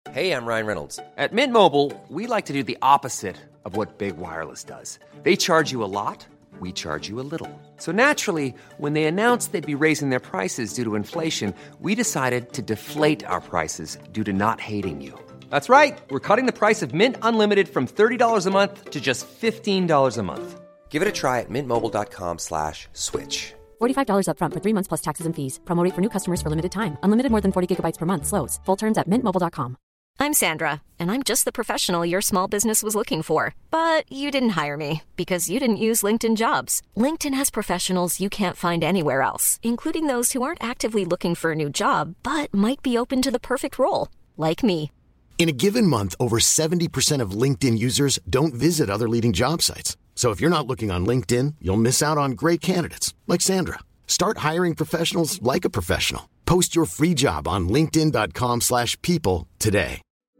Hey, I'm Ryan Reynolds. At Mint Mobile, we like to do the opposite of what Big Wireless does. They charge you a lot, we charge you a little. So naturally, when they announced they'd be raising their prices due to inflation, we decided to deflate our prices due to not hating you. That's right. We're cutting the price of Mint Unlimited from $30 a month to just $15 a month. Give it a try at mintmobile.com/switch. $45 up front for 3 months plus taxes and fees. Promo rate for new customers for limited time. Unlimited more than 40 gigabytes per month. Slows full terms at mintmobile.com. I'm Sandra, and I'm just the professional your small business was looking for. But you didn't hire me because you didn't use LinkedIn Jobs. LinkedIn has professionals you can't find anywhere else, including those who aren't actively looking for a new job, but might be open to the perfect role, like me. In a given month, over 70% of LinkedIn users don't visit other leading job sites. So if you're not looking on LinkedIn, you'll miss out on great candidates like Sandra. Start hiring professionals like a professional. Post your free job on linkedin.com/people today.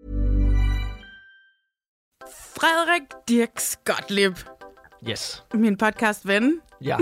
Frederik Dirks Gottlieb. Yes. Min podcast-ven. Ja.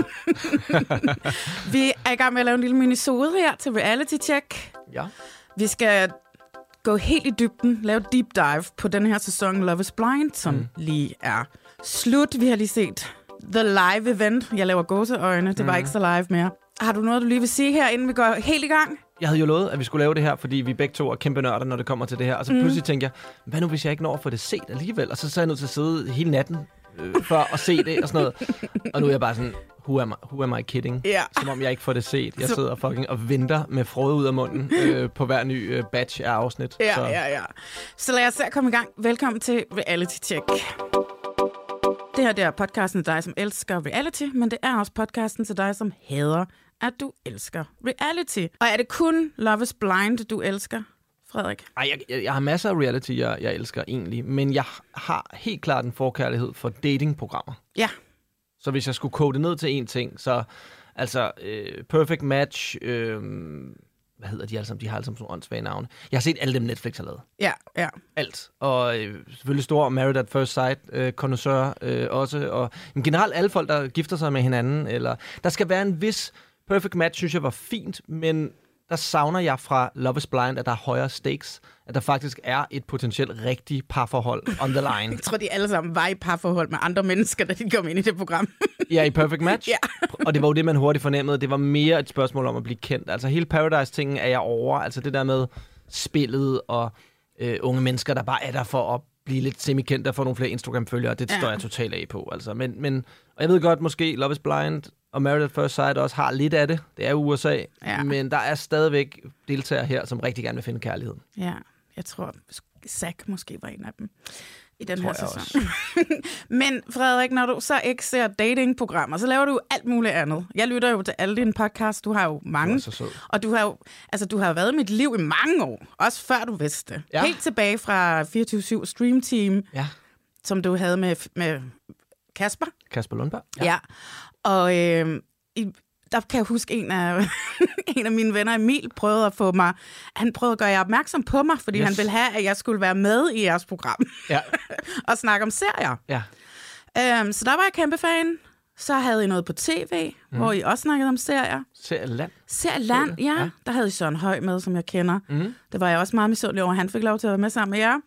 Vi er i gang med at lave en lille minisode her til Reality Check. Ja. Vi skal gå helt i dybden, lave deep dive på den her sæson Love is Blind, som lige er slut. Vi har lige set The Live Event. Jeg laver gåseøjne, det var ikke så live mere. Har du noget, du lige vil sige her, inden vi går helt i gang? Jeg havde jo lovet, at vi skulle lave det her, fordi vi begge to er kæmpe nørder, når det kommer til det her. Og så pludselig tænkte jeg, hvad nu hvis jeg ikke når at få det set alligevel? Og så er jeg nødt til at sidde hele natten for at se det og sådan noget. Og nu er jeg bare sådan, who am I kidding? Ja. Som om jeg ikke får det set. Jeg sidder fucking og venter med frode ud af munden på hver ny batch af afsnit. Ja. Så lad os se at komme i gang. Velkommen til Reality Check. Det her det er podcasten til dig, som elsker reality, men det er også podcasten til dig, som hader, at du elsker reality. Og er det kun Love is Blind, du elsker, Frederik? Ej, jeg har masser af reality, jeg elsker egentlig, men jeg har helt klart en forkærlighed for datingprogrammer. Ja. Så hvis jeg skulle kode det ned til én ting, så altså Perfect Match, hvad hedder de alle sammen? De har alle sammen sådan nogle åndssvage navne. Jeg har set alle dem, Netflix har lavet. Ja. Alt. Og selvfølgelig store Married at First Sight, connoisseur også. Og generelt alle folk, der gifter sig med hinanden. Eller der skal være en vis Perfect Match, synes jeg var fint, men der savner jeg fra Love is Blind, at der er højere stakes. At der faktisk er et potentielt rigtigt parforhold on the line. Jeg tror, de alle sammen var i parforhold med andre mennesker, da de kom ind i det program. Ja, i Perfect Match. Ja. Og det var jo det, man hurtigt fornemmede. Det var mere et spørgsmål om at blive kendt. Altså hele Paradise-tingen er jeg over. Altså det der med spillet og unge mennesker, der bare er der for at blive lidt semi-kendt og få nogle flere Instagram-følgere. Det står jeg totalt af på. Altså. Men, og jeg ved godt, måske Love is Blind og Married at First Sight også har lidt af det. Det er USA. Ja. Men der er stadigvæk deltagere her, som rigtig gerne vil finde kærligheden. Ja, jeg tror, Zack måske var en af dem i den her sæson. Men Frederik, når du så ikke ser datingprogrammer, så laver du jo alt muligt andet. Jeg lytter jo til alle dine podcasts. Du har jo mange. Du er så sød. Og du har jo, altså du har været i mit liv i mange år. Også før du vidste det. Ja. Helt tilbage fra 24/7 Stream Team, som du havde med Kasper. Kasper Lundberg. Ja. Og der kan jeg huske, en af mine venner, Emil, prøvede at få mig... Han prøvede at gøre jer opmærksom på mig, fordi han ville have, at jeg skulle være med i jeres program. Ja. Og snakke om serier. Ja. Så der var jeg kæmpe fan. Så havde I noget på tv, hvor I også snakkede om serier. Serieland, ja. Der havde I Søren Høj med, som jeg kender. Det var jeg også meget misundelig over. Han fik lov til at være med sammen med jer.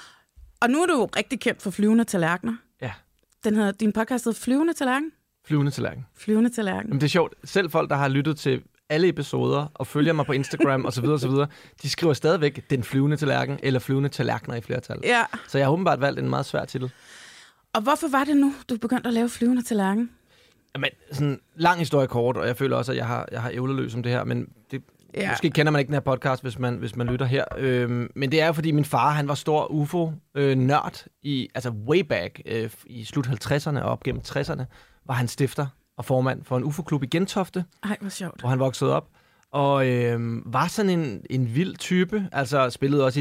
Og nu er du jo rigtig kendt for Flyvende Tallerkener. Ja. Din podcast hedder Flyvende Tallerken. Flyvende Tallerken. Flyvende Tallerken. Men det er sjovt. Selv folk, der har lyttet til alle episoder og følger mig på Instagram osv., de skriver stadigvæk Den Flyvende Tallerken eller Flyvende Tallerkener i flertal. Ja. Så jeg har åbenbart valgt en meget svær titel. Og hvorfor var det nu, du begyndte at lave Flyvende Tallerken? Jamen, sådan lang historie kort, og jeg føler også, at jeg har ævleløs om det her, men det... Ja. Måske kender man ikke den her podcast, hvis man lytter her. Men det er jo, fordi min far, han var stor UFO-nørd altså way back i slut 50'erne og op gennem 60'erne, var han stifter og formand for en UFO-klub i Gentofte. Ej, hvor sjovt. Hvor han voksede op. Og var sådan en vild type. Altså spillede også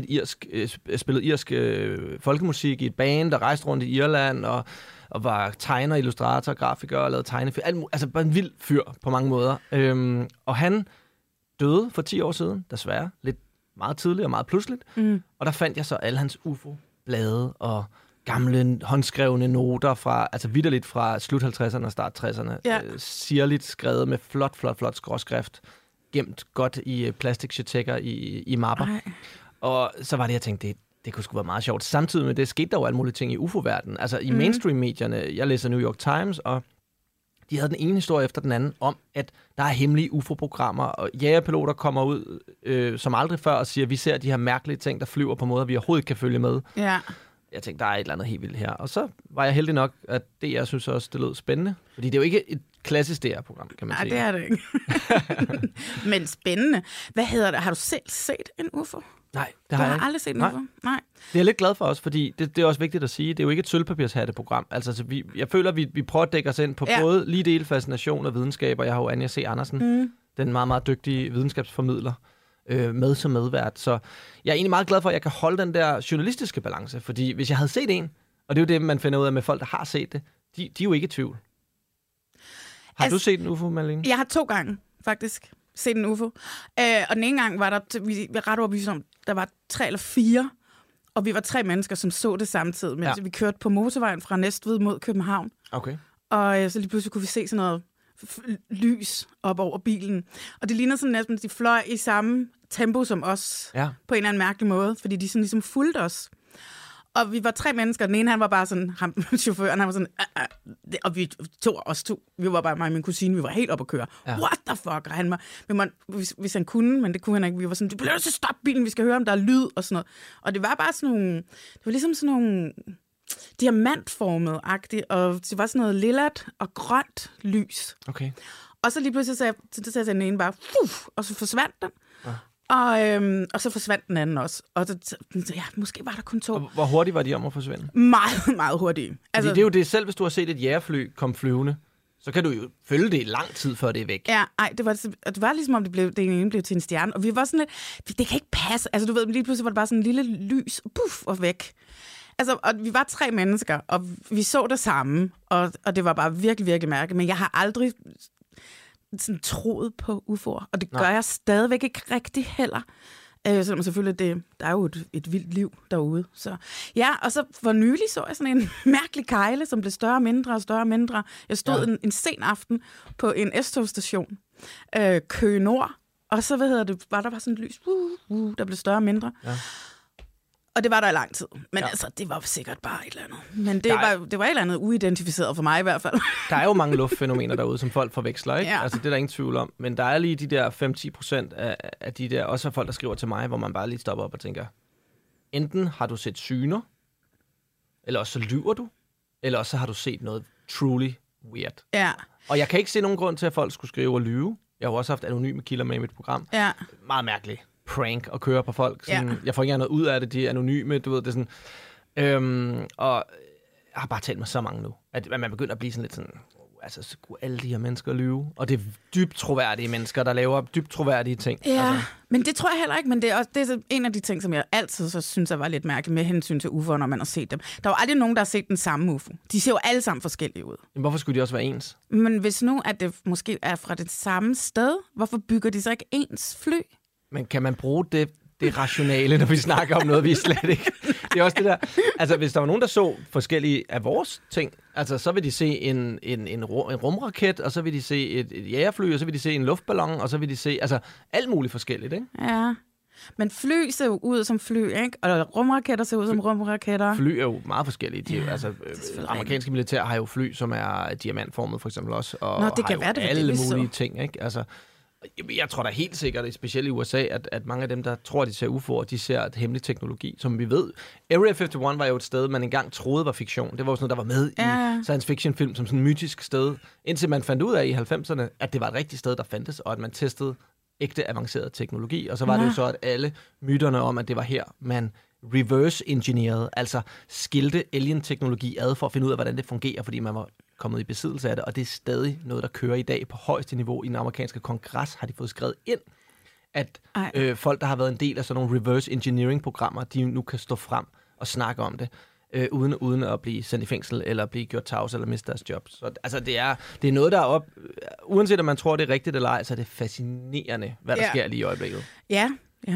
irsk folkemusik i et band, der rejste rundt i Irland og var tegner, illustrator, grafiker og lavede tegnefilm. Altså bare en vild fyr på mange måder. Og han døde for 10 år siden, desværre. Lidt meget tidligt og meget pludseligt. Og der fandt jeg så alle hans UFO-blade og gamle håndskrevne noter fra, altså vitterligt fra slut 50'erne og start 60'erne. Ja. Sirligt skrevet med flot skråskrift. Gemt godt i plastikchecker i mapper. Ej. Og så var det, jeg tænkte, det kunne sgu være meget sjovt. Samtidig med det skete der jo alle mulige ting i UFO-verdenen. Altså i mainstream-medierne, jeg læser New York Times, og de havde den ene historie efter den anden om, at der er hemmelige UFO-programmer, og jægerpiloter kommer ud som aldrig før og siger, at vi ser de her mærkelige ting, der flyver på måder, vi overhovedet ikke kan følge med. Ja. Jeg tænkte, der er et eller andet helt vildt her. Og så var jeg heldig nok, at det, jeg synes også, det lød spændende. Fordi det er jo ikke et klassisk DR-program, kan man sige. Nej, det er det ikke. Men spændende. Hvad hedder det? Har du selv set en UFO? Nej, det har jeg ikke. aldrig set en UFO? Nej. Det er jeg lidt glad for også, fordi det er også vigtigt at sige, det er jo ikke et sølvpapirshatte-program. Altså, jeg føler, at vi prøver at dække os ind på både lige dele fascination og videnskab, og jeg har jo Anja C. Andersen, den meget, meget dygtige videnskabsformidler, med som medvært. Så jeg er egentlig meget glad for, at jeg kan holde den der journalistiske balance, fordi hvis jeg havde set en, og det er jo det, man finder ud af med folk, der har set det, de er jo ikke i tvivl. Har du set en UFO, Malene? Jeg har 2 gange, faktisk, set en UFO. Og den ene gang var der, vi ret overbevist om, der var 3 eller 4, og vi var 3 mennesker, som så det samtidig, mens vi kørte på motorvejen fra Næstved mod København. Okay. Og så lige pludselig kunne vi se sådan noget lys op over bilen. Og det ligner sådan næsten, at de fløj i samme tempo som os, på en eller anden mærkelig måde, fordi de sådan ligesom fulgte os. Og vi var 3 mennesker. Den ene, han var bare sådan, chaufføren, han var sådan, og vi vi var bare mig og min kusine, vi var helt oppe at køre. Ja. What the fuck? Og han var, hvis han kunne, men det kunne han ikke, vi var sådan, du bliver nødt til at stoppe bilen, vi skal høre, om der er lyd og sådan noget. Og det var bare sådan nogle, det var ligesom sådan nogle diamantformet-agtigt, og det var sådan noget lillat og grønt lys. Okay. Og så lige pludselig sagde den ene bare, og så forsvandt den. Ja. Og så forsvandt den anden også. Og måske var der kun 2. Og hvor hurtigt var de om at forsvinde? Meget, meget hurtigt. Altså, det er jo det, selv hvis du har set et jægerfly komme flyvende, så kan du jo følge det i lang tid, før det er væk. Ja, det var ligesom, om det ene blev til en stjerne. Og vi var sådan lidt, det kan ikke passe. Altså, du ved, lige pludselig var det bare sådan en lille lys, og væk. Altså, og vi var 3 mennesker, og vi så det samme, og det var bare virkelig, virkelig mærkeligt. Men jeg har aldrig sådan troet på UFO'er, og det gør jeg stadigvæk ikke rigtig heller. Selvom selvfølgelig, der er jo et vildt liv derude. Så, ja, og så for nylig så jeg sådan en mærkelig kejle, som blev større og mindre og større og mindre. Jeg stod en sen aften på en S-togstation, Køge Nord, og så var der bare sådan et lys, der blev større og mindre. Ja. Og det var der i lang tid. Men altså, det var sikkert bare et eller andet. Men det var et eller andet uidentificeret for mig i hvert fald. Der er jo mange luftfænomener derude, som folk forveksler, ikke? Ja. Altså, det er der ingen tvivl om. Men der er lige de der 5-10% af de der, også folk, der skriver til mig, hvor man bare lige stopper op og tænker, enten har du set syner, eller også så lyver du, eller også så har du set noget truly weird. Ja. Og jeg kan ikke se nogen grund til, at folk skulle skrive og lyve. Jeg har også haft anonyme kilder med i mit program. Ja. Meget mærkeligt prank at køre på folk. Sådan, jeg får ikke noget ud af det, de er anonyme, du ved, det er sådan. Og jeg har bare talt med så mange nu, at man begynder at blive sådan lidt sådan, altså, skulle alle de her mennesker lyve? Og det er dybt troværdige mennesker, der laver dybt troværdige ting. Ja, altså. Men det tror jeg heller ikke, men det er en af de ting, som jeg altid så synes, jeg var lidt mærkeligt med hensyn til UFO'er, når man har set dem. Der er jo aldrig nogen, der har set den samme UFO. De ser jo alle sammen forskellige ud. Men hvorfor skulle de også være ens? Men hvis nu, at det måske er fra det samme sted, hvorfor bygger de så ikke ens fly? Men kan man bruge det rationale, når vi snakker om noget, vi slet ikke... Det er også det der... Altså, hvis der var nogen, der så forskellige af vores ting, altså, så vil de se en rumraket, og så vil de se et jægerfly, og så vil de se en luftballon, og så vil de se... Altså, alt muligt forskelligt, ikke? Ja. Men fly ser jo ud som fly, ikke? Og rumraketter ser ud som rumraketter. Fly er jo meget forskellige. De, altså, amerikanske militær har jo fly, som er diamantformet, for eksempel også, og det kan være, alle mulige ting, ikke? Altså... Jeg tror da helt sikkert, specielt i USA, at mange af dem, der tror, de ser UFO'er, de ser et hemmelig teknologi, som vi ved. Area 51 var jo et sted, man engang troede var fiktion. Det var jo sådan noget, der var med i science fiction film som sådan et mytisk sted, indtil man fandt ud af i 90'erne, at det var et rigtigt sted, der fandtes, og at man testede ægte avanceret teknologi. Og så var det jo så, at alle myterne om, at det var her, man reverse-engineerede, altså skilte alien-teknologi ad for at finde ud af, hvordan det fungerer, fordi man var kommet i besiddelse af det, og det er stadig noget, der kører i dag på højeste niveau. I den amerikanske kongres har de fået skrevet ind, at folk, der har været en del af sådan nogle reverse engineering-programmer, de nu kan stå frem og snakke om det, uden at blive sendt i fængsel, eller blive gjort tavs, eller miste deres job. Så altså, det er noget, der er op... Uanset om man tror, det er rigtigt eller ej, så er det fascinerende, hvad der sker lige i øjeblikket. Ja.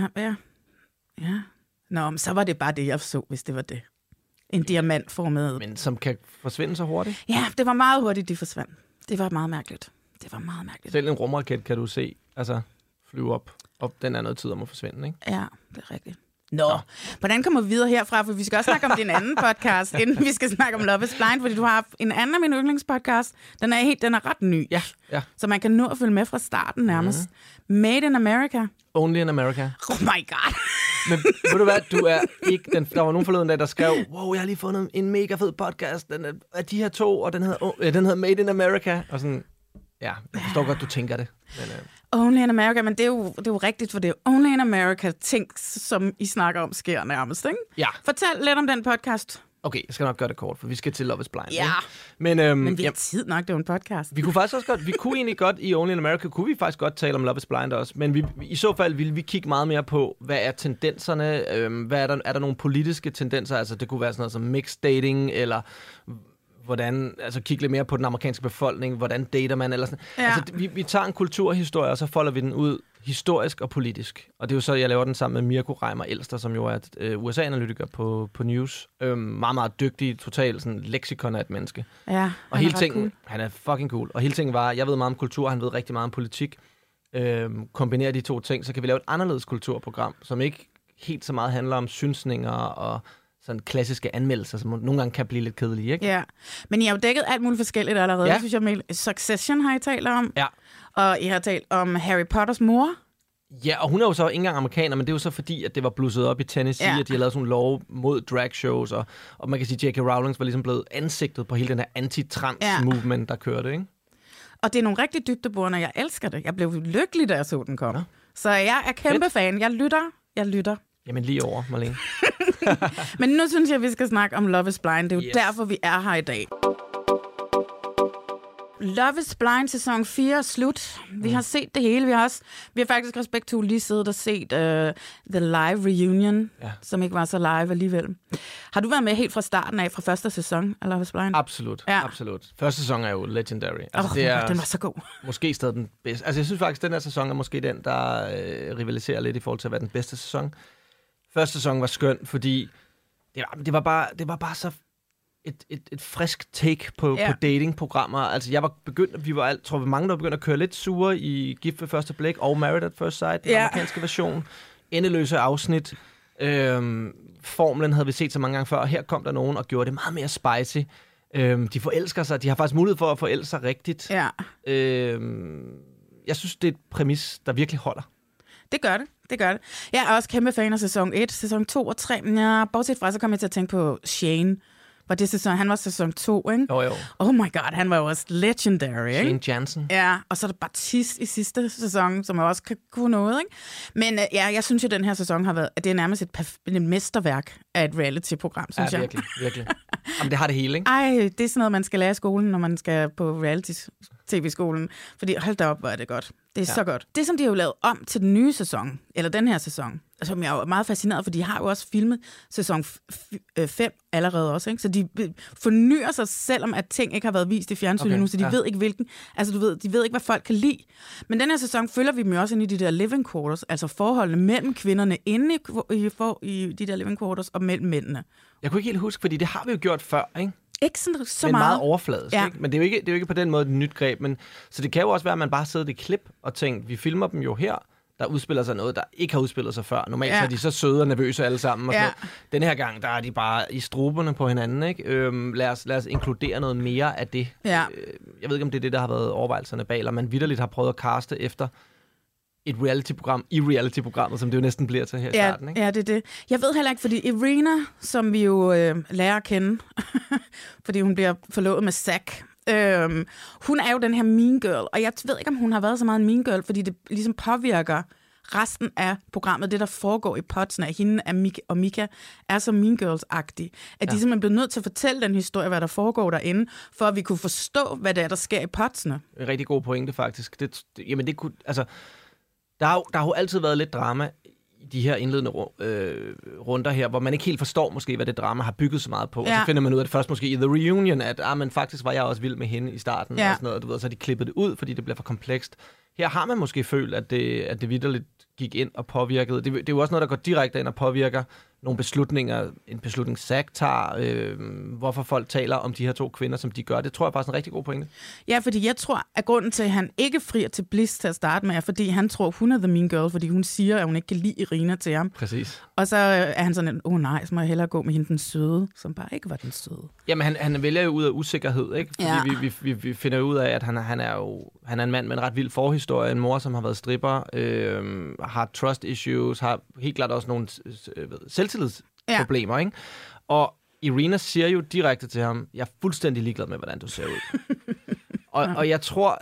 Nå, men så var det bare det, jeg så, hvis det var det. En diamantformet... Men som kan forsvinde så hurtigt? Ja, det var meget hurtigt, de forsvandt. Det var meget mærkeligt. Selv en rumraket kan du se, altså flyve op, og den er noget tid om at forsvinde, ikke? Ja, det er rigtigt. Nå, hvordan kommer vi videre herfra? For vi skal også snakke om din anden podcast, inden vi skal snakke om Love is Blind, fordi du har en anden af mine yndlingspodcast. Den er ret ny, ja. Så man kan nå at følge med fra starten nærmest. Made in America. Only in America. Oh my god. Men ved du hvad, du er ikke der var nogen forleden dag, der skrev, wow, jeg har lige fundet en mega fed podcast, den er de her to, og den hedder Made in America, og sådan, ja, jeg forstår godt, du tænker det. Men, Only in America, men det er jo rigtigt, for det er Only in America, ting, som I snakker om, sker nærmest, ikke? Ja. Fortæl lidt om den podcast. Okay, jeg skal nok gøre det kort, for vi skal til Love is Blind. Ja, ikke? Men vi har tid nok, det er jo en podcast. Vi kunne faktisk også godt, vi kunne egentlig godt i Only in America, kunne vi faktisk godt tale om Love is Blind også, men i så fald ville vi kigge meget mere på, hvad er tendenserne, er der nogle politiske tendenser, altså det kunne være sådan noget som mixed dating, eller hvordan, altså kigge lidt mere på den amerikanske befolkning, hvordan dater man, eller sådan. Ja. Altså vi tager en kulturhistorie, og så folder vi den ud historisk og politisk. Og det er jo så, jeg laver den sammen med Mirko Reimer Elster, som jo er USA-analytiker på News. Meget, meget dygtig, totalt sådan leksikon af et menneske. Ja, og hele tingen, han er fucking cool. Og hele tingen var, jeg ved meget om kultur, han ved rigtig meget om politik. Kombinerer de to ting, så kan vi lave et anderledes kulturprogram, som ikke helt så meget handler om synsninger og sådan klassiske anmeldelser, som nogle gange kan blive lidt kedelige, ikke? Ja, men I har jo dækket alt muligt forskelligt allerede. Ja. Jeg synes, jeg Succession har I talt om. Ja. Og I har talt om Harry Potters mor. Ja, og hun er jo så ikke engang amerikaner, men det er jo så fordi, at det var blusset op i Tennessee, at de har lavet sådan nogle lov mod dragshows, og man kan sige, at J.K. Rowling var ligesom blevet ansigtet på hele den her anti-trans-movement, der kørte, ikke? Og det er nogle rigtig dybdeborende, jeg elsker det. Jeg blev lykkelig, da jeg så den komme. Ja. Så jeg er kæmpe fan. Jeg lytter. Jamen lige over, Marlene. Men nu synes jeg, at vi skal snakke om Love is Blind. Det er jo derfor, vi er her i dag. Love is Blind sæson 4 er slut. Vi har set det hele. Vi har faktisk også begge to lige siddet og set The Live Reunion, som ikke var så live alligevel. Har du været med helt fra starten af, fra første sæson af Love is Blind? Absolut, absolut. Første sæson er jo legendary. Altså, den var så god. Måske stadig den bedste. Altså, jeg synes faktisk, at den her sæson er måske den, der rivaliserer lidt i forhold til at være den bedste sæson. Første sæson var skøn, fordi det var bare så et frisk take på datingprogrammer. Altså, jeg var begyndt, tror vi mange, der var begyndt at køre lidt sure i Gift ved første blik og Married at First Sight, den amerikanske version. Endeløse afsnit. Formlen havde vi set så mange gange før, og her kom der nogen og gjorde det meget mere spicy. De forelsker sig. De har faktisk mulighed for at forelske sig rigtigt. Ja. Jeg synes, det er et præmis, der virkelig holder. Det gør det. Jeg er også kæmpe fan af sæson 1, sæson 2 og 3. Ja, bortset fra, så kom jeg til at tænke på Shane. Han var sæson 2, ikke? Jo. Oh my god, han var jo også legendary, ikke? Shane Jansen. Ja, og så er der Baptiste i sidste sæson, som også kan kunne noget, ikke? Men jeg synes jo, at den her sæson har været, at det er nærmest et mesterværk af et reality-program, synes jeg. Virkelig. Jamen, det har det hele, ikke? Ej, det er sådan noget, man skal lære i skolen, når man skal på reality-tv-skolen. Fordi hold da op, hvor er det godt. Det er så godt. Det, som de har jo lavet om til den nye sæson, eller den her sæson, som jeg er meget fascineret, for de har jo også filmet sæson 5 allerede også, ikke? Så de fornyer sig, selvom at ting ikke har været vist i fjernsynet nu, så de ved ikke hvilken, altså de ved ikke, hvad folk kan lide. Men den her sæson følger vi dem jo også ind i de der living quarters, altså forholdene mellem kvinderne inde i de der living quarters og mellem mændene. Jeg kunne ikke helt huske, fordi det har vi jo gjort før, ikke? Ikke så men meget. meget overfladisk, ikke? Men det er jo ikke på den måde et nyt greb. Så det kan jo også være, at man bare sidder i klip og tænker, vi filmer dem jo her, der udspiller sig noget, der ikke har udspillet sig før. Normalt så er de så søde og nervøse alle sammen. Og den her gang, der er de bare i struberne på hinanden, ikke? Lad os inkludere noget mere af det. Ja. Jeg ved ikke, om det er det, der har været overvejelserne bag, eller man vitterligt har prøvet at kaste efter et reality-program i reality-programmet, som det jo næsten bliver til her i starten, ikke? Ja, det er det. Jeg ved heller ikke, fordi Irina, som vi jo lærer at kende, fordi hun bliver forlovet med Zack, hun er jo den her mean girl, og jeg ved ikke, om hun har været så meget en mean girl, fordi det ligesom påvirker resten af programmet, det der foregår i podsene af hende og Mika, er så mean girls-agtig, at de simpelthen bliver nødt til at fortælle den historie, hvad der foregår derinde, for at vi kunne forstå, hvad det er, der sker i podsene. En rigtig god pointe, faktisk. Det kunne, altså, der har jo altid været lidt drama i de her indledende runder her, hvor man ikke helt forstår måske, hvad det drama har bygget så meget på. Ja. Og så finder man ud af det først måske i The Reunion, at men faktisk var jeg også vild med hende i starten, og sådan noget, du ved, så har de klippet det ud, fordi det bliver for komplekst. Her har man måske følt, at det vitterligt gik ind og påvirkede. Det er jo også noget, der går direkte ind og påvirker nogle beslutninger, en beslutning Zack tager, hvorfor folk taler om de her to kvinder, som de gør. Det tror jeg faktisk er en rigtig god pointe. Ja, fordi jeg tror, at grunden til, at han ikke frier til Bliss til at starte med, er, fordi han tror, hun er the mean girl, fordi hun siger, at hun ikke kan lide Irina til ham. Præcis. Og så er han sådan, nej, så må jeg hellere gå med hende den søde, som bare ikke var den søde. Jamen, han vælger jo ud af usikkerhed, ikke? Fordi vi finder ud af, at han er en mand med en ret vild forhistorie, en mor, som har været stripper, har trust issues, har helt klart også nogle selvtillidsproblemer, ikke? Og Irina siger jo direkte til ham, jeg er fuldstændig ligeglad med, hvordan du ser ud. og jeg tror,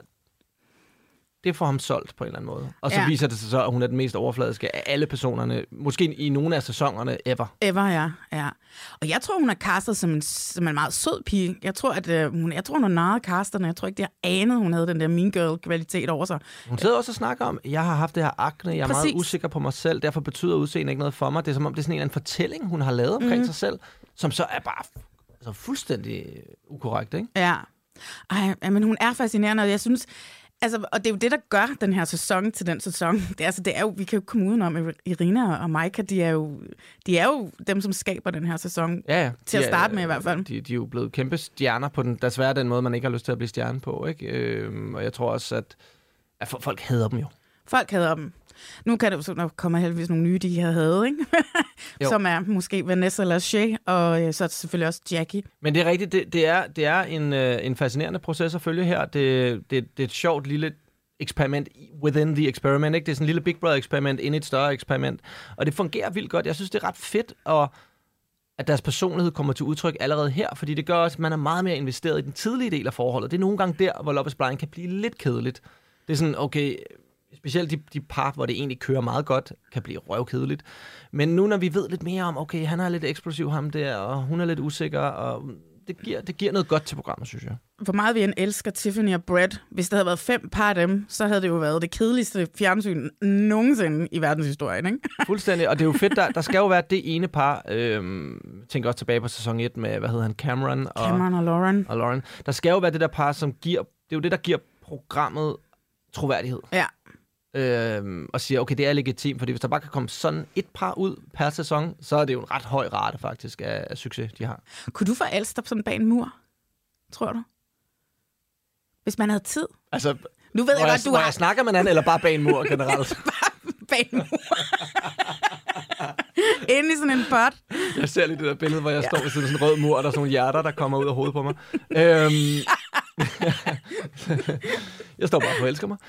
det får ham solgt på en eller anden måde. Og så viser det sig så, at hun er den mest overfladiske af alle personerne, måske i nogle af sæsonerne ever. Ja. Og jeg tror, hun er castet som en meget sød pige. Jeg tror, hun er narret casterne. Jeg tror ikke, de har anet, hun havde den der mean girl-kvalitet over sig. Hun sidder også og snakker om, jeg har haft det her akne, jeg er meget usikker på mig selv, derfor betyder udseende ikke noget for mig. Det er som om, det er sådan en fortælling, hun har lavet omkring sig selv, som så er bare fuldstændig ukorrekt, ikke? Ja. Men hun er fascinerende, og jeg synes... Altså, og det er jo det, der gør den her sæson til den sæson. Det er jo, vi kan jo komme udenom, Irina og Maika, de er jo dem, som skaber den her sæson. Ja, til at starte med i hvert fald. De er jo blevet kæmpe stjerner på desværre den måde, man ikke har lyst til at blive stjerne på, ikke? Og jeg tror også, at folk hader dem jo. Folk hader dem. Nu kan det jo så komme heldigvis nogle nye, de havde, ikke? Som er måske Vanessa Lachey, og så er det selvfølgelig også Jackie. Men det er rigtigt, det er en fascinerende proces at følge her. Det er et sjovt lille eksperiment within the experiment, ikke? Det er sådan en lille Big Brother-eksperiment ind i et større eksperiment. Og det fungerer vildt godt. Jeg synes, det er ret fedt, at deres personlighed kommer til udtryk allerede her, fordi det gør også, at man er meget mere investeret i den tidlige del af forholdet. Det er nogle gange der, hvor Love is Blind kan blive lidt kedeligt. Det er sådan, okay... Specielt de par, hvor det egentlig kører meget godt, kan blive røvkedeligt. Men nu, når vi ved lidt mere om, okay, han er lidt eksplosiv, ham der, og hun er lidt usikker, og det giver noget godt til programmet, synes jeg. For meget vi elsker Tiffany og Brett. Hvis der havde været 5 par af dem, så havde det jo været det kedeligste fjernsyn nogensinde i verdenshistorien, ikke? Fuldstændig, og det er jo fedt, der skal jo være det ene par, tænker også tilbage på sæson 1 med, hvad hedder han, Cameron og Lauren. Der skal jo være det der par, som giver, det er jo det, der giver programmet troværdighed. Ja. Og siger, okay, det er legitimt, fordi hvis der bare kan komme sådan et par ud per sæson, så er det jo en ret høj rate faktisk af succes, de har. Kunne du forelske dig sådan bag en mur, tror du? Hvis man havde tid? Altså, nu ved jeg godt, du har... jeg snakker med anden, eller bare bag en mur generelt? Bare bag en mur. Inde i sådan en pot. Jeg ser lige det der billede, hvor jeg står ved sådan en rød mur, og der er sådan nogle hjerter, der kommer ud af hovedet på mig. Jeg står bare og forelsker mig.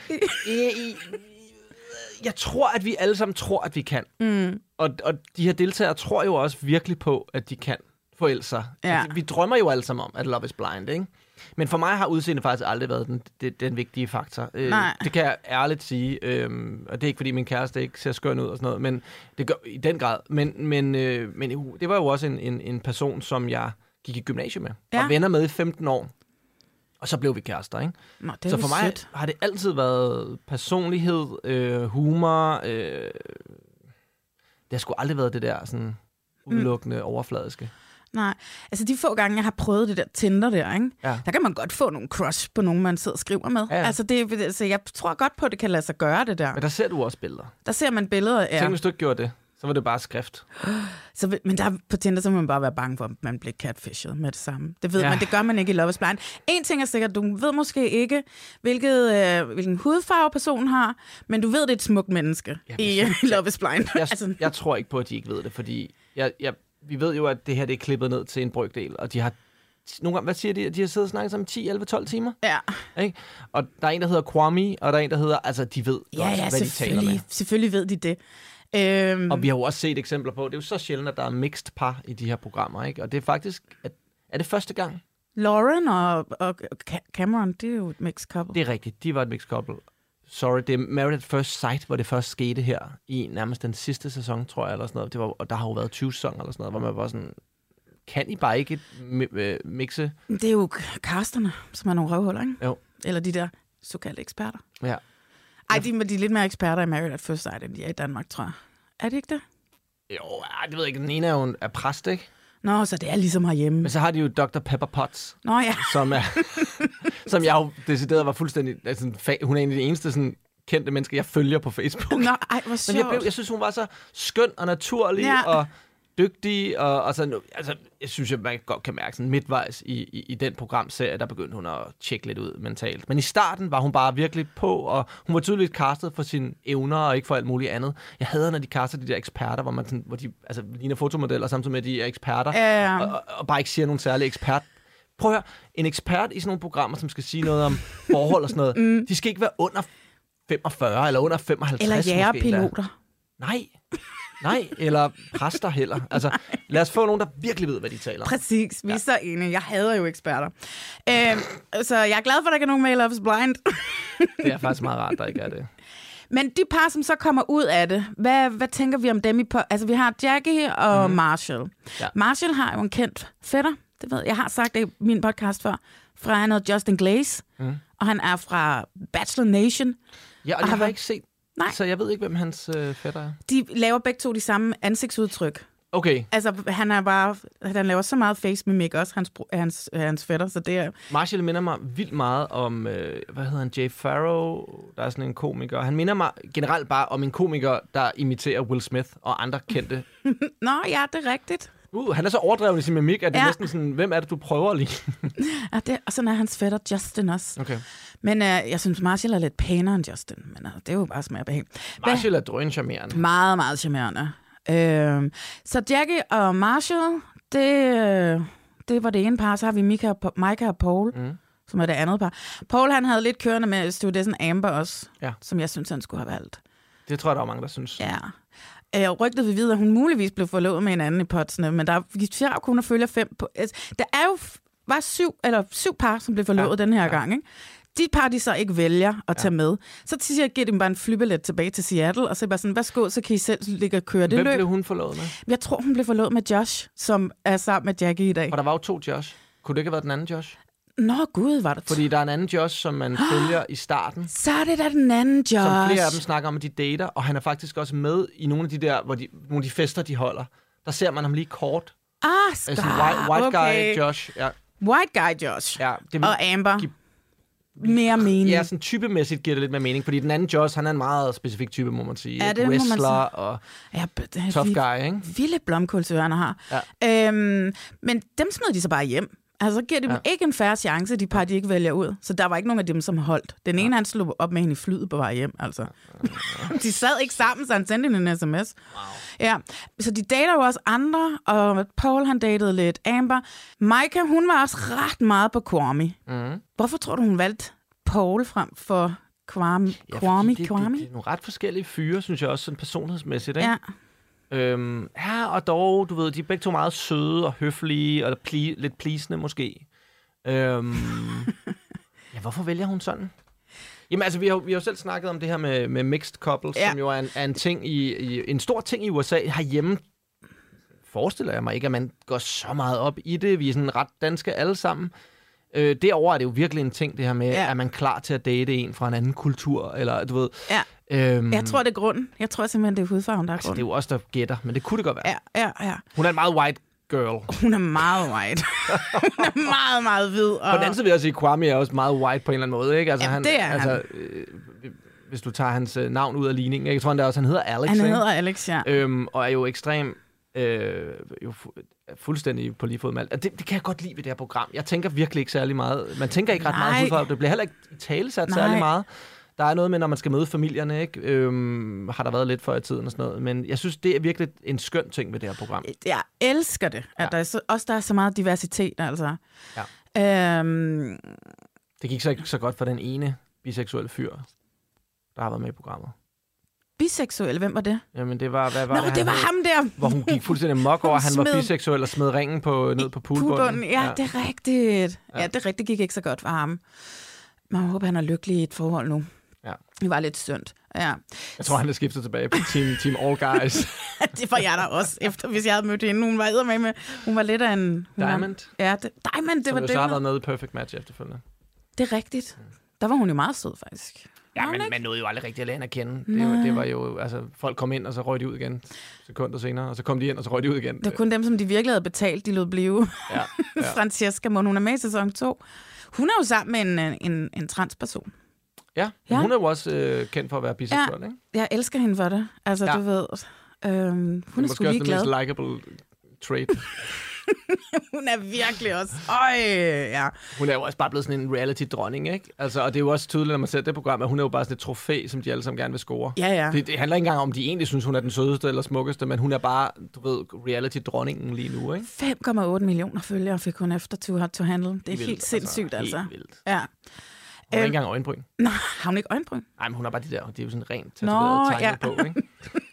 Jeg tror, at vi alle sammen tror, at vi kan. Og de her deltagere tror jo også virkelig på, at de kan forelske sig. Ja. Vi drømmer jo alle sammen om, at Love is Blind, ikke? Men for mig har udseende faktisk aldrig været den vigtige faktor. Det kan jeg ærligt sige. Og det er ikke, fordi min kæreste ikke ser skøn ud og sådan noget, men det gør i den grad. Men det var jo også en person, som jeg gik i gymnasiet med. Og venner med i 15 år. Og så blev vi kærester, ikke? Nå, så for mig har det altid været personlighed, humor. Det har sgu aldrig været det der sådan udelukkende overfladiske. Nej, altså de få gange, jeg har prøvet det der Tinder der, ikke? Ja. Der kan man godt få nogle crush på nogen, man sidder og skriver med. Ja. Altså jeg tror godt på, at det kan lade sig gøre det der. Men der ser du også billeder. Der ser man billeder, ja. Tænk, hvis du ikke gjorde det, så var det bare skrift. Men der på Tinder, så må man bare være bange for, at man bliver catfished med det samme. Det ved man, det gør man ikke i Love is Blind. En ting er sikkert, du ved måske ikke, hvilken hudfarve personen har, men du ved, det er et smukt menneske i Love is Blind. Jeg tror ikke på, at de ikke ved det, fordi vi ved jo, at det her det er klippet ned til en brøkdel, og de har nogle gange, hvad siger de? De har siddet og snakket sammen 10, 11, 12 timer. Ja. Ikke? Og der er en, der hedder Kwame, og der er en, der hedder, altså de ved godt, hvad de taler med. Selvfølgelig ved de det. Og vi har jo også set eksempler på, det er jo så sjældent, at der er mixed par i de her programmer, ikke? Og det er faktisk, er det første gang? Lauren og Cameron, det er jo et mixed couple. Det er rigtigt, de var et mixed couple. Sorry, det er Married at First Sight, hvor det først skete her i nærmest den sidste sæson, tror jeg, eller sådan noget. Og der har jo været 20 sæsoner eller sådan noget, hvor man var sådan, kan I bare ikke mixe? Det er jo casterne, som er nogle røvhuller, ikke? Jo. Eller de der såkaldte eksperter. Ja. Ej, de er lidt mere eksperter i Married at First Sight, end de er i Danmark, tror jeg. Er det ikke det? Jo, det ved jeg ikke. Den ene er jo er præst, ikke? Nå, så det er ligesom herhjemme. Men så har de jo Dr. Pepper Potts. Nå ja. Som jeg jo decideret var fuldstændig... Altså, hun er en af de eneste sådan, kendte mennesker, jeg følger på Facebook. Nå, ej, hvor sjovt. Men jeg synes, hun var så skøn og naturlig, og dygtig, og sådan, altså, jeg synes, at man godt kan mærke sådan midtvejs i den programserie, der begyndte hun at tjekke lidt ud mentalt. Men i starten var hun bare virkelig på, og hun var tydeligt castet for sine evner, og ikke for alt muligt andet. Jeg hader, når de caster de der eksperter, hvor de altså, ligner fotomodeller, samtidig med, at de er eksperter, og bare ikke siger nogen særlig ekspert. Prøv at høre, en ekspert i sådan nogle programmer, som skal sige noget om forhold og sådan noget, de skal ikke være under 45 eller under 55. Eller jægerpiloter. Nej, eller præster heller. Altså, lad os få nogen, der virkelig ved, hvad de taler om. Præcis, vi er så enige. Jeg hader jo eksperter. Så jeg er glad for, at der ikke er nogen med i Love is Blind. Det er faktisk meget rart, der ikke er det. Men de par, som så kommer ud af det, hvad tænker vi om dem? Altså, vi har Jackie og Marshall. Ja. Marshall har jo en kendt fætter. Det ved jeg har sagt det i min podcast før. Fra han hedder Justin Glaze. Og han er fra Bachelor Nation. Ja, og det har jeg ikke set. Nej. Så jeg ved ikke, hvem hans fætter er. De laver begge to de samme ansigtsudtryk. Okay. Altså, han laver så meget face-mimik også, hans fætter, så det er... Marshall minder mig vildt meget om, hvad hedder han, Jay Farrow, der er sådan en komiker. Han minder mig generelt bare om en komiker, der imiterer Will Smith og andre kendte. Nå, ja, det er rigtigt. Han er så overdreven i sin mimik, at det er næsten sådan, hvem er det, du prøver lige? Ja, og sådan er hans fætter Justin også. Okay. Men jeg synes, Marshall er lidt pænere end Justin, men det er jo bare smag behag. Marshall er drøncharmerende. Meget, meget charmerende. Så Jackie og Marshall, det var det ene par. Så har vi Micah og Paul, som er det andet par. Paul, han havde lidt kørende med stewardessen Amber også, som jeg synes, han skulle have valgt. Det tror jeg, der var mange, der synes. Ja. Rygtet vi ved, at hun muligvis blev forlovet med en anden i Potsene, men vi ser kun at følge 5 på. Der er jo var 7 par, som blev forlovet den her gang, ikke? De par, de så ikke vælger at tage med. Så siger jeg, giver dem bare en flybillet tilbage til Seattle, og så er bare sådan, værsgo, så kan I selv ligge og køre det løb. Hvem blev hun forlovet med? Jeg tror, hun blev forlovet med Josh, som er sammen med Jackie i dag. Og der var jo 2 Josh. Kunne det ikke have været den anden Josh? Nå, gud, var det. Fordi der er en anden Josh, som man følger i starten. Så er det da den anden Josh. Som flere af dem snakker om, at de dater, og han er faktisk også med i nogle af de der, nogle af de fester, de holder. Der ser man ham lige kort. White guy Josh. Ja. White guy Josh. Ja, det og Amber. Mere mening. Ja, sådan typemæssigt giver det lidt mere mening, fordi den anden Josh, han er en meget specifik type, må man sige. Ja, det wrestler må man sige. Og ja, tough guy, ikke? Vilde blomkålsørerne har. Ja. Men dem smed de så bare hjem. Altså, så giver de dem ikke en færre chance, de par, de ikke vælger ud. Så der var ikke nogen af dem, som holdt. Den ene, han slog op med hende i flyet på vej hjem, altså. De sad ikke sammen, så han sendte hende en sms. Wow. Ja, så de dater jo også andre, og Paul, han datede lidt Amber. Micah, hun var også ret meget på Kwame. Hvorfor tror du, hun valgte Paul frem for Kwame? Det er nogle ret forskellige fyre, synes jeg også, sådan personlighedsmæssigt, ikke? Ja. Og dog, du ved, de er begge to meget søde og høflige, og lidt pleasende måske. Ja, hvorfor vælger hun sådan? Jamen, altså, vi har jo selv snakket om det her med mixed couples, som jo er en ting en stor ting i USA. Herhjemme forestiller jeg mig ikke, at man går så meget op i det. Vi er sådan ret danske alle sammen. Derovre er det jo virkelig en ting, det her med, er man klar til at date en fra en anden kultur, eller du ved... Ja. Jeg tror, det er grunden. Jeg tror simpelthen, det er hudfarven, der er grunden. Det er jo også der gætter, men det kunne det godt være. Ja. Hun er en meget white girl. Hun er meget white. Hun er meget, meget hvid. Og... På den anden side vil jeg sige, at Kwame er også meget white på en eller anden måde, ikke? Altså, jamen, det er han. Hvis du tager hans navn ud af ligningen, jeg tror, han hedder Alex. Han hedder Alex, ja. Og er jo ekstrem... jo fuldstændig på lige fod med alt. Det kan jeg godt lide ved det her program. Jeg tænker virkelig ikke særlig meget. Man tænker ikke ret meget hudfarve. Det bliver heller ikke talesat særlig meget. Der er noget med, når man skal møde familierne, ikke? Har der været lidt før i tiden og sådan noget. Men jeg synes, det er virkelig en skøn ting ved det her program. Jeg elsker det. At der er så meget diversitet, altså. Ja. Det gik så ikke så godt for den ene biseksuelle fyr, der har været med i programmet. Biseksuel? Hvem var det? Jamen, det var... det var ham der! Hvor hun gik fuldstændig mok over, han var biseksuel og smed ringen ned på poolbunden. Ja, det er rigtigt. Ja, det rigtigt gik ikke så godt for ham. Man håber, han er lykkelig i et forhold nu. Ja. Det var lidt synd. Ja. Jeg tror, han er skiftet tilbage på Team All Guys. Det var jeg da også, efter hvis jeg havde mødt hende. Hun var hun var lidt af en... Diamond? Diamond, det var det. Som jo så har været med i Perfect Match efterfølgende. Det er rigtigt. Der var hun jo meget sød, faktisk. Ja, men man nåede jo aldrig rigtig at lade hende at kende. Det var jo, altså, folk kom ind, og så røg de ud igen sekunder senere, og så kom de ind, og så røg de ud igen. Det var kun dem, som de virkelig havde betalt, de lod blive. Ja. Francesca Mund, hun er med i sæson 2. Hun er jo sammen med en transperson. Ja, hun er jo også kendt for at være biseksuel, ikke? Jeg elsker hende for det. Altså, du ved... Hun er sgu lige glad. Måske også den mest likable trait. Hun er virkelig også... ja. Hun er jo også bare blevet sådan en reality-dronning, ikke? Altså, og det er jo også tydeligt, når man ser det program, at hun er jo bare sådan et trofæ, som de alle sammen gerne vil score. Ja. Det handler ikke engang om, de egentlig synes, hun er den sødeste eller smukkeste, men hun er bare, du ved, reality-dronningen lige nu, ikke? 5,8 millioner følgere fik hun efter Too Hot to Handle. Det er helt sindssygt, altså. Helt vildt. Ja. Hun har ikke engang øjenbryn. Nej, har hun ikke øjenbryn? Nej, men hun har bare de der, det er jo sådan rent tatoveret tegnet på, ikke?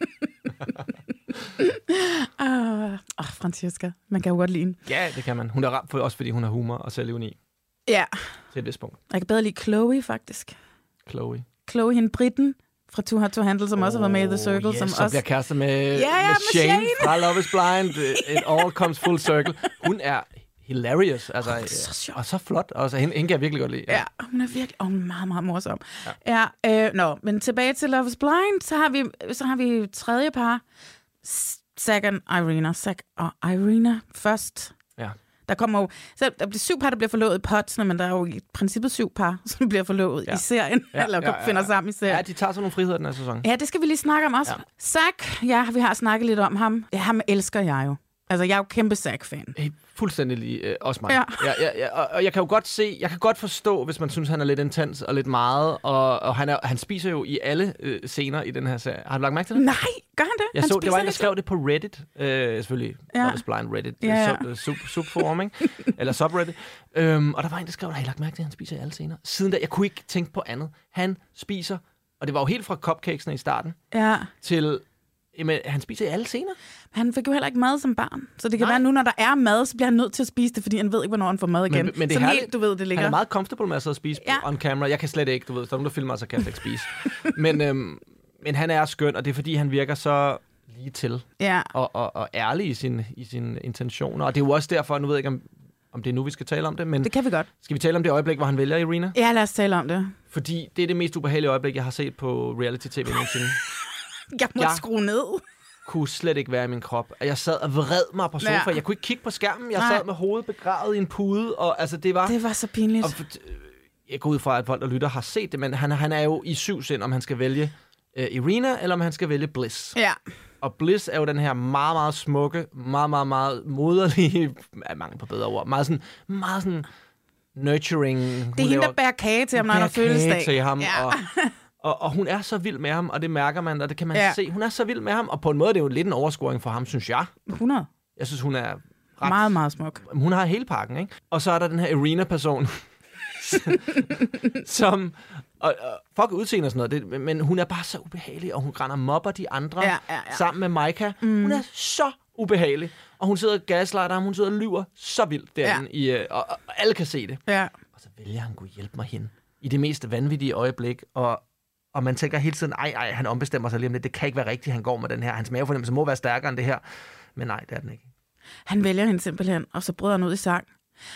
Francesca. Man kan jo godt lide hende. Ja, det kan man. Hun er ramt for, også fordi hun har humor og selvivni. Ja. Til et vist punkt. Jeg kan bedre lide Chloe, faktisk. Chloe, hende Britten fra Too Hot to Handle, som også har været med i The Circle. Yes, som også bliver kærester med Shane fra Love is Blind. It all comes full circle. Hun er hilarious. Altså, så sjov. Og så flot. Altså, hende kan jeg virkelig godt lide. Ja, hun er virkelig meget, meget morsom. Ja, men tilbage til Love is Blind, så har vi tredje par. Zac og Irina først. Ja. Der kommer jo... Så der bliver 7 par, der bliver forlovet i potsene, men der er jo i princippet 7 par, som bliver forlovet i serien. Eller finder sammen i serien. Ja, de tager sådan nogle friheder den her sæson. Ja, det skal vi lige snakke om også. Ja. Zac, vi har snakket lidt om ham. Ja, ham elsker jeg jo. Altså, jeg er jo kæmpe Zac-fan. Fuldstændig lige, også mig. Ja. Og jeg kan jo godt se, jeg kan godt forstå, hvis man synes, han er lidt intens og lidt meget, og han spiser jo i alle scener i den her serie. Har du lagt mærke til det? Nej, gør han det? Jeg så, det var en, der skrev det på Reddit, selvfølgelig. Love is Blind Reddit. Subforum, ikke? Eller subreddit. Og der var en, der skrev, har I lagt mærke til, at han spiser i alle scener? Siden da, jeg kunne ikke tænke på andet. Han spiser, og det var jo helt fra cupcakesene i starten, til... Jamen, han spiser i alle scener. Han fik jo heller ikke mad som barn. Så det kan være nu, når der er mad, så bliver han nødt til at spise det, fordi han ved ikke, hvornår han får mad igen. Men det så helt, du ved, det ligger. Han er meget comfortable med at sidde og spise on camera. Jeg kan slet ikke, du ved, så er nogen, der filmer, så kan jeg slet ikke spise. Men han er skøn, og det er, fordi han virker så lige til. Ja. Og ærlig i sine intentioner. Og det er jo også derfor, nu ved jeg ikke, om det er nu, vi skal tale om det, men... Det kan vi godt. Skal vi tale om det øjeblik, hvor han vælger Irina? Ja, lad os tale om det. Fordi det er det mest ubehagelige øjeblik, jeg har set på reality-tv nogensinde. Jeg må skrue ned. Kunne slet ikke være i min krop. Jeg sad og vred mig på sofa. Ja. Jeg kunne ikke kigge på skærmen. Jeg sad med hovedet begravet i en pude. Og, altså, det var så pinligt. Og, jeg går ud fra, at folk, der lytter, har set det, men han er jo i 7 sind, om han skal vælge Irina, eller om han skal vælge Bliss. Ja. Og Bliss er jo den her meget, meget smukke, meget, meget, meget moderlige, mangel på bedre ord, meget sådan nurturing. Det er hende, der bærer kage til ham, når han har fødselsdag. Til ham, og hun er så vild med ham, og det mærker man, og det kan man se. Hun er så vild med ham, og på en måde er det jo lidt en overscoring for ham, synes jeg. 100. Jeg synes, hun er ret... Meget, meget smuk. Hun har hele pakken, ikke? Og så er der den her Irina-person, som... Og fuck udseende og sådan noget, men hun er bare så ubehagelig, og hun grænder mobber de andre sammen med Maika. Hun er så ubehagelig, og hun sidder og gaslighter ham, hun sidder og lyver så vildt derinde, og alle kan se det. Ja. Og så vælger han kunne hjælpe mig hen i det mest vanvittige øjeblik, og man tænker hele tiden, ej, han ombestemmer sig lige om det. Det kan ikke være rigtigt, han går med den her. Hans mavefornemmelse må være stærkere end det her. Men nej, det er den ikke. Han vælger hende simpelthen, og så bryder han ud i sang.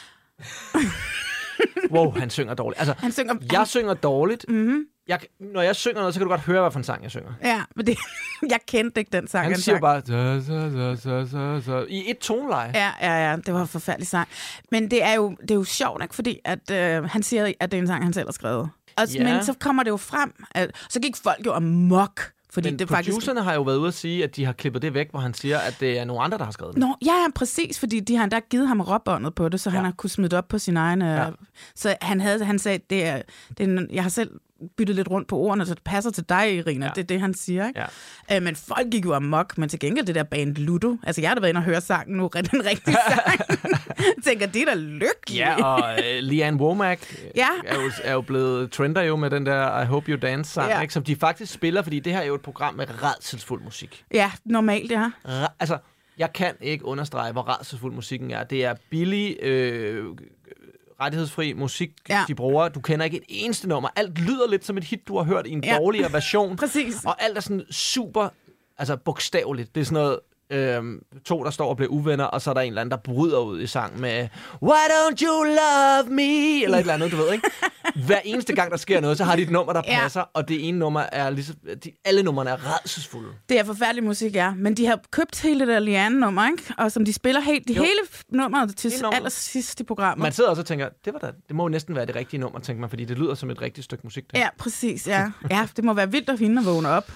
Wow, han synger dårligt. Altså, jeg synger dårligt. Mm-hmm. Når jeg synger noget, så kan du godt høre, hvad for en sang jeg synger. Ja, men jeg kendte ikke den sang. Han siger bare... I et toneleje. Ja, det var en forfærdelig sang. Men det er jo sjovt, ikke? Fordi at, han siger, at det er en sang, han selv har skrevet. Men så kommer det jo frem, så gik folk jo amok. Fordi men det producerne har jo været ude at sige, at de har klippet det væk, hvor han siger, at det er nogle andre, der har skrevet det. Nå, ja, præcis, fordi de har endda givet ham råbåndet på det, så han har kunnet smide det op på sin egen... Så han sagde, jeg har selv byttet lidt rundt på ordene, så det passer til dig, Irina. Det er det, han siger, ikke? Ja. Men folk gik jo amok, men til gengæld det der band Ludo. Altså, jeg har da været inde og høre sangen nu, den rigtige sang. Jeg tænker, det er da lykkeligt. Ja, og Leanne Womack er jo blevet trender jo med den der I Hope You Dance sang, ikke? Som de faktisk spiller, fordi det her er jo et program med rædselsfuld musik. Ja, normalt, ja. Altså, jeg kan ikke understrege, hvor rædselsfuld musikken er. Det er billig... rettighedsfri musik, de bruger. Du kender ikke et eneste nummer. Alt lyder lidt som et hit, du har hørt i en dårligere version. Præcis. Og alt er sådan super, altså bogstaveligt. Det er sådan noget, to, der står og bliver uvenner, og så er der en eller anden, der bryder ud i sang med Why don't you love me? Eller et eller andet, du ved, ikke? Hver eneste gang, der sker noget, så har de et nummer, der passer, og det ene nummer er ligesom... alle numrene er rædselsfulde. Det er forfærdelig musik, ja. Men de har købt hele det der Leanne-nummer, ikke? Og som de spiller helt... hele nummeret til allersidst i programmet. Man sidder også og tænker, det må jo næsten være det rigtige nummer, tænker man, fordi det lyder som et rigtigt stykke musik. Der. Ja, præcis, ja. Ja, det må være vildt at finde og vågne op.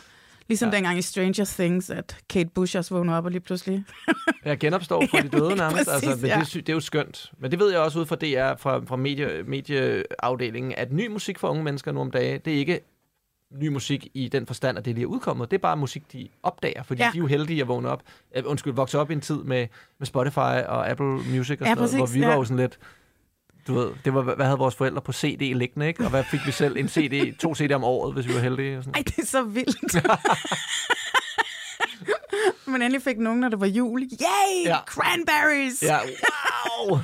Ligesom dengang i Stranger Things, at Kate Bush også vågner op og lige pludselig... Jeg genopstår fra de døde nærmest. Præcis, altså, det er jo skønt. Men det ved jeg også ud fra DR, fra medieafdelingen, at ny musik for unge mennesker nu om dagen, det er ikke ny musik i den forstand, at det lige er udkommet. Det er bare musik, de opdager, fordi de er jo heldige at vokse op i en tid med Spotify og Apple Music og sådan noget, hvor vi var jo sådan lidt... Du ved, det var, hvad havde vores forældre på CD liggende, ikke? Og hvad fik vi selv? En CD, 2 CD om året, hvis vi var heldige. Og sådan. Ej, det er så vildt. Men endelig fik nogen, når det var jul. Yay! Ja. Cranberries! Ja, wow!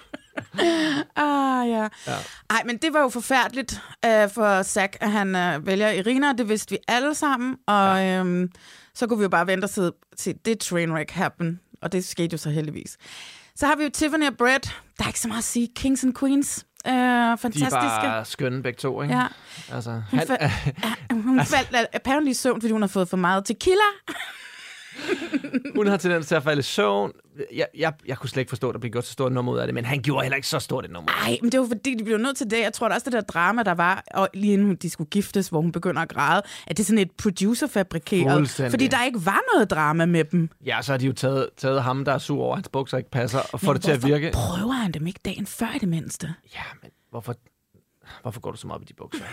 Ja. Ej, men det var jo forfærdeligt for Zack, at han vælger Irina. Det vidste vi alle sammen. Og så kunne vi jo bare vente og se det trainwreck happen. Og det skete jo så heldigvis. Så har vi jo Tiffany og Brett. Der er ikke så meget at sige. Kings and Queens. Fantastiske. De er bare skønne begge to, ikke? Ja. Altså, hun faldt apparently i søvn, fordi hun har fået for meget tequila. Hun har tendens til at falde i søvn. Jeg kunne slet ikke forstå, at der blev gjort så stort nummer ud af det, men han gjorde heller ikke så stort et nummer. Nej, men det var fordi, de blev nødt til det. Jeg tror da også, det der drama, der var, og lige inden de skulle giftes, hvor hun begynder at græde, at det er sådan et producer-fabrikeret. Fordi der ikke var noget drama med dem. Ja, så har de jo taget ham, der er sur over, hans bukser ikke passer, og får det til at virke. Prøver han dem ikke dagen før i det mindste? Ja, men hvorfor går du så meget op i de bukser?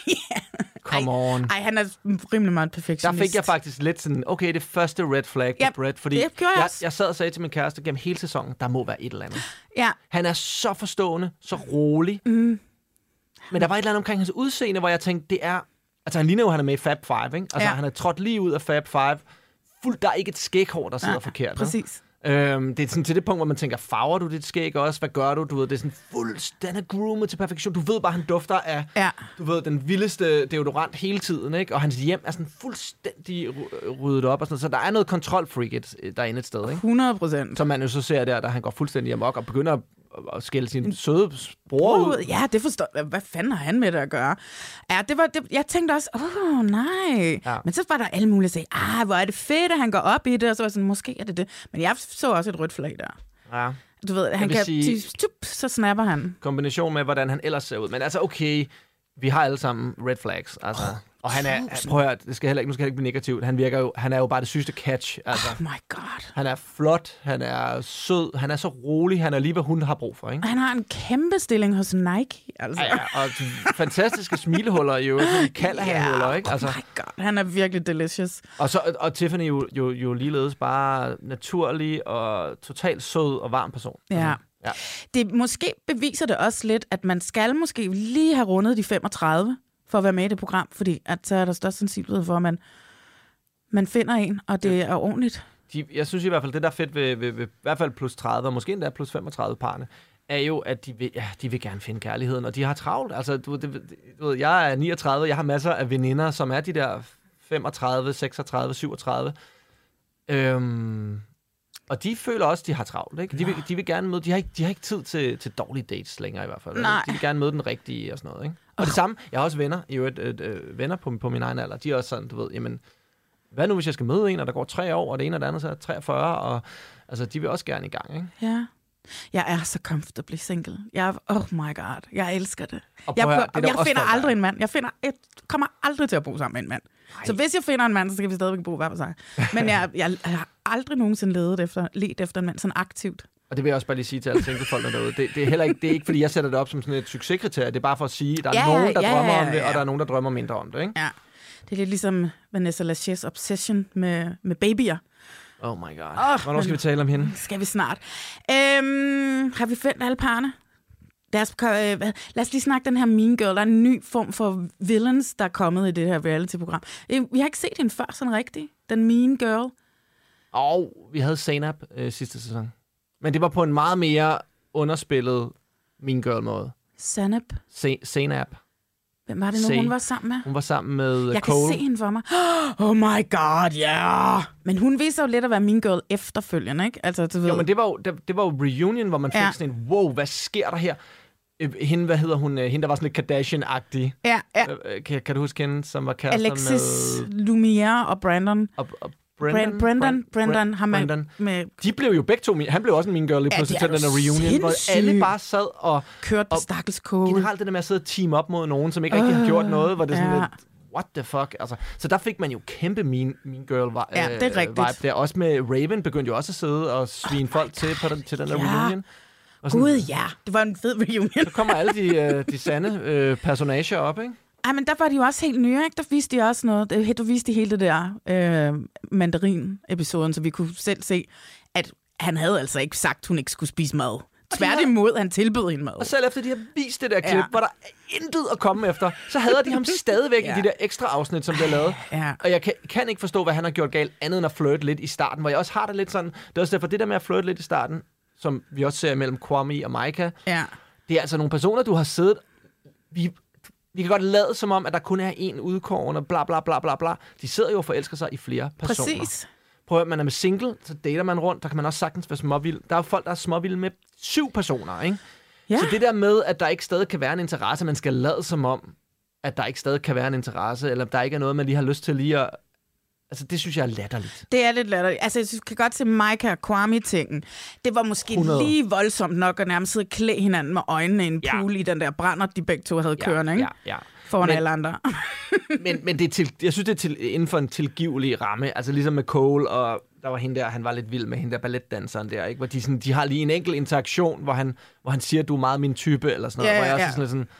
Come on. Ej, han er rimelig meget perfektionist. Der fik jeg faktisk lidt sådan, okay, det første red flag på Brett, fordi jeg sad og sagde til min kæreste gennem hele sæsonen, der må være et eller andet. Ja. Han er så forstående, så rolig. Men der var et eller andet omkring hans udseende, hvor jeg tænkte, det er... Altså, han ligner jo, han er med i Fab 5, ikke? Altså, han er trådt lige ud af Fab 5. Der er ikke et skæghår, der sidder forkert. Præcis. Det er sådan til det punkt, hvor man tænker, farver du dit skæg også? Hvad gør du? Du ved, det er sådan fuldstændig groomet til perfektion. Du ved bare, han dufter af, du ved, den vildeste deodorant hele tiden, ikke? Og hans hjem er sådan fuldstændig ryddet op og sådan noget. Så der er noget kontrolfreak derinde et sted, ikke? 100%. Som man jo så ser der han går fuldstændig amok og begynder at skælde sin søde bror ud. Ja, det forstår jeg. Hvad fanden har han med det at gøre? Ja, jeg tænkte også, nej. Ja. Men så var der alle mulige, der sagde, hvor er det fedt, at han går op i det, og så var jeg sådan, måske er det det. Men jeg så også et rødt flag der. Ja. Du ved, han kan så snapper han. Kombination med, hvordan han ellers ser ud. Men altså, okay, vi har alle sammen red flags, altså. Og han er, prøv at høre, nu skal heller ikke blive negativt. Han er jo bare det sygeste catch. Altså. Oh my god. Han er flot, han er sød, han er så rolig, han er lige, hvad hun har brug for, ikke? Han har en kæmpe stilling hos Nike, altså. Ja, og fantastiske smilehuller i øvrigt, kalderhandhuller, ikke? Altså. Oh my god, han er virkelig delicious. Og Tiffany jo ligeledes bare naturlig og totalt sød og varm person. Ja. Ja. Det måske beviser det også lidt, at man skal måske lige have rundet de 35 for at være med i det program, fordi at så er der størst sandsynlighed for, at man finder en, og det er ordentligt. Jeg synes i hvert fald, det der er fedt ved i hvert fald plus 30, og måske endda plus 35 parne, er jo, at de vil gerne finde kærligheden, og de har travlt. Altså, du ved, jeg er 39, jeg har masser af veninder, som er de der 35, 36, 37. Og de føler også, de har travlt, ikke? De vil gerne møde, de har ikke tid til dårlige dates længere i hvert fald. Nej. De vil gerne møde den rigtige og sådan noget, ikke? Og det samme, jeg har også venner, venner på min egen alder, de er også sådan, du ved, jamen, hvad nu hvis jeg skal møde en, og der går 3 år, og det ene og det andet så er 43, og altså, de vil også gerne i gang, ikke? Ja. Jeg er så comfortably single. Oh my god, jeg elsker det. Jeg finder aldrig en mand. Jeg kommer aldrig til at bo sammen med en mand. Ej. Så hvis jeg finder en mand, så skal vi stadigvæk bo hver for sig. Men jeg har aldrig nogensinde ledt efter en mand sådan aktivt. Og det vil jeg også bare lige sige til alle singlefolk derude. Det er ikke, fordi jeg sætter det op som sådan et succeskriterie. Det er bare for at sige, at der er nogen, der drømmer om det, og der er nogen, der drømmer mindre om det, ikke? Ja. Det er lidt ligesom Vanessa Lachey's obsession med babyer. Oh my god. Hvornår skal vi tale om hende? Skal vi snart. Har vi fundet alle parne? Lad os lige snakke den her Mean Girl. Der er en ny form for villains, der er kommet i det her reality-program. Vi har ikke set hende før sådan rigtigt. Den Mean Girl. Vi havde Zainab sidste sæson. Men det var på en meget mere underspillet Mean Girl-måde. Zainab. Hvem var det nu, hun var sammen med? Hun var sammen med Cole. Jeg kan se hende for mig. Oh my god, ja! Yeah. Men hun viser jo lidt at være Mean Girl efterfølgende, ikke? Altså, du ved. Jo, men det var jo reunion, hvor man fik sådan en, wow, hvad sker der her? Hende, hvad hedder hun? Hende, der var sådan lidt Kardashian-agtig. Ja. Kan du huske hende, som var kærester med... Alexis Lumiere og Brandon. Brendan. De blev jo begge to, han blev også en Mean Girl lige pludselig til den der reunion, hvor alle bare sad og... Kørte på stakkels Cole. Generelt det der med at sidde og team op mod nogen, som ikke rigtig har gjort noget, hvor det sådan lidt... what the fuck? Altså, så der fik man jo kæmpe Mean Girl det er rigtigt. vibe der. Også med Raven begyndte jo også at sidde og svine folk til til den der reunion. Gud, ja. Det var en fed reunion. Så kommer alle de sande personager op, ikke? Ej, men der var de jo også helt nye, ikke? Der viste de også noget. Der viste de hele det der mandarin-episoden, så vi kunne selv se, at han havde altså ikke sagt, at hun ikke skulle spise mad. Tværtimod, han tilbød hende mad. Og selv efter de har vist det der klip, hvor der er intet at komme efter, så hader de ham stadigvæk i de der ekstra afsnit, som bliver lavet. Ja. Og jeg kan ikke forstå, hvad han har gjort galt, andet end at flirte lidt i starten, hvor jeg også har det lidt sådan. Det er også derfor, det der med at flirte lidt i starten, som vi også ser mellem Kwame og Micah, det er altså nogle personer, du har siddet... Vi kan godt lade som om, at der kun er én udkåren og bla bla bla bla bla. De sidder jo og forelsker sig i flere personer. Præcis. Prøv at man er med single, så dater man rundt. Der kan man også sagtens være småvild. Der er jo folk, der er småvilde med 7 personer, ikke? Ja. Så det der med, at der ikke stadig kan være en interesse, man skal lade som om, at der ikke stadig kan være en interesse, eller der ikke er noget, man lige har lyst til lige at... Altså, det synes jeg er latterligt. Det er lidt latterligt. Altså, jeg kan godt se Micah og Kwame-tingen. Det var måske 100. Lige voldsomt nok at nærmest sidde og klæde hinanden med øjnene i en pool i den der brænder, de begge to havde kørende, ikke? Ja. Foran alle andre. men det er jeg synes, det er inden for en tilgivelig ramme. Altså, ligesom med Cole, og der var hende der, han var lidt vild med hende der balletdanseren der, ikke? Hvor de har lige en enkelt interaktion, hvor han siger, du er meget min type, eller sådan noget. Hvor jeg også sådan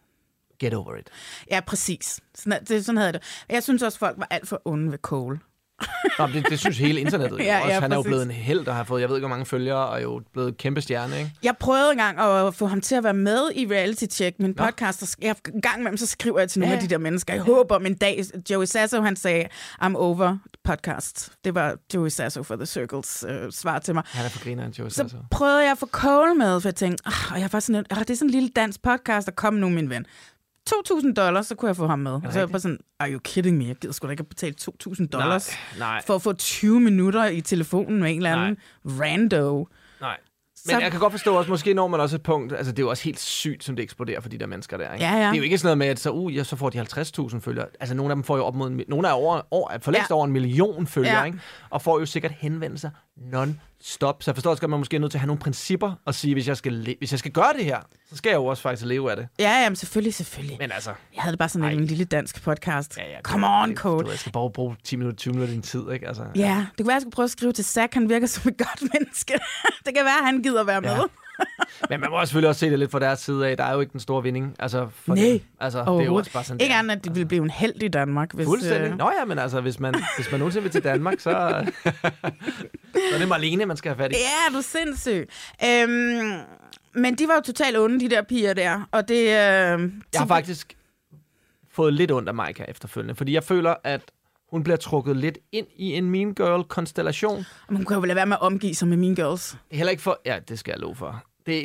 get over it. Ja, præcis. Sådan havde det. Jeg synes også, folk var alt for onde ved Cole. Nå, det synes hele internettet. Ja, han er jo blevet en helt, der har fået, jeg ved ikke, hvor mange følgere, og jo blevet kæmpe stjerne, ikke? Jeg prøvede engang at få ham til at være med i Reality Check, min podcast, og en gang imellem, så skriver jeg til nogle af de der mennesker. Jeg håber om en dag, Joey Sasso, han sagde, I'm over podcast. Det var Joey Sasso for The Circles svar til mig. Han er for grineren, Joey Sasso. Så prøvede jeg at få Cole med, for jeg tænkte, og jeg var sådan, det er sådan en lille dansk podcast, der kom nu, min ven. $2,000, så kunne jeg få ham med. Og så var jeg bare sådan, are you kidding me? Jeg gider sgu da ikke at betale $2,000 for at få 20 minutter i telefonen med en eller anden rando. Nej. Men jeg kan godt forstå også, måske når man også et punkt, altså det er jo også helt sygt, som det eksploderer for de der mennesker der, ikke? Ja. Det er jo ikke sådan noget med, at så får de 50.000 følgere. Altså nogle af dem får jo op mod, nogle er for længst over 1 million følgere, ikke? Og får jo sikkert henvendelser non-stop. Så jeg forstår også, at man måske er nødt til at have nogle principper og sige, hvis jeg skal gøre det her, så skal jeg jo også faktisk leve af det. Ja, jamen selvfølgelig. Men altså... Jeg havde bare sådan en lille dansk podcast. Come on, Cole. Jeg skal bare bruge 10 minutter, 20 minutter i din tid, ikke? Altså, ja, det kunne være, jeg skulle prøve at skrive til Zach. Han virker som et godt menneske. Det kan være, at han gider være med. Men man må selvfølgelig også se det lidt fra deres side af. Der er jo ikke den store vinding. Altså, for dem. Altså, det er jo også bare sådan, ikke andet, at de ville blive en held i Danmark. Hvis, fuldstændig. Nå ja, men altså, hvis man nogensinde vil til Danmark, så er det Marlene, man skal have fat i. Ja, du er sindssyg. Men de var jo totalt onde, de der piger der. Og det... Jeg har faktisk fået lidt ondt af Micah efterfølgende, fordi jeg føler, at hun bliver trukket lidt ind i en Mean Girl-konstellation. Men hun kan jo vel lade være med at omgive sig med Mean Girls. Det er heller ikke for... Ja, det skal jeg love for.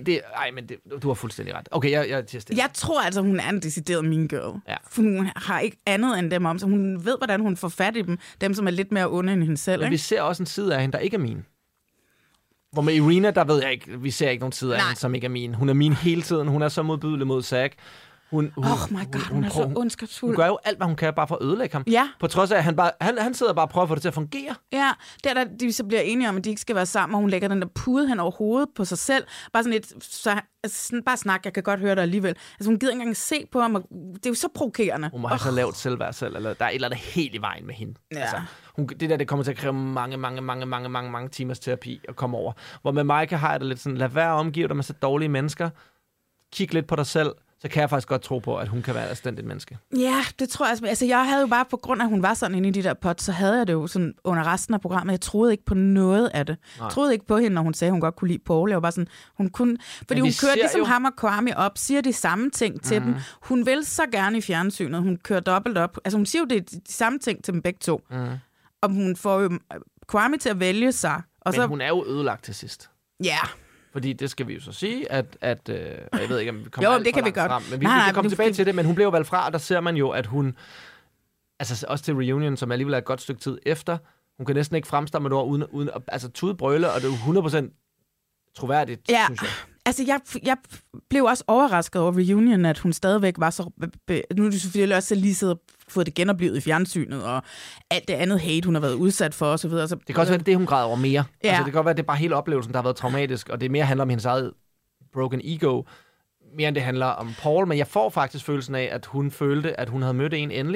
Du har fuldstændig ret. Okay, jeg tror altså, hun er en decideret Mean Girl. Ja. For hun har ikke andet end dem om, så hun ved, hvordan hun får fat i dem. Dem, som er lidt mere onde end hende selv. Men ikke? Vi ser også en side af hende, der ikke er mean. Hvor med Irina, der ved jeg ikke, vi ser ikke nogen side af hende, som ikke er mean. Hun er mean hele tiden. Hun er så modbydelig mod Zach. Oh my god, hun er så ondskabsfuld. Hun gør jo alt, hvad hun kan, bare for at ødelægge ham. Ja. På trods af, at han sidder bare og prøver at få det til at fungere. Ja, der de så bliver enige om, at de ikke skal være sammen, og hun lægger den der pude hen over hovedet på sig selv. Bare sådan lidt, bare snak, jeg kan godt høre det alligevel. Altså hun gider ikke engang se på ham, og det er jo så provokerende. Hun må have så lavt selvværd selv, eller der er et eller andet helt i vejen med hende. Ja. Altså, det kommer til at kræve mange timers terapi at komme over. Hvor med Micah har jeg det lidt sådan, lad være omgive dig med så dårlige mennesker. Kig lidt på dig selv. Så kan jeg faktisk godt tro på, at hun kan være et anstændigt menneske. Ja, det tror jeg. Altså, jeg havde jo bare, på grund af, at hun var sådan inde i de der pots, så havde jeg det jo sådan under resten af programmet. Jeg troede ikke på noget af det. Jeg troede ikke på hende, når hun sagde, at hun godt kunne lide Paul. Jeg var bare sådan, hun kunne... Fordi hun kørte ligesom ham og Kwame op, siger de samme ting til dem. Hun vil så gerne i fjernsynet. Hun kører dobbelt op. Altså, hun siger jo de samme ting til dem begge to. Og hun får jo Kwame til at vælge sig. Og men hun er jo ødelagt til sidst. Ja. Fordi det skal vi jo så sige, at jeg ved ikke, om vi kommer det kan vi godt. Frem, men vi kan komme tilbage til det, men hun blev jo valgt fra, og der ser man jo, at hun, altså også til reunion, som alligevel er et godt stykke tid efter, hun kan næsten ikke fremstamme et ord uden altså tudbrøle, og det er jo 100% troværdigt, synes jeg. Altså, jeg blev også overrasket over reunion, at hun stadigvæk var så... Nu er det selvfølgelig også lige siddet og fået det genoplevet i fjernsynet, og alt det andet hate, hun har været udsat for, og så videre. Så, det kan også være, det hun græder over mere. Ja. Altså, det kan godt være, det er bare hele oplevelsen, der har været traumatisk, og det mere handler om hendes eget broken ego, mere end det handler om Paul. Men jeg får faktisk følelsen af, at hun følte, at hun havde mødt en endelig,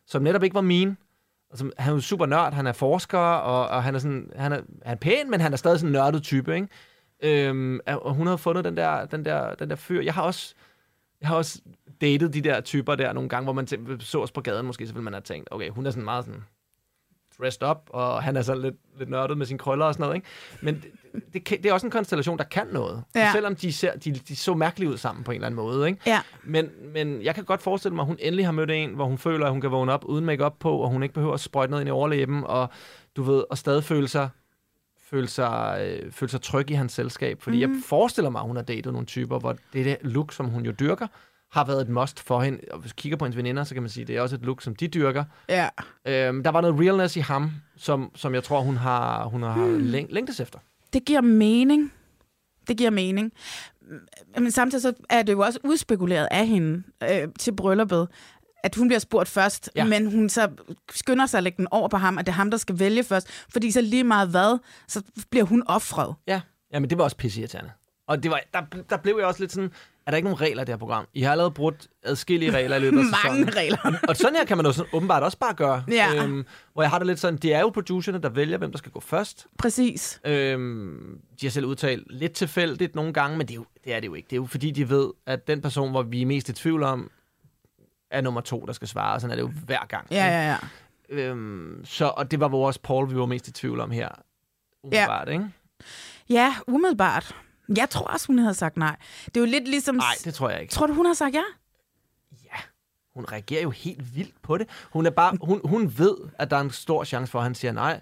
som netop ikke var min. Altså, han er jo super nørd, han er forsker, og han er sådan, han er pæn, men han er stadig sådan en nørdet type, ikke? Og hun har fundet den der fyr. Jeg har også datet de der typer der nogle gange, hvor man så os på gaden, måske så ville man have tænkt, okay, hun er sådan meget sådan dressed up, og han er sådan lidt nørdet med sine krøller og sådan noget, ikke? Men det er også en konstellation, der kan noget. Ja. Selvom de så mærkeligt ud sammen på en eller anden måde, ikke? Ja. Men jeg kan godt forestille mig, at hun endelig har mødt en, hvor hun føler, at hun kan vågne op uden make-up på, og hun ikke behøver at sprøjte noget ind i overlæben, og du ved, og stadig føle sig tryg i hans selskab. Fordi jeg forestiller mig, at hun har datet nogle typer, hvor det look, som hun jo dyrker, har været et must for hende. Og hvis du kigger på hendes veninder, så kan man sige, at det er også et look, som de dyrker. Ja. Der var noget realness i ham, som jeg tror, hun har længtes efter. Det giver mening. Men samtidig så er det jo også udspekuleret af hende til brylluppet, at hun bliver spurgt først, men hun så skynder sig at lægge den over på ham, at det er ham, der skal vælge først, fordi så lige meget hvad, så bliver hun offret. Ja, men det var også pisseirriterende. Og det var, der blev jeg også lidt sådan, er der ikke nogen regler i det her program? I har allerede brudt adskillige regler i løbet af sæsonen. Mange regler. Og sådan her kan man jo sådan, åbenbart også bare gøre. Ja. Hvor jeg har det lidt sådan, det er jo producerne, der vælger, hvem der skal gå først. Præcis. De har selv udtalt lidt tilfældigt nogle gange, men det er det jo ikke. Det er jo fordi, de ved, at den person, hvor vi er mest i tvivl om, er nummer 2, der skal svare. Sådan er det jo hver gang. Ja. Og det var vores Paul, vi var mest i tvivl om her. Umiddelbart, ikke? Ja, umiddelbart. Jeg tror også, hun havde sagt nej. Det er jo lidt ligesom... Nej, det tror jeg ikke. Tror du, hun har sagt ja? Ja, hun reagerer jo helt vildt på det. Hun er bare... Hun ved, at der er en stor chance for, at han siger nej.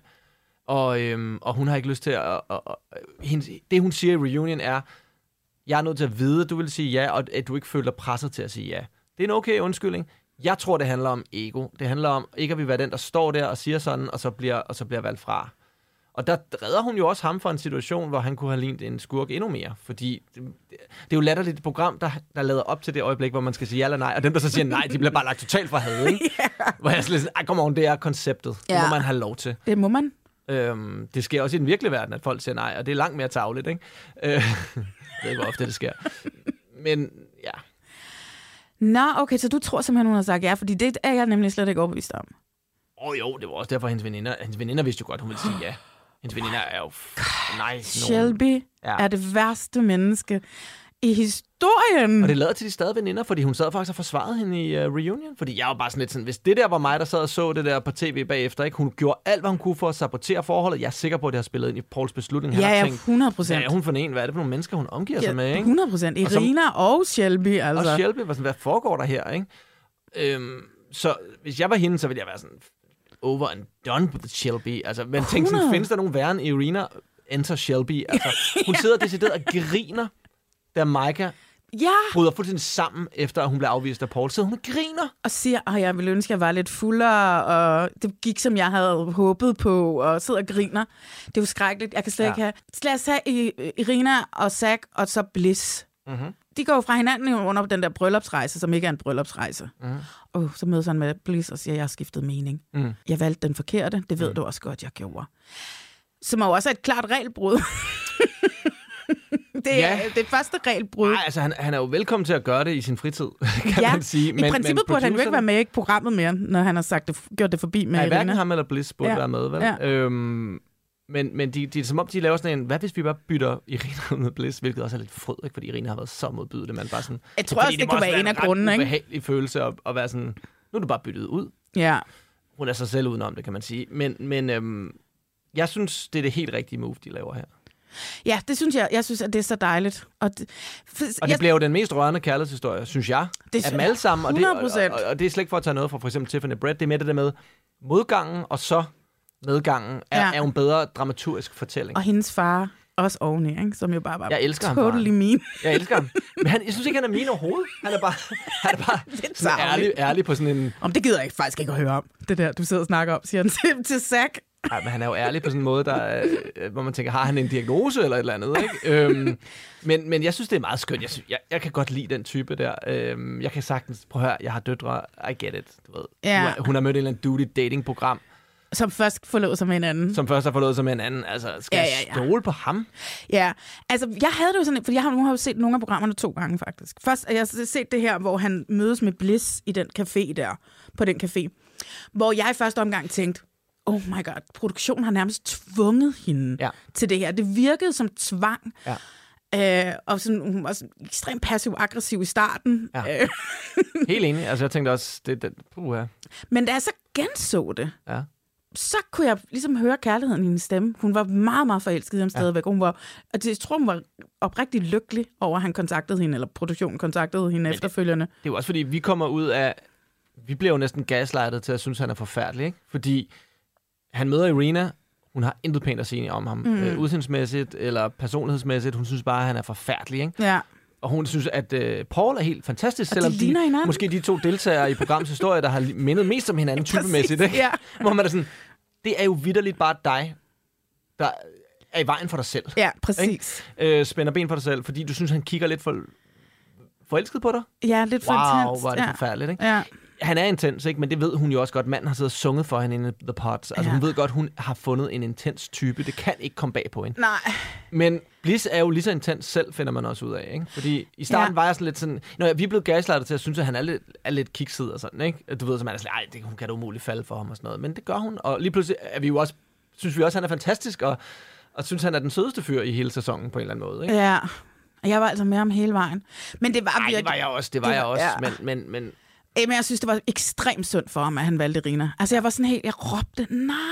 Og hun har ikke lyst til at... Det, hun siger i reunion er, jeg er nødt til at vide, at du vil sige ja, og at du ikke føler dig presset til at sige ja. Det er en okay undskyldning. Jeg tror, det handler om ego. Det handler om ikke at vi være den, der står der og siger sådan, og så bliver valgt fra. Og der redder hun jo også ham for en situation, hvor han kunne have lignet en skurk endnu mere. Fordi det er jo latterligt et program, der lader op til det øjeblik, hvor man skal sige ja eller nej. Og dem, der så siger nej, de bliver bare lagt totalt fra had, ikke? Hvor jeg sådan lidt, kom on, det er konceptet. Det må man have lov til. Det må man. Det sker også i den virkelige verden, at folk siger nej, og det er langt mere tarveligt, ikke? Jeg ved ikke, hvor ofte det sker. Men ja. Nå, okay, så du tror simpelthen, hun har sagt ja, fordi det er jeg nemlig slet ikke overbevist om. Jo, det var også derfor, hendes veninder vidste jo godt, hun ville sige ja. Hendes veninder er jo nice. Shelby er det værste menneske i historien. Og det lader til, de stadig veninder, fordi hun sad faktisk og forsvarede hende i reunion. Fordi jeg var bare sådan lidt sådan, hvis det der var mig, der sad og så det der på tv bagefter, ikke? Hun gjorde alt, hvad hun kunne for at sabotere forholdet. Jeg er sikker på, at det har spillet ind i Pauls beslutning. Ja, 100%. Hvad er hun for en? Hvad er det for nogle mennesker, hun omgiver sig med? Ikke? 100%. Irina og Shelby, altså. Og Shelby var sådan, hvad foregår der her? Ikke? Så hvis jeg var hende, så ville jeg være sådan... over and done with Shelby. Altså, men tænk sådan, findes der nogen værre end Irina enter Shelby? Altså, hun sidder decideret og griner, da Micah bryder fuldstændig sammen, efter at hun blev afvist af Paul. Så hun griner. Og siger, jeg ville ønske, at jeg var lidt fuldere, og det gik, som jeg havde håbet på, og sidder og griner. Det er jo skrækkeligt. Jeg kan slet ikke have... Lad os have Irina og Zach, og så Bliss. Mm-hmm. De går jo fra hinanden under den der bryllupsrejse, som ikke er en bryllupsrejse. Så mødes han med Bliss og siger, jeg har skiftet mening. Jeg valgte den forkerte. Det ved du også godt, jeg gjorde. Som er jo også et klart regelbrud. Det er det første regelbrud. Nej, altså han er jo velkommen til at gøre det i sin fritid, kan man sige. Men, i princippet burde han jo ikke være med i programmet mere, når han har gjort det forbi med Irina. Hverken ham eller Bliss burde være med, vel? Ja. Men de er som om, de laver sådan en, hvad hvis vi bare bytter Irina med Bliss, hvilket også er lidt frød, ikke? Fordi Irina har været så modbydelig, man bare sådan... Jeg tror også, det kunne være en af grundene, ikke? Det er en ubehagelig følelse at være sådan, nu er du bare byttet ud. Ja. Hun er sig selv udenom det, kan man sige. Men jeg synes, det er det helt rigtige move, de laver her. Ja, det synes jeg. Jeg synes, at det er så dejligt. Og det bliver jo den mest rørende kærlighedshistorie, synes jeg. Det af dem alle sammen. Og det er slet ikke for at tage noget fra for eksempel Tiffany Brett. Det er med det der med modgangen, og så medgangen er jo en bedre dramaturgisk fortælling. Og hendes far også oveni, ikke? Som jo bare var jeg elsker totally mean. Jeg elsker ham. Men jeg synes ikke, han er mean overhovedet. Han er bare ærlig på sådan en... Det gider jeg faktisk ikke at høre om. Det der, du sidder og snakker om, siger han til Zach. Nej, men han er jo ærlig på sådan en måde, hvor man tænker, har han en diagnose eller et eller andet, ikke? Men jeg synes, det er meget skønt. Jeg kan godt lide den type der. Jeg kan sagtens... Prøv at høre, jeg har døtre. I get it. Du ved. Ja. Hun har mødt et eller andet duty dating-program. Som først forlod sig med en anden. Som forlod sig med en anden. Altså, skal jeg stole på ham? Ja, altså, jeg havde det jo sådan... For jeg har jo set nogle af programmerne 2 gange, faktisk. Først har jeg set det her, hvor han mødes med Bliss i den café der. På den café. Hvor jeg i første omgang tænkte, oh my god, produktionen har nærmest tvunget hende til det her. Det virkede som tvang. Ja. Og sådan, hun var sådan ekstremt passiv-aggressiv i starten. Ja. Helt enig. Altså, jeg tænkte også, Men da jeg så genså det, så kunne jeg ligesom høre kærligheden i hendes stemme. Hun var meget, meget forelsket i ham stadigvæk. Og jeg tror, hun var oprigtigt lykkelig over, at han kontaktede hende, eller produktionen kontaktede hende efterfølgende. Det er jo også, fordi vi kommer ud af... Vi bliver jo næsten gaslightet til at synes, han er forfærdelig, ikke? Fordi han møder Irina, hun har intet pænt at sige om ham. Udseendsmæssigt eller personlighedsmæssigt. Hun synes bare, at han er forfærdelig, ikke? Ja. Og hun synes, at Paul er helt fantastisk, selvom måske de to deltagere i programmets historie, der har mindet mest om hinanden typemæssigt, ikke? Ja. Hvor man er sådan, det er jo vitterligt bare dig, der er i vejen for dig selv. Ja, præcis. Spænder ben for dig selv, fordi du synes, han kigger lidt forelsket på dig. Ja, lidt for intens. Wow, hvor er det forfærdeligt, ikke? Ja. Han er intens, ikke? Men det ved hun jo også godt. Manden har siddet og sunget for hende i The Pods. Altså, hun ved godt, hun har fundet en intens type. Det kan ikke komme bag på hende. Nej. Men Bliss er jo lige så intens selv, finder man også ud af, ikke? Fordi i starten var jeg sådan lidt sådan... vi er blevet gaslightet til at synes, at han er lidt kikset og sådan, ikke? Du ved, så man er sådan, hun kan da umuligt falde for ham og sådan noget. Men det gør hun. Og lige pludselig er vi jo også, synes vi også, han er fantastisk, og synes, han er den sødeste fyr i hele sæsonen på en eller anden måde, ikke? Ja. Og jeg var altså med ham hele vejen. Men det var virkelig... det var jeg også. Ja. Men jeg synes, det var ekstremt sundt for ham, at han valgte Rina. Altså, jeg var sådan helt... Jeg råbte,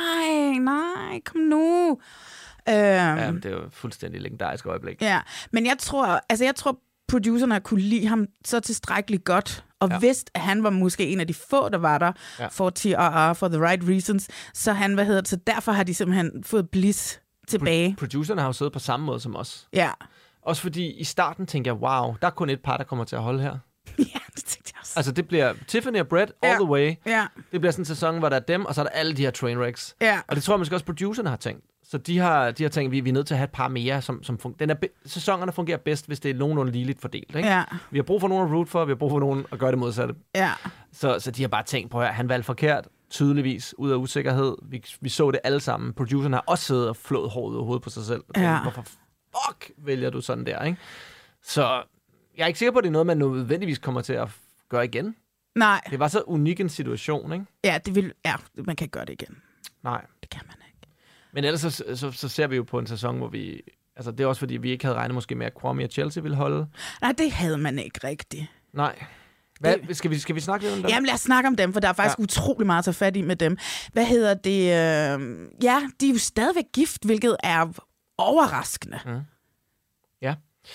nej, kom nu. Ja, det er jo fuldstændig legendarisk øjeblik. Ja, men jeg tror, producerne kunne lide ham så tilstrækkeligt godt, og vidste, at han var måske en af de få, der var der for TRR, for the right reasons. Så han, så derfor har de simpelthen fået Bliss tilbage. Producerne har jo siddet på samme måde som os. Ja. Også fordi i starten tænkte jeg, wow, der er kun et par, der kommer til at holde her. Ja, det tænkte jeg også. Altså, det bliver Tiffany og Brett all the way. Ja. Det bliver sådan en sæson, hvor der er dem, og så er der alle de her trainwrecks. Ja. Og det tror jeg måske også, producerne har tænkt. Så de har tænkt, at vi er nødt til at have et par mere, som sæsonerne fungerer bedst, hvis det er nogenlunde ligeligt fordelt. Ikke? Ja. Vi har brug for nogen at root for, vi har brug for nogen at gøre det modsatte. Ja. Så de har bare tænkt på, at han valgte forkert, tydeligvis, ud af usikkerhed. Vi så det alle sammen. Producerne har også siddet og flået håret ud af hovedet på sig selv. Ja. Hvorfor fuck vælger du sådan der, ikke? Så jeg er ikke sikker på, at det er noget, man nødvendigvis kommer til at gøre igen. Nej. Det var så unik en situation, ikke? Ja, man kan ikke gøre det igen. Nej. Det kan man ikke. Men ellers så ser vi jo på en sæson, hvor vi... Altså, det er også fordi, vi ikke havde regnet måske med, at Kwame og Chelsea ville holde. Nej, det havde man ikke rigtigt. Nej. Skal vi snakke lidt om dem? Jamen, lad os snakke om dem, for der er faktisk utrolig meget at tage fat i med dem. Hvad hedder det? Ja, de er jo stadigvæk gift, hvilket er overraskende. Mm. Ja.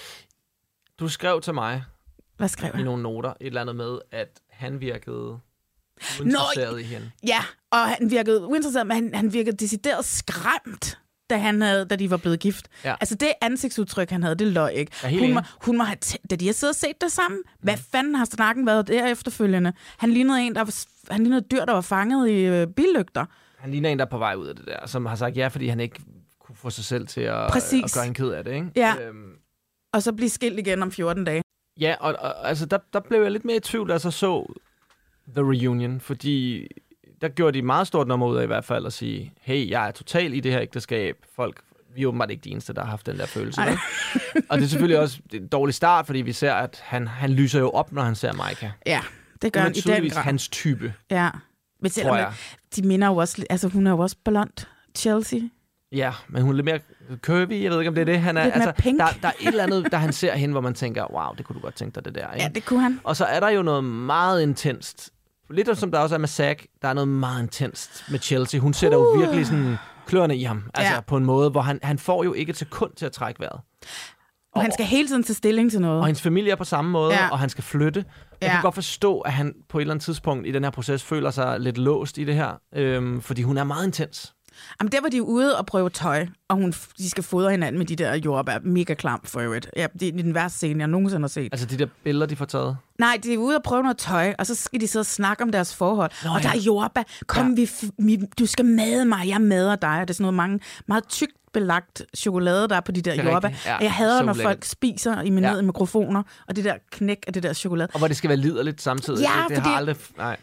Du skrev til mig... Hvad skrev jeg? I nogle noter. Et eller andet med, at han virkede uinteresseret i hende. Ja, og han virkede uinteresseret, men han virkede decideret skræmt, da de var blevet gift. Ja. Altså det ansigtsudtryk, han havde, det løg ikke. Hun må have da de har siddet og set det sammen, hvad fanden har snakken været der efterfølgende? Han lignede et dyr, der var fanget i billygter. Han ligner en, der er på vej ud af det der, som har sagt ja, fordi han ikke kunne få sig selv til at gøre en ked af det, ikke? Ja. Og så blive skilt igen om 14 dage. Ja, og altså, der blev jeg lidt mere i tvivl, da jeg så The Reunion, fordi der gjorde de meget stort nummer ud af i hvert fald at sige, hey, jeg er total i det her ægteskab. Vi er åbenbart ikke de eneste, der har haft den der følelse. Og det er selvfølgelig også en dårlig start, fordi vi ser, at han lyser jo op, når han ser Micah. Ja, det gør han i den grad. Hans type. Ja, men selvom de minder jo også, altså hun er jo også blond, Chelsea. Ja, men hun er lidt mere curvy. Jeg ved ikke, om det er det. Han er, altså, der er et eller andet, der han ser hende, hvor man tænker, wow, det kunne du godt tænke dig, det der. Ikke? Ja, det kunne han. Og så er der jo noget meget intenst. Lidt som der også er med Zack, der er noget meget intenst med Chelsea. Hun sætter jo virkelig sådan kløerne i ham. Altså på en måde, hvor han får jo ikke et sekund til at trække vejret. Og han skal hele tiden tage stilling til noget. Og hendes familie er på samme måde, og han skal flytte. Jeg kan godt forstå, at han på et eller andet tidspunkt i den her proces føler sig lidt låst i det her. Fordi hun er meget intens. Jamen, der var de ude og prøve tøj, og de skal fodre hinanden med de der jordbær. Mega klam for øvrigt. Ja, det er den værste scene, jeg nogensinde har set. Altså de der billeder, de får taget? Nej, de er ude og prøve noget tøj, og så skal de sidde og snakke om deres forhold. Og der er jordbær. Kom, du skal made mig, jeg mader dig. Og det er sådan noget meget tykt belagt chokolade, der er på de der jordbær. Ja, og jeg hader, når folk spiser i ned i mikrofoner, og det der knæk af det der chokolade. Og hvor det skal være liderligt samtidig. Ja, det har aldrig... Nej.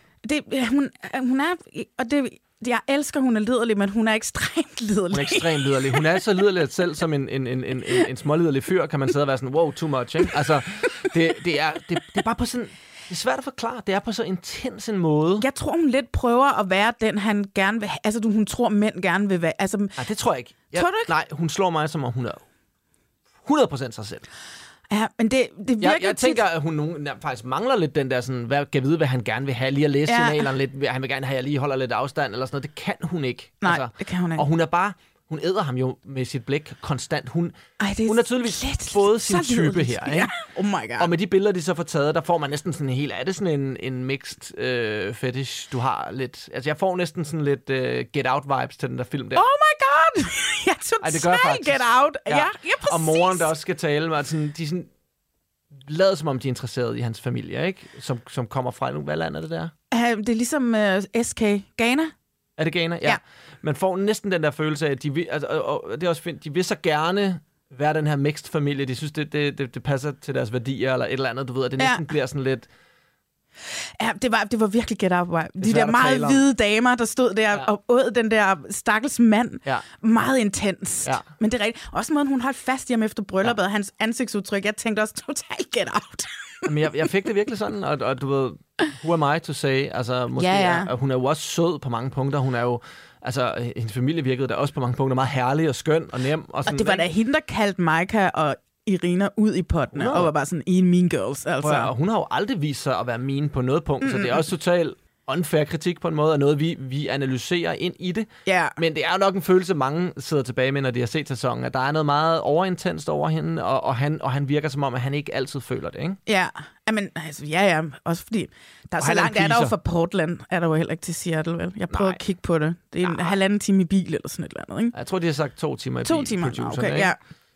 Hun er... Og det... Jeg elsker, hun er liderlig, men hun er ekstremt liderlig. Hun er ekstremt liderlig. Hun er så liderlig, at selv som en småliderlig fyr, kan man sidde og være sådan, wow, too much, ikke? Altså, det er bare på sådan... Det er svært at forklare. Det er på så intens en måde. Jeg tror, hun lidt prøver at være den, han gerne vil... Altså, hun tror, mænd gerne vil være... Altså, nej, det tror jeg ikke. Tror du ikke? Nej, hun slår mig, som om hun er 100% sig selv. Ja, men det virker jeg tænker, at hun faktisk mangler lidt den der sådan, kan vide, hvad han gerne vil have, lige at læse signalerne lidt, han vil gerne have, at jeg lige holder lidt afstand, eller sådan noget. Det kan hun ikke. Nej, det kan hun ikke. Og hun æder ham jo med sit blik konstant. Hun er tydeligvis fået sin type her, ikke? Ja. Oh my God. Og med de billeder, de så får taget, der får man næsten sådan en helt... Er det sådan en mixed fetish, du har lidt... Altså, jeg får næsten sådan lidt Get Out-vibes til den der film der. Oh my God! Jeg totalt Get Out. Ja, præcis. Og moren, der også skal tale med, sådan, de sådan... lader som om, de er interesseret i hans familie, ikke? Som kommer fra... Hvad land er det der? Det er ligesom SK. Ghana? Er det Ghana? Ja. Man får næsten den der følelse af, at de vil, og det er også fint, de vil så gerne være den her mixed familie. De synes, det passer til deres værdier, eller et eller andet, du ved, at det næsten bliver sådan lidt... Ja, det var virkelig Get Out. De der meget hvide damer, der stod der og åd den der stakkels mand. Ja. Meget intens. Ja. Men det er rigtigt. Også måden, hun holdt fast i ham efter brylluppet, hans ansigtsudtryk. Jeg tænkte også totalt Get Out. Men jeg fik det virkelig sådan, og du ved, who am I to say? Altså, måske hun er jo også sød på mange punkter. Hun er jo, altså, hendes familie virkede der også på mange punkter meget herlig og skøn og nem. Og det var da hende, der kaldte Micah og Irina ud i pottene, og var bare sådan en mean girls. Altså. Og hun har jo aldrig vist sig at være mean på noget punkt, så det er også totalt unfair kritik på en måde, og noget, vi analyserer ind i det. Yeah. Men det er jo nok en følelse, mange sidder tilbage med, når de har set sæsonen, at der er noget meget overintenst over hende, og han virker som om, at han ikke altid føler det, ikke? Ja, men altså, også fordi, der er så langt, er der jo fra Portland, er der jo heller ikke til Seattle, vel? Jeg prøver at kigge på det. Det er en halvanden time i bil, eller sådan et eller andet, ikke? Jeg tror, de har sagt 2 timer i bil. 2 timer, okay, ja.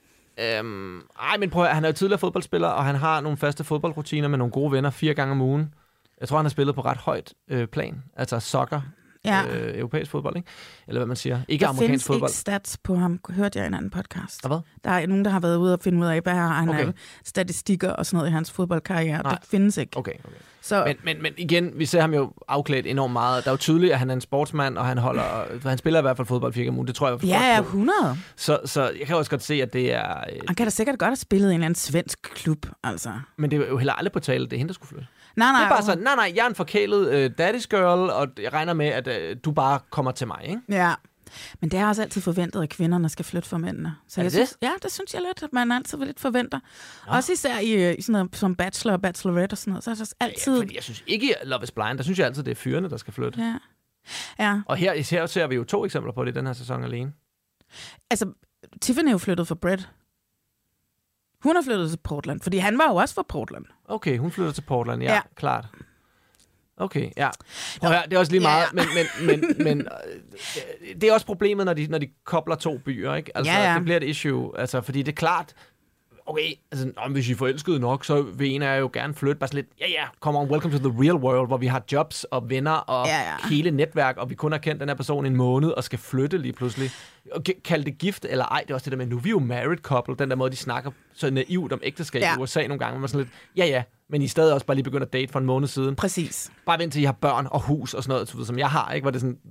Men prøv at, han er jo tidligere fodboldspiller, og han har nogle faste fodboldrutiner med nogle gode venner 4 gange om ugen. Jeg tror, han har spillet på ret højt plan. Altså soccer, europæisk fodbold, ikke? Eller hvad man siger. Ikke amerikansk fodbold. Der findes ikke stats på ham, hørte jeg i en anden podcast. Og hvad? Der er nogen, der har været ude og finde ud af, hvad han har statistikker og sådan noget i hans fodboldkarriere. Nej. Det findes ikke. Okay. Så... Men igen, vi ser ham jo afklædt enormt meget. Der er jo tydeligt, at han er en sportsmand, og han spiller i hvert fald fodbold 4 gange om ugen. Det tror jeg godt. Ja, 100. Så jeg kan også godt se, at det er... Han kan da sikkert godt have spillet i en eller anden svensk klub, altså. Men det er jo heller aldrig på tale, det er hende, der skulle flytte. Nej. Det er bare sådan, nej, jeg er en forkælet daddy's girl, og jeg regner med, at du bare kommer til mig, ikke? Ja, men det er også altid forventet, at kvinderne skal flytte for mændene. Så jeg synes, det synes jeg lidt, at man altid lidt forventer. Nå. Også især i sådan noget som Bachelor og Bachelorette og sådan noget, så er det altid... Ja, fordi jeg synes ikke, i Love is Blind, der synes jeg altid, det er fyrene, der skal flytte. Ja. Og her ser vi jo 2 eksempler på det i den her sæson alene. Altså, Tiffany er jo flyttet for Brett. Hun har flyttet til Portland, fordi han var jo også fra Portland. Okay, hun flyttede til Portland, ja. Klart. Okay, ja. Prøv at høre, det er også lige meget, men det er også problemet, når de kobler 2 byer, ikke? Altså, det bliver et issue, altså, fordi det er klart, okay, altså, hvis I er forelskede nok, så vil en af jer jo gerne flytte, bare sådan lidt, come on, welcome to the real world, hvor vi har jobs og venner og hele netværk, og vi kun har kendt den her person en måned, og skal flytte lige pludselig. Kald det gift eller ej, det er også det der med, nu er vi jo married couple, den der måde, de snakker så naivt om ægteskab i USA nogle gange, man sådan lidt, men I stadig også bare lige begyndt at date for en måned siden. Præcis. Bare vent til, I har børn og hus og sådan noget, som jeg har, ikke? Hvor det sådan,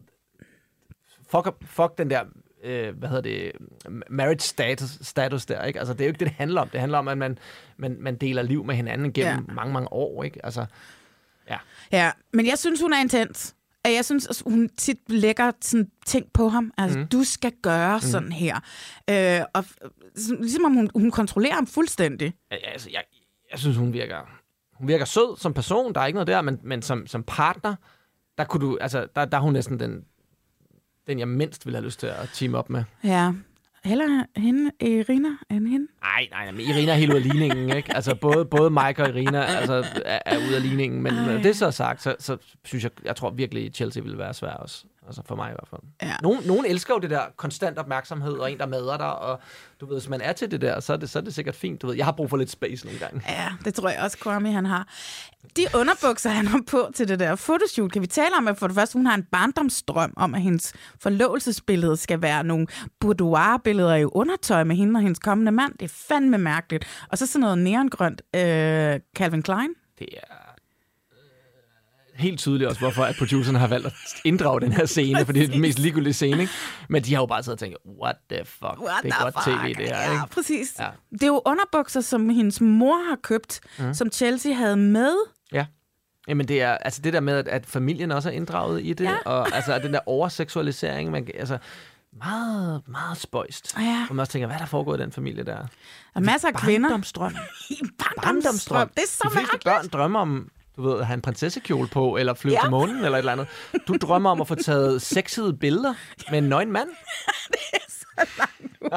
fuck den der, marriage status der, ikke? Altså, det er jo ikke det handler om. Det handler om, at man deler liv med hinanden gennem mange år, ikke? Altså, Ja, men jeg synes, hun er intens. Jeg synes, at hun tit lægger sådan ting på ham. Altså, du skal gøre sådan her. Og ligesom om hun kontrollerer ham fuldstændig. Altså, jeg synes, hun virker sød som person. Der er ikke noget der, men som partner, der kunne du, altså, der er hun næsten den jeg mindst ville have lyst til at team op med. Ja. Hellere hende, Irina, end hende? Nej, men Irina er helt ude af ligningen, ikke? Altså, både Mike og Irina er ude af ligningen, men når det så er sagt, så synes jeg tror virkelig, at Chelsea ville være svær også. Altså for mig i hvert fald. Ja. Nogen elsker jo det der konstant opmærksomhed, og en, der mader dig, og du ved, hvis man er til det der, så er det sikkert fint. Du ved, jeg har brug for lidt space nogle gange. Ja, det tror jeg også, Kwame han har. De underbukser, han har på til det der fotoshoot, kan vi tale om, at for det første, hun har en barndomsdrøm om, at hendes forlovelsesbillede skal være nogle boudoir-billeder i undertøj med hende og hendes kommende mand. Det er fandme mærkeligt. Og så sådan noget neongrønt Calvin Klein. Det er helt tydeligt også, hvorfor at producerne har valgt at inddrage den her scene, for det er den mest ligegyldige scene, ikke? Men de har jo bare siddet og tænkt, what the fuck, det er godt tv, det her, ikke? Ja, præcis. Ja. Det er jo underbukser, som hendes mor har købt, som Chelsea havde med Jamen det er altså det der med, at familien også er inddraget i det, og altså den der overseksualisering, meget, meget spøjst. Ja. Og man også tænker, hvad der foregår i den familie der? Og masser af kvinder. Barndomsdrøm. Det er så de fleste børn drømmer om, du ved, at have en prinsessekjole på, eller flyve til månen, eller et eller andet. Du drømmer om at få taget sexede billeder med en nøgen mand. Det er så langt nu.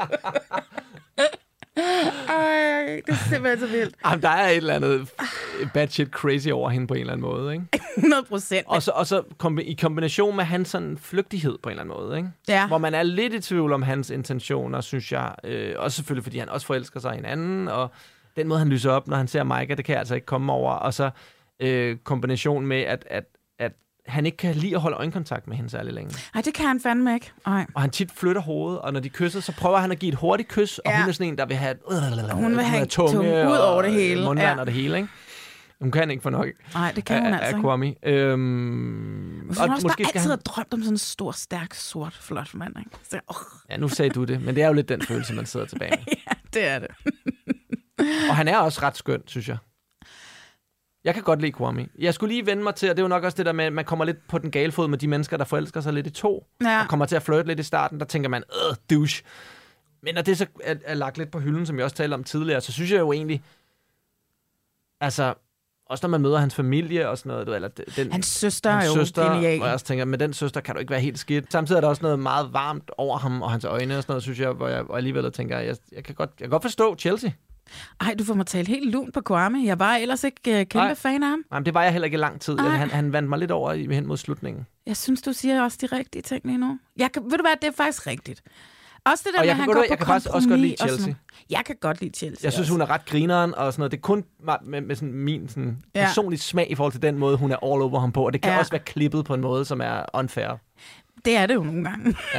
Ej, det er simpelthen så vildt. Jamen, der er et eller andet bad shit crazy over hende på en eller anden måde, ikke? 100%. Og så i kombination med hans sådan flygtighed på en eller anden måde, ikke? Ja. Hvor man er lidt i tvivl om hans intentioner, synes jeg. Også selvfølgelig, fordi han også forelsker sig i hinanden, og den måde, han lyser op, når han ser Micah, det kan jeg altså ikke komme over. Og så kombination med, at han ikke kan lide at holde øjenkontakt med hende særlig længe. Nej, det kan han fandme ikke. Ej. Og han tit flytter hovedet, og når de kysser, så prøver han at give et hurtigt kys, og hun er sådan en, der vil have hun vil have tunge ud over det hele. Mundvand og det hele, ikke? Hun kan ikke få nok. Nej, det kan hun altså ikke. Kwame. Hun har også bare altid drømt om sådan en stor, stærk, sort, flot mand, ikke? Så, Ja, nu sagde du det, men det er jo lidt den følelse, man sidder tilbage med. Ja, det er det. Og han er også ret skøn, synes jeg. Jeg kan godt lide Kwame. Jeg skulle lige vende mig til, og det er jo nok også det der med, at man kommer lidt på den gale fod med de mennesker, der forelsker sig lidt i to, og kommer til at flirte lidt i starten, der tænker man, douche. Men når det så er lagt lidt på hylden, som jeg også talte om tidligere, så synes jeg jo egentlig, altså, også når man møder hans familie og sådan noget, eller hans søster er jo genial. Og jeg også tænker, med den søster kan du ikke være helt skidt. Samtidig er der også noget meget varmt over ham og hans øjne og sådan noget, synes jeg, hvor jeg alligevel tænker, jeg kan godt forstå Chelsea. Ej, du får mig tale helt lunt på Kwame. Jeg var ellers ikke kæmpe fan af ham. Nej, det var jeg heller ikke i lang tid. Han vandt mig lidt over hen mod slutningen. Jeg synes, du siger også de rigtige ting lige nu. Ved du hvad, det er faktisk rigtigt. Også det der med, at han går på kompromis. Jeg kan faktisk også godt lide Chelsea. Jeg kan godt lide Chelsea. Jeg synes, hun er ret grineren og sådan noget. Det er kun med sådan min sådan personlig smag i forhold til den måde, hun er all over ham på. Og det kan også være klippet på en måde, som er unfair. Det er det jo nogle gange. Ja.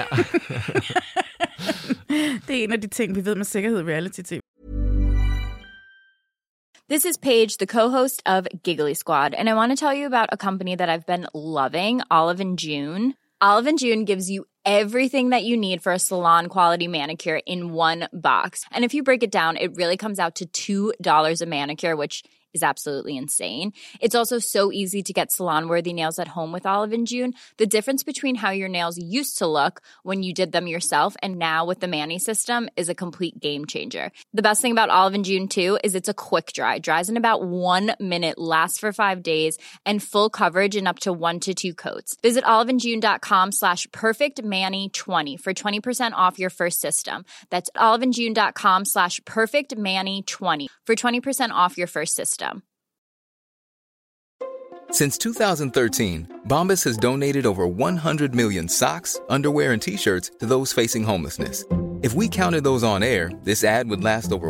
Det er en af de ting, vi ved med sikkerhed i reality-tv. This is Paige, the co-host of Giggly Squad, and I want to tell you about a company that I've been loving, Olive & June. Olive & June gives you everything that you need for a salon-quality manicure in one box. And if you break it down, it really comes out to $2 a manicure, which is absolutely insane. It's also so easy to get salon-worthy nails at home with Olive & June. The difference between how your nails used to look when you did them yourself and now with the Mani system is a complete game changer. The best thing about Olive & June, too, is it's a quick dry. Dries in about 1 minute, lasts for 5 days, and full coverage in up to 1 to 2 coats. Visit oliveandjune.com/perfectmani20 for 20% off your first system. That's oliveandjune.com/perfectmani20 for 20% off your first system. Since 2013, Bombas has donated over 100 million socks, underwear, and T-shirts to those facing homelessness. If we counted those on air, this ad would last over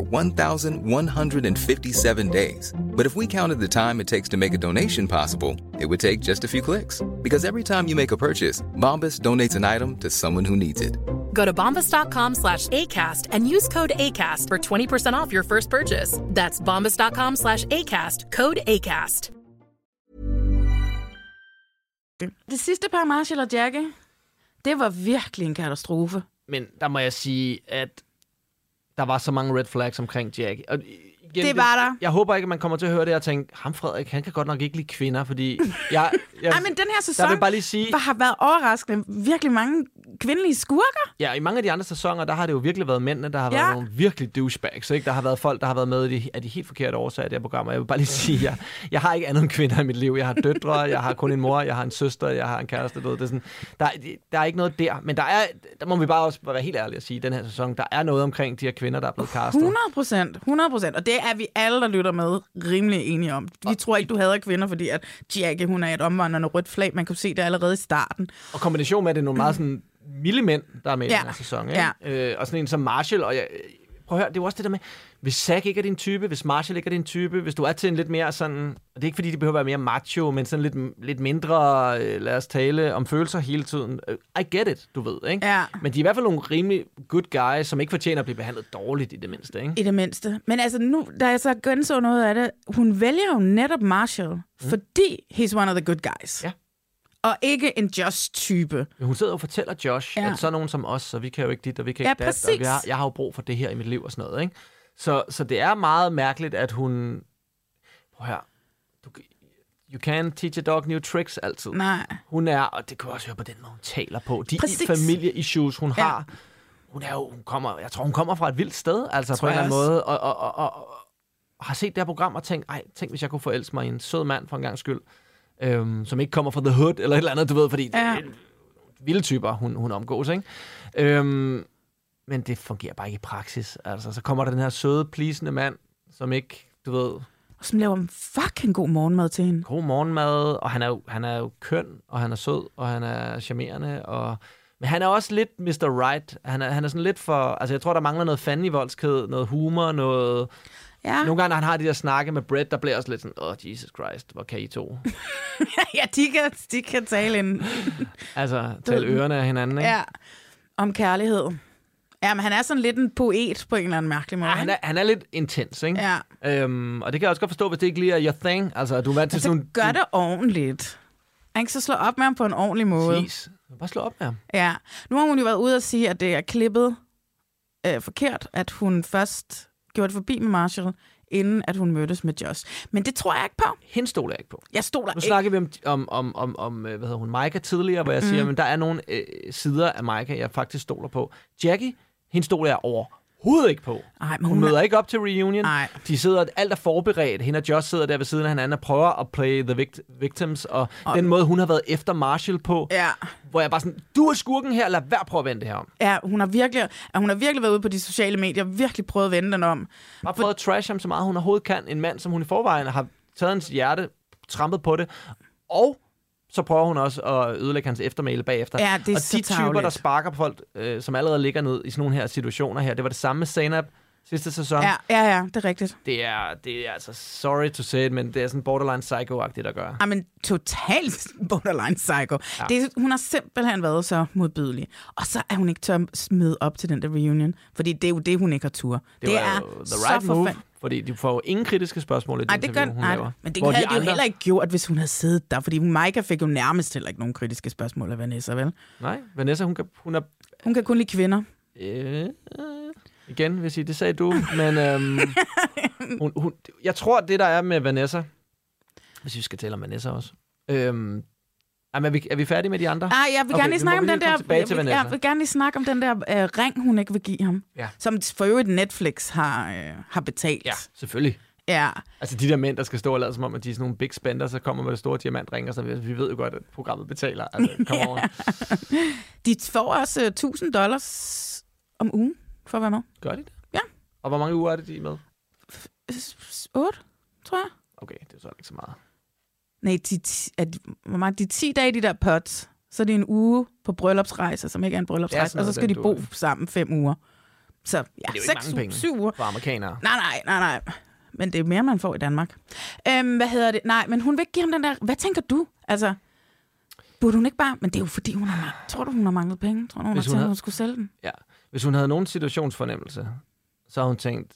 1,157 days. But if we counted the time it takes to make a donation possible, it would take just a few clicks. Because every time you make a purchase, Bombas donates an item to someone who needs it. Go to bombas.com/ACAST and use code ACAST for 20% off your first purchase. That's bombas.com/ACAST, code ACAST. Det sidste par, Marshall og Jackie, det var virkelig en katastrofe. Men der må jeg sige, at der var så mange red flags omkring Jackie. Og igen, det var der. Jeg håber ikke, at man kommer til at høre det og tænke, ham Frederik, han kan godt nok ikke lide kvinder, fordi Ej, men den her sæson vil bare lige sige, har været overraskende. Virkelig mange kvindelige skurker. Ja, i mange af de andre sæsoner, der har det jo virkelig været mændene, der har været nogle virkelig douchebags. Ikke? Der har været folk, der har været med af de helt forkerte årsager i det her program. Jeg vil bare lige sige, jeg har ikke andet end kvinder i mit liv. Jeg har døtre, jeg har kun en mor, jeg har en søster, jeg har en kæreste. Det er sådan, der er ikke noget der. Men der må vi bare også være helt ærlige at sige, den her sæson, der er noget omkring de her kvinder, der er blevet castet. 100%. Og det er vi alle, der lytter med, rimelig enige om. Vi tror ikke, du hader kvinder, fordi at Jackie, hun er et omvandrende rødt flag. Man kunne se det allerede i starten. Og kombination med, at det er nogle meget sådan milde mænd, der er med i den her sæson. Ikke? Ja. Og sådan en som Marshall, og prøv at høre, det er jo også det der med, hvis Zack ikke er din type, hvis Marshall ikke er din type, hvis du er til en lidt mere sådan, og det er ikke fordi, de behøver være mere macho, men sådan lidt mindre, lad os tale om følelser hele tiden. I get it, du ved, ikke? Ja. Men de er i hvert fald nogle rimelig good guys, som ikke fortjener at blive behandlet dårligt i det mindste, ikke? I det mindste. Men altså nu, da jeg så genså noget af det, hun vælger jo netop Marshall, fordi he's one of the good guys. Ja. Og ikke en Josh-type. Hun sidder og fortæller Josh, at så nogen som os, så vi kan jo ikke dit, og vi kan ikke dat, og jeg har jo brug for det her i mit liv og sådan noget, ikke? Så det er meget mærkeligt, at hun... Prøv her. you can't teach a dog new tricks altid. Nej. Hun er, og det kan jeg også høre på den måde, hun taler på. De familie-issues, hun har. Jeg tror, hun kommer fra et vildt sted, altså på en eller anden måde. Og har set det her program og tænkt, tænk hvis jeg kunne forelske mig i en sød mand for en gang skyld, som ikke kommer fra The Hood eller et eller andet, du ved, fordi det er vilde typer, hun omgås, ikke? Men det fungerer bare ikke i praksis. Altså, så kommer der den her søde, pleasende mand, som ikke, du ved... Og som laver en fucking god morgenmad til hende. God morgenmad, og han er jo køn, og han er sød, og han er charmerende, men han er også lidt Mr. Right. Han er sådan lidt for... Altså, jeg tror, der mangler noget fandenivoldskhed, noget humor, noget... Ja. Nogle gange, når han har de der snakke med Brett, der bliver også lidt sådan, Jesus Christ, hvor kan I to? Ja, de kan tale ind. Altså, tale ørerne af hinanden, ikke? Ja, om kærlighed. Ja, men han er sådan lidt en poet på en eller anden mærkelig måde. Ja, han er lidt intens, ikke? Ja. Og det kan jeg også godt forstå, hvis det ikke lige er your thing. Altså, du er vant til sådan... Så gør det ordentligt. Han kan så slå op med ham på en ordentlig måde. Jeez. Bare slå op med ham. Ja. Nu har hun jo været ude og sige, at det er klippet forkert, at hun først gjorde det forbi med Marshall, inden at hun mødtes med Josh. Men det tror jeg ikke på. Hende stoler jeg ikke på. Jeg stoler ikke. Nu snakker vi om hvad hedder hun, Micah tidligere, hvor jeg siger, men der er nogle sider af Micah, jeg faktisk stoler på. Jackie, hende stoler jeg overhovedet ikke på. Ej, men hun møder ikke op til reunion. Ej. De sidder, alt er forberedt. Hende og Josh sidder der ved siden af hinanden og prøver at play the victims, og den måde, hun har været efter Marshall på, hvor jeg bare sådan, du er skurken her, lad være prøve at vende det her om. Ja, hun har virkelig været ude på de sociale medier, virkelig prøvet at vende den om. Bare prøvet at trash ham så meget, hun overhovedet kan. En mand, som hun i forvejen har taget hans hjerte, trampet på det, og så prøver hun også at ødelægge hans eftermæle bagefter. Ja, det er og så de typer, tarveligt. der sparker på folk, som allerede ligger ned i sådan nogle her situationer her, det var det samme med Zainab sidste sæson. Ja, det er rigtigt. Det er altså, sorry to say it, men det er sådan borderline psycho-agtigt at gøre. Ja, men totalt borderline psycho. Ja. Hun har simpelthen været så modbydelig. Og så er hun ikke tør at smide op til den der reunion, fordi det er jo det, hun ikke har tur. Det er the right move, fordi de får jo ingen kritiske spørgsmål i det interview, hun laver. Men det havde de jo heller ikke gjort, hvis hun havde siddet der, fordi Micah fik jo nærmest heller ikke nogen kritiske spørgsmål af Vanessa, vel? Nej, Vanessa, hun kan kun lide kvinder. Igen, vil jeg sige, det sagde du, men jeg tror, det der er med Vanessa, hvis vi skal tale om Vanessa også, er vi færdige med de andre? Jeg vil gerne lige snakke om den der. Jeg vil gerne lige snakke om den der ring, hun ikke vil give ham, som for øvrigt Netflix har betalt. Ja, selvfølgelig. Ja. Altså de der mænd, der skal stå og lade som om, at de er sådan nogle big spender, så kommer med det store diamantring, og så vi ved jo godt, at programmet betaler. Altså, come on. De får også $1,000 om ugen for at være med. Gør de det? Ja. Og hvor mange uger er det, de er med? 8, tror jeg. Okay, det er så ikke så meget. Nej, de 10 dage, de der pots, så er det en uge på bryllupsrejse, som ikke er en bryllupsrejse, og så skal de bo sammen 5 uger. Så ja, 6-7 uger. For amerikanere. Nej. Men det er mere, man får i Danmark. Hvad hedder det? Nej, men hun vil ikke give ham den der... Hvad tænker du? Altså, burde hun ikke bare... Men det er jo fordi, hun har... Tror du, hun har manglet penge? Tror du, hun har tænkt, hun skulle sælge den? Ja. Hvis hun havde nogen situationsfornemmelse, så har hun tænkt,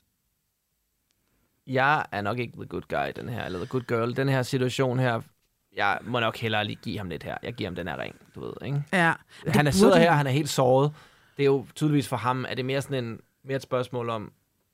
jeg er nok ikke the good guy, den her, eller the good girl. Den her situation her, jeg må nok hellere lige give ham lidt her. Jeg giver ham den her ring, du ved, ikke? Ja. Han sidder her, han er helt såret. Det er jo tydeligvis for ham, at det mere sådan mere et spørgsmål om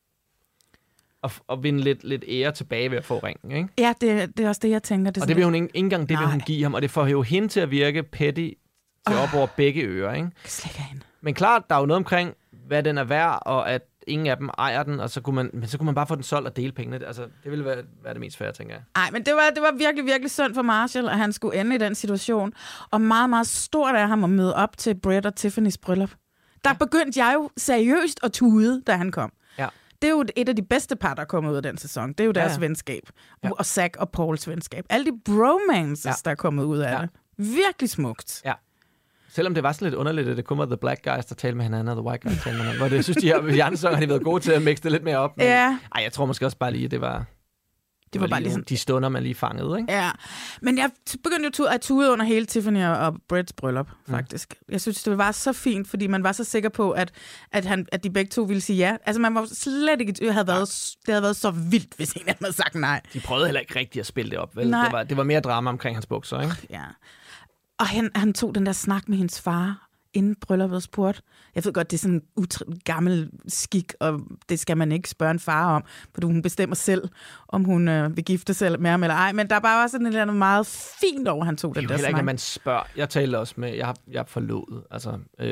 at vinde lidt ære tilbage ved at få ringen, ikke? Ja, det er også det, jeg tænker. Og det vil hun ikke engang det vil hun give ham, og det får jo hende til at virke petty til op over begge ører, ikke? Slikker hende. Men klart, der er jo noget omkring, hvad den er værd, og at ingen af dem ejer den, og så kunne man bare få den solgt og dele pengene. Altså, det ville være det mest fair, tænker jeg. Nej, men det var virkelig, virkelig synd for Marshall, at han skulle ende i den situation. Og meget, meget stort af ham at møde op til Brett og Tiffany's bryllup. Der begyndte jeg jo seriøst at tude, da han kom. Ja. Det er jo et af de bedste par, der er kommet ud af den sæson. Det er jo deres venskab. Ja. Og Zach og Pauls venskab. Alle de bromances, der er kommet ud af det. Virkelig smukt. Ja. Selvom det var sådan lidt underligt, at det kun var the black guys, der talte med hinanden, og the white guys talte med hinanden. Hvor det synes, de andre sæsoner har været gode til at mixe det lidt mere op. Men, jeg tror måske også bare lige, at det var bare lige sådan, de stunder, man lige fangede, ikke? Ja, men jeg begyndte jo at tude under hele Tiffany og Bretts bryllup, faktisk. Jeg synes, det var så fint, fordi man var så sikker på, at de begge to ville sige ja. Altså, man var slet ikke... Det havde været så vildt, hvis en af dem havde sagt nej. De prøvede heller ikke rigtigt at spille det op, vel? Det var mere drama omkring hans bukser, ikke? Ja. Og han tog den der snak med hendes far inden brylluppet spurgte. Jeg ved godt, det er sådan en gammel skik, og det skal man ikke spørge en far om, for hun bestemmer selv, om hun vil gifte sig med ham eller ej. Men der er bare sådan et eller andet meget fint over, han tog den der snak. Det er jo heller ikke, at man spørger. Jeg talte også med, jeg er forlovet, altså,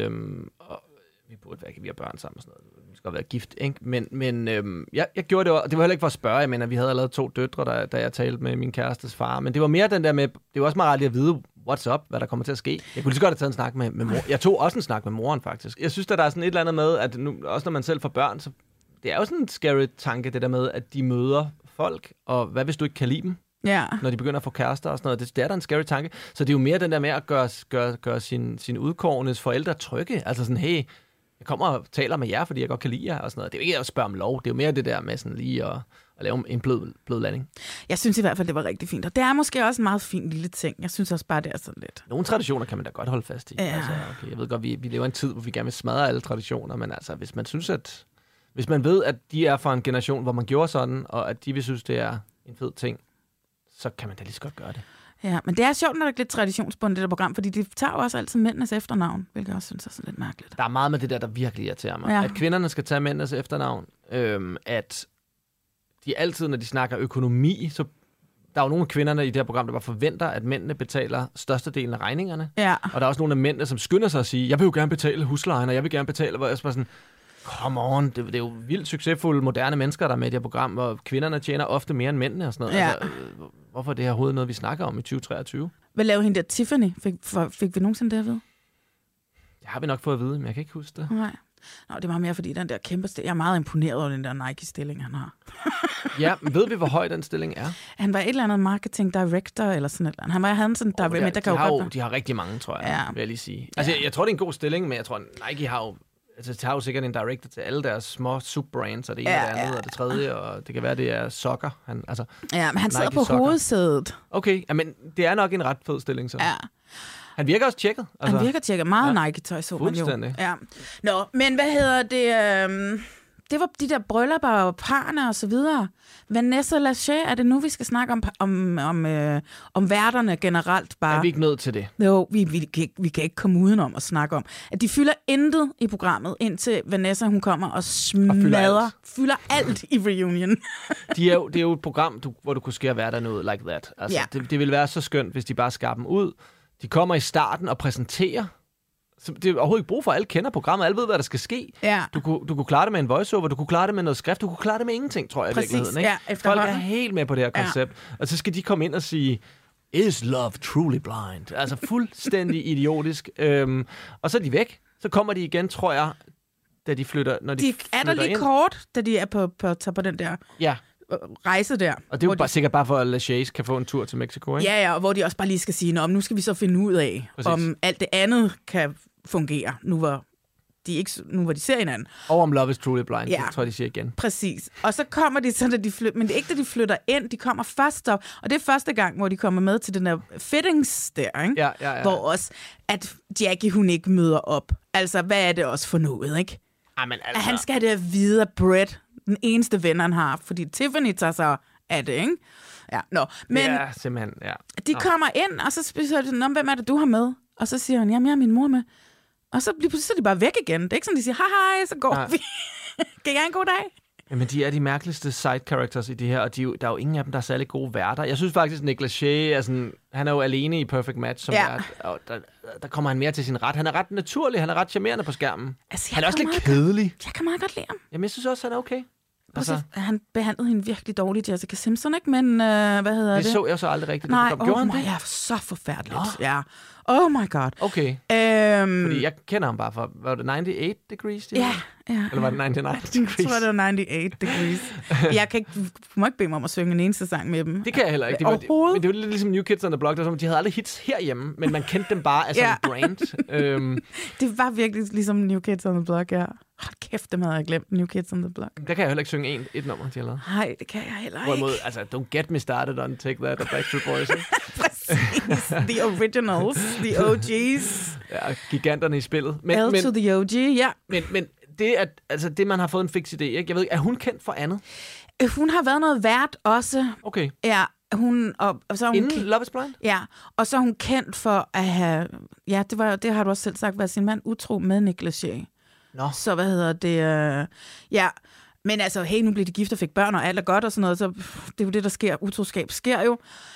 og vi burde være, vi har børn sammen og sådan noget. Vi skal være gift, ikke? Men jeg gjorde det, og det var heller ikke for at spørge. Jeg mener, vi havde allerede 2 døtre, da jeg talte med min kærestes far. Men det var mere den der med, det var også meget rart at vide, what's up, hvad der kommer til at ske. Jeg kunne lige så godt have taget en snak med mor. Jeg tog også en snak med moren, faktisk. Jeg synes, der er sådan et eller andet med, at nu, også når man selv får børn, så det er jo sådan en scary tanke, det der med, at de møder folk, og hvad hvis du ikke kan lide dem? Ja. Når de begynder at få kærester og sådan noget. Det er da en scary tanke. Så det er jo mere den der med at gøre sin udkårendes forældre trygge. Altså sådan, hey, jeg kommer og taler med jer, fordi jeg godt kan lide jer og sådan noget. Det er jo ikke at spørge om lov. Det er jo mere det der med sådan lige at lave en blød landing. Jeg synes i hvert fald, det var rigtig fint. Og det er måske også en meget fin lille ting. Jeg synes også bare, det er sådan lidt. Nogle traditioner kan man da godt holde fast i. Ja. Altså, okay, jeg ved godt, vi lever i en tid, hvor vi gerne vil smadre alle traditioner, men altså, hvis man synes, hvis man ved, at de er fra en generation, hvor man gjorde sådan, og at de vil synes, det er en fed ting, så kan man da lige så godt gøre det. Ja, men det er sjovt, når der er lidt traditionsbundet, det der program, fordi de tager jo også altid mændenes efternavn, hvilket jeg også synes er sådan lidt mærkeligt. Der er meget med det der virkelig irriterer mig. Ja. At kvinderne skal tage mændenes efternavn, at de altid, når de snakker økonomi, så der er jo nogle af kvinderne i det her program, der bare forventer, at mændene betaler størstedelen af regningerne. Ja. Og der er også nogle af mændene, som skynder sig at sige, jeg vil jo gerne betale huslejen, og jeg vil gerne betale, hvor jeg er sådan, come on, det er jo vildt succesfulde, moderne mennesker, der er med i det her program, hvor kvinderne tjener ofte mere end mændene og sådan noget. Ja. Altså, hvorfor er det her overhovedet noget, vi snakker om i 2023? Hvad lavede hende der Tiffany? Fik vi nogensinde det at vide? Det har vi nok fået at vide, men jeg kan ikke huske det. Nej. Nå, det var mere fordi den der kæmpe stilling. Jeg er meget imponeret over den der Nike-stilling, han har. Ja, ved vi, hvor høj den stilling er? Han var et eller andet marketing director eller sådan et eller andet. Han havde sådan de har rigtig mange, tror jeg, vil jeg lige sige. Altså, jeg tror, det er en god stilling, men jeg tror, Nike har jo... Altså, de har jo sikkert en director til alle deres små subbrands, og det ene og det andet og det tredje, og det kan være, det er sokker. Men han sidder på hovedsædet. Okay, men det er nok en ret fed stilling, så. Ja. Han virker også tjekket. Altså. Han virker tjekket. Meget Nike-tøj, så man jo. Ja. Nå, men hvad hedder det... Det var de der bryllupper og parne og så videre. Vanessa Lachey, er det nu, vi skal snakke om værterne generelt bare? Er vi ikke nødt til det? Jo, vi kan ikke komme udenom at snakke om. At de fylder intet i programmet, indtil Vanessa hun kommer og fylder alt i reunion. Det er jo et program, hvor du kunne skære værterne ud like that. Altså, det ville være så skønt, hvis de bare skar dem ud. De kommer i starten og præsenterer. Så det er overhovedet ikke brug for, at alle kender programmet, alle ved, hvad der skal ske. Ja. Du kunne klare det med en voiceover, du kunne klare det med noget skrift, du kunne klare det med ingenting, tror jeg i virkeligheden. Ikke? Ja, folk er helt med på det her koncept. Ja. Og så skal de komme ind og sige, is love truly blind? Altså fuldstændig idiotisk. Og så er de væk. Så kommer de igen, tror jeg, da de flytter, når de er der lige ind. Kort, da de er på den der... Ja. Rejse der. Og det er jo sikkert bare for, at Lachey kan få en tur til Mexico, ikke? Ja, og hvor de også bare lige skal sige, nu skal vi så finde ud af, om alt det andet kan fungere, nu hvor de ser hinanden. Og om Love is Truly Blind, det tror jeg, de siger igen. Præcis. Og så kommer de så, men det er ikke, da de flytter ind, de kommer først op, og det er første gang, hvor de kommer med til den der fittings der, ikke? Ja. Hvor også, at Jackie, hun ikke møder op. Altså, hvad er det også for noget, ikke? Jamen, altså... At han skal have det at vide af Brett, den eneste ven, han har, fordi Tiffany tager sig af det, ikke? Ja, men ja, simpelthen, ja. De kommer ind, og så spørger de, hvem er det, du har med? Og så siger hun, jamen, jeg har min mor med. Og så er de bare væk igen. Det er ikke sådan, de siger, hej, så går vi. Kan I have en god dag? Jamen, de er de mærkeligste side characters i det her, og der er jo ingen af dem, der er særlig gode værter. Jeg synes faktisk, Nick Lachey er sådan, han er jo alene i Perfect Match som vært, og der kommer han mere til sin ret. Han er ret naturlig, han er ret charmerende på skærmen. Altså, han er også lidt kedelig. Jeg kan meget godt lide ham. Jamen, jeg synes også, han er okay. Altså, han behandlede hende virkelig dårligt, Jessica Simpson, ikke? Men hvad hedder det? Det så jeg så aldrig rigtigt. Nej, ja, så forfærdeligt. Ja. Oh my god. Okay. Fordi jeg kender ham bare fra, var det 98 Degrees? Ja. Eller var det 99 Degrees? Jeg tror, det var 98 Degrees. Du må ikke bede mig om at synge en eneste sang med dem. Det kan jeg heller ikke. Men det var lidt ligesom New Kids on the Block, de havde aldrig hits herhjemme, men man kendte dem bare af sådan en brand. Det var virkelig ligesom New Kids on the Block, ja. Hold kæft, dem havde jeg glemt, New Kids on the Block. Der kan jeg heller ikke synge et nummer, de har lavet. Nej, det kan jeg heller ikke. Hvorimod, altså, Don't Get Me Started on Take That og Backstreet Boys. Præcis. The originals. The OG's. Ja, giganterne i spillet. To the OG, ja. Men det er altså det, man har fået en fix idé, ikke? Jeg ved ikke, er hun kendt for andet? Hun har været noget vært også. Okay. Ja, Og så er hun Inden Love is Blind? Ja, og så er hun kendt for at have... Ja, det har du også selv sagt, været sin mand utro med Nick Lachey. Nå. Så hvad hedder det... Ja, men altså, hey, nu bliver de gift og fik børn, og alt er godt og sådan noget, så det er jo det, der sker. Utroskab sker jo.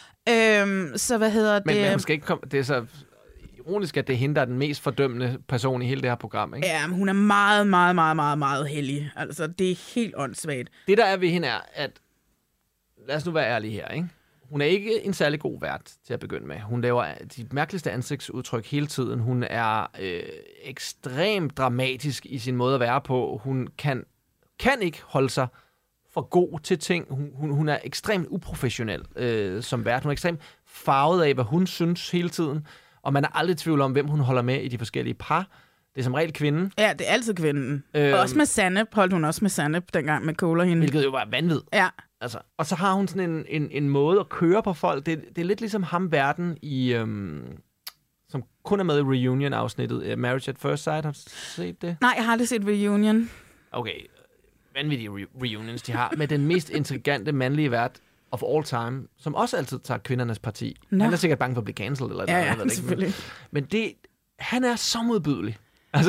Så hvad hedder det... Men hun skal ikke komme... Det er så ironisk, at det er hende, der er den mest fordømmende person i hele det her program, ikke? Ja, men hun er meget, meget, meget, meget, meget heldig. Altså, det er helt åndssvagt. Det, der er ved hende, er, at... Lad os nu være ærlige her, ikke? Hun er ikke en særlig god vært til at begynde med. Hun laver de mærkeligste ansigtsudtryk hele tiden. Hun er ekstremt dramatisk i sin måde at være på. Hun kan ikke holde sig for god til ting. Hun er ekstremt uprofessionel som vært. Hun er ekstremt farvet af, hvad hun synes hele tiden. Og man er aldrig i tvivl om, hvem hun holder med i de forskellige par. Det er som regel kvinden. Ja, det er altid kvinden. Også med Sanne. Holdt hun også med Sanne dengang med Cole og hende. Hvilket jo var vanvid. Ja. Altså, og så har hun sådan en måde at køre på folk. Det er lidt ligesom ham verden i... som kun er med i Reunion-afsnittet. Marriage at First Sight. Har du set det? Nej, jeg har aldrig set Reunion. Okay. Vanvittige reunions, de har. Med den mest intrigante mandlige vært of all time, som også altid tager kvindernes parti. No. Han er sikkert bange for at blive cancelled. Eller ja, noget, selvfølgelig. Men han er så modbydelig. Altså,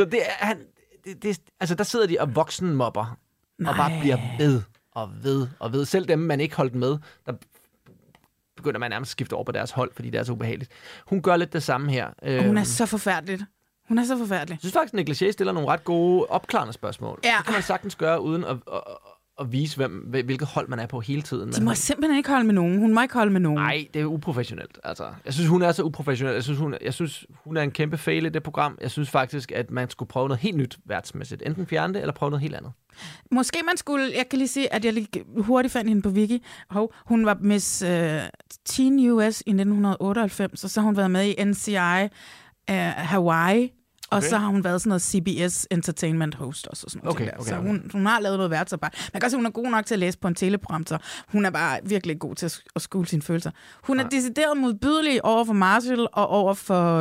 der sidder de og voksenmobber. Og bare bliver ved og ved. Selv dem, man ikke holdt med, der begynder man nærmest at skifte over på deres hold, fordi det er så ubehageligt. Hun gør lidt det samme her. Hun er så forfærdelig. Hun er så forfærdelig. Jeg synes faktisk, at Nick Lachey stiller nogle ret gode, opklarende spørgsmål. Ja. Det kan man sagtens gøre, uden at vise, hvilket hold man er på hele tiden. De må simpelthen ikke holde med nogen. Hun må ikke holde med nogen. Nej, det er uprofessionelt. Altså, jeg synes, hun er så uprofessionel. Jeg synes, hun er en kæmpe fail i det program. Jeg synes faktisk, at man skulle prøve noget helt nyt værtsmæssigt. Enten fjerne det, eller prøve noget helt andet. Måske man skulle... Jeg kan lige sige, at jeg lige hurtigt fandt hende på Wiki. Hun var Miss Teen US i 1998, og så har hun været med i NCI Hawaii. Og så har hun været sådan noget CBS Entertainment host også. Og sådan noget der. Så hun har lavet noget værtsarbejde. Man kan også sige, hun er god nok til at læse på en teleprogram, så hun er bare virkelig god til at skjule sine følelser. Hun er decideret modbydelig over for Marshall og over for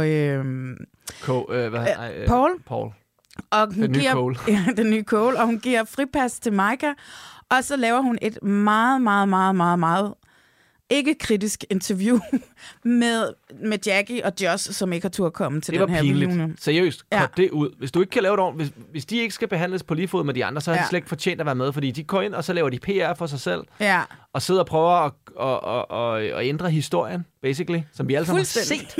Paul. Og hun den nye Cole. Og hun giver fripas til Micah. Og så laver hun et meget, meget, meget, meget, meget ikke-kritisk interview med Jackie og Josh, som ikke har tur komme til den her reunion. Det var pinligt. Seriøst, cut det ud. Hvis du ikke kan lave det ordentligt, hvis de ikke skal behandles på lige fod med de andre, så har de slet ikke fortjent at være med, fordi de går ind, og så laver de PR for sig selv, og sidder og prøver at ændre historien, basically, som vi alle sammen har set.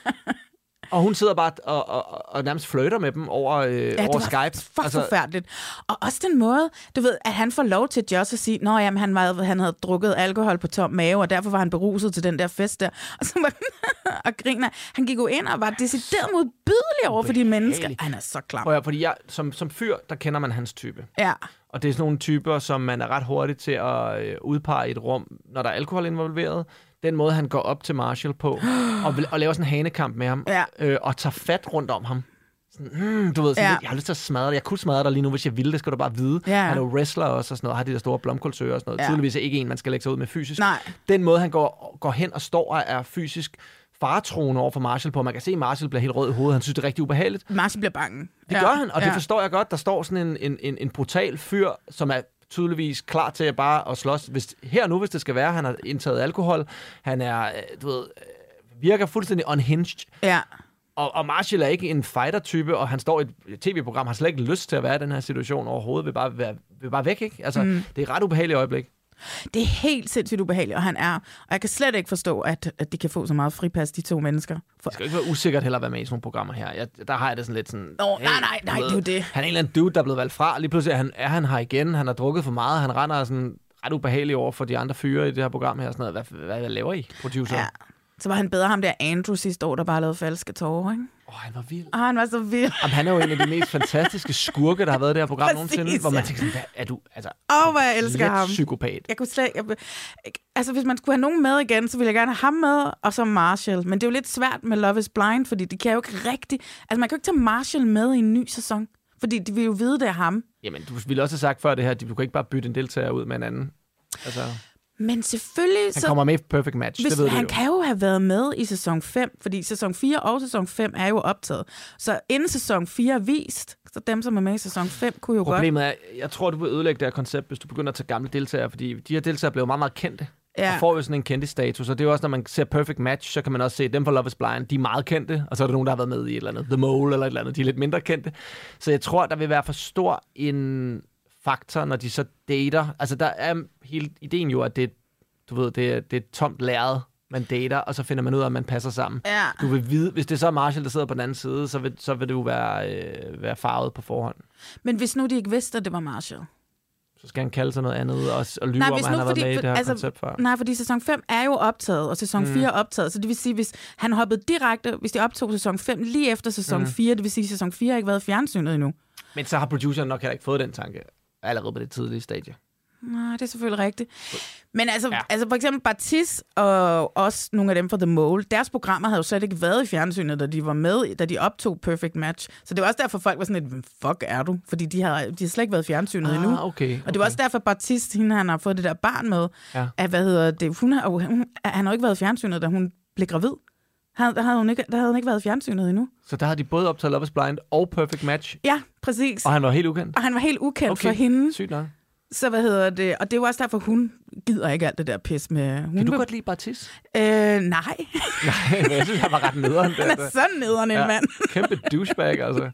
Og hun sidder bare og nærmest flirter med dem over Skype. Det var forfærdeligt. Og også den måde, du ved, at han får lov til Josh at sige, nå jamen, han havde drukket alkohol på tom mave, og derfor var han beruset til den der fest der. Og så var og griner. Han gik jo ind og var decideret modbydelig over for de mennesker. Han er så klam. Ja, fordi som fyr, der kender man hans type. Ja. Og det er sådan nogle typer, som man er ret hurtig til at udpege i et rum, når der er alkohol involveret. Den måde, han går op til Marshall på, og laver sådan en hanekamp med ham, og tager fat rundt om ham. Sådan, du ved, sådan lidt, jeg har lyst til at smadre dig. Jeg kunne smadre dig lige nu, hvis jeg ville. Det skal du bare vide. Han er jo wrestler også, og sådan noget, har de der store blomkålsører og sådan noget. Tydeligvis er ikke en, man skal lægge sig ud med fysisk. Nej. Den måde, han går hen og står og er fysisk faretroende over for Marshall på. Man kan se, at Marshall bliver helt rød i hovedet. Han synes, det er rigtig ubehageligt. Marshall bliver bange. Det gør han, og det forstår jeg godt. Der står sådan en brutal fyr, som er tydeligvis klar til at slås. Hvis det skal være, han har indtaget alkohol, han er, virker fuldstændig unhinged. Ja. Og Marshall er ikke en fighter-type, og han står i et tv-program, har slet ikke lyst til at være i den her situation overhovedet, vil bare væk, ikke? Altså, det er et ret ubehageligt øjeblik. Det er helt sindssygt ubehageligt, og jeg kan slet ikke forstå, at de kan få så meget fripas, de to mennesker. Det skal ikke være usikkert heller at være med i sådan nogle programmer her. Der har jeg det sådan lidt sådan... Nej, det er jo det. Han er en eller anden dude, der er blevet valgt fra. Lige pludselig er han her igen. Han har drukket for meget. Han render sådan ret ubehagelig over for de andre fyre i det her program her. Sådan noget. Hvad laver I, producer? Ja. Så var han bedre ham der Andrew sidste år, der bare lavede falske tårer, ikke? Han var vild. Han var så vild. Jamen, han er jo en af de mest fantastiske skurke, der har været i det her program nogensinde, hvor man tænker sådan, hvad er du? Altså, hvor jeg elsker ham. Psykopat. Jeg kunne slet altså, hvis man skulle have nogen med igen, så ville jeg gerne have ham med, og så Marshall. Men det er jo lidt svært med Love is Blind, fordi de kan jo ikke rigtig... Altså, man kan jo ikke tage Marshall med i en ny sæson, fordi de vil jo vide, det er ham. Jamen, du ville også have sagt før det her, du kan ikke bare bytte en deltager ud med en anden. Altså... Men selvfølgelig... Han kommer med i Perfect Match, det ved du. Han kan jo have været med i sæson 5, fordi sæson 4 og sæson 5 er jo optaget. Så inden sæson 4 er vist, så dem, som er med i sæson 5, kunne jo Problemet er, jeg tror, du vil ødelægge det her koncept, hvis du begynder at tage gamle deltagere, fordi de her deltagere blev meget, meget kendte. og får jo sådan en kendte status. Og det er jo også, når man ser Perfect Match, så kan man også se dem fra Love is Blind. De er meget kendte, og så er der nogen, der har været med i et eller andet The Mole eller et eller andet. De er lidt mindre kendte. Så jeg tror, der vil være for stor en faktor, når de så dater. Altså, der er hele ideen jo, at det er et tomt lærred, man dater, og så finder man ud af, at man passer sammen. Ja. Du vil vide, hvis det så er Marshall, der sidder på den anden side, så vil det jo være farvet på forhånd. Men hvis nu de ikke vidste, at det var Marshall? Så skal han kalde sig noget andet og lyve om, at han har været med i det her koncept før. Nej, fordi sæson 5 er jo optaget, og sæson 4 er optaget. Så det vil sige, hvis han hoppede direkte, hvis de optog sæson 5 lige efter sæson 4, det vil sige, at sæson 4 har ikke været fjernsynet endnu. Men så har produceren nok heller ikke fået den tanke allerede på det tidlige stadie. Nej, det er selvfølgelig rigtigt. Men altså for eksempel Bartis og også nogle af dem fra The Mole, deres programmer havde jo slet ikke været i fjernsynet, da de var med, da de optog Perfect Match. Så det var også derfor, folk var sådan lidt, fuck er du? Fordi de har slet ikke været i fjernsynet endnu. Okay. Og det var også derfor, Bartis, han har fået det der barn med, at, han har ikke været i fjernsynet, da hun blev gravid. Der havde hun ikke været i fjernsynet endnu. Så der havde de både optaget Love is Blind og Perfect Match? Ja, præcis. Og han var helt ukendt? Og han var helt ukendt for hende. Sygt nok. Så og det er jo også derfor, hun gider ikke alt det der pis med... Kan du godt lide Bartis? Nej. Nej, men jeg synes, han var ret nederen. Han er så nederen en mand. Kæmpe douchebag, altså.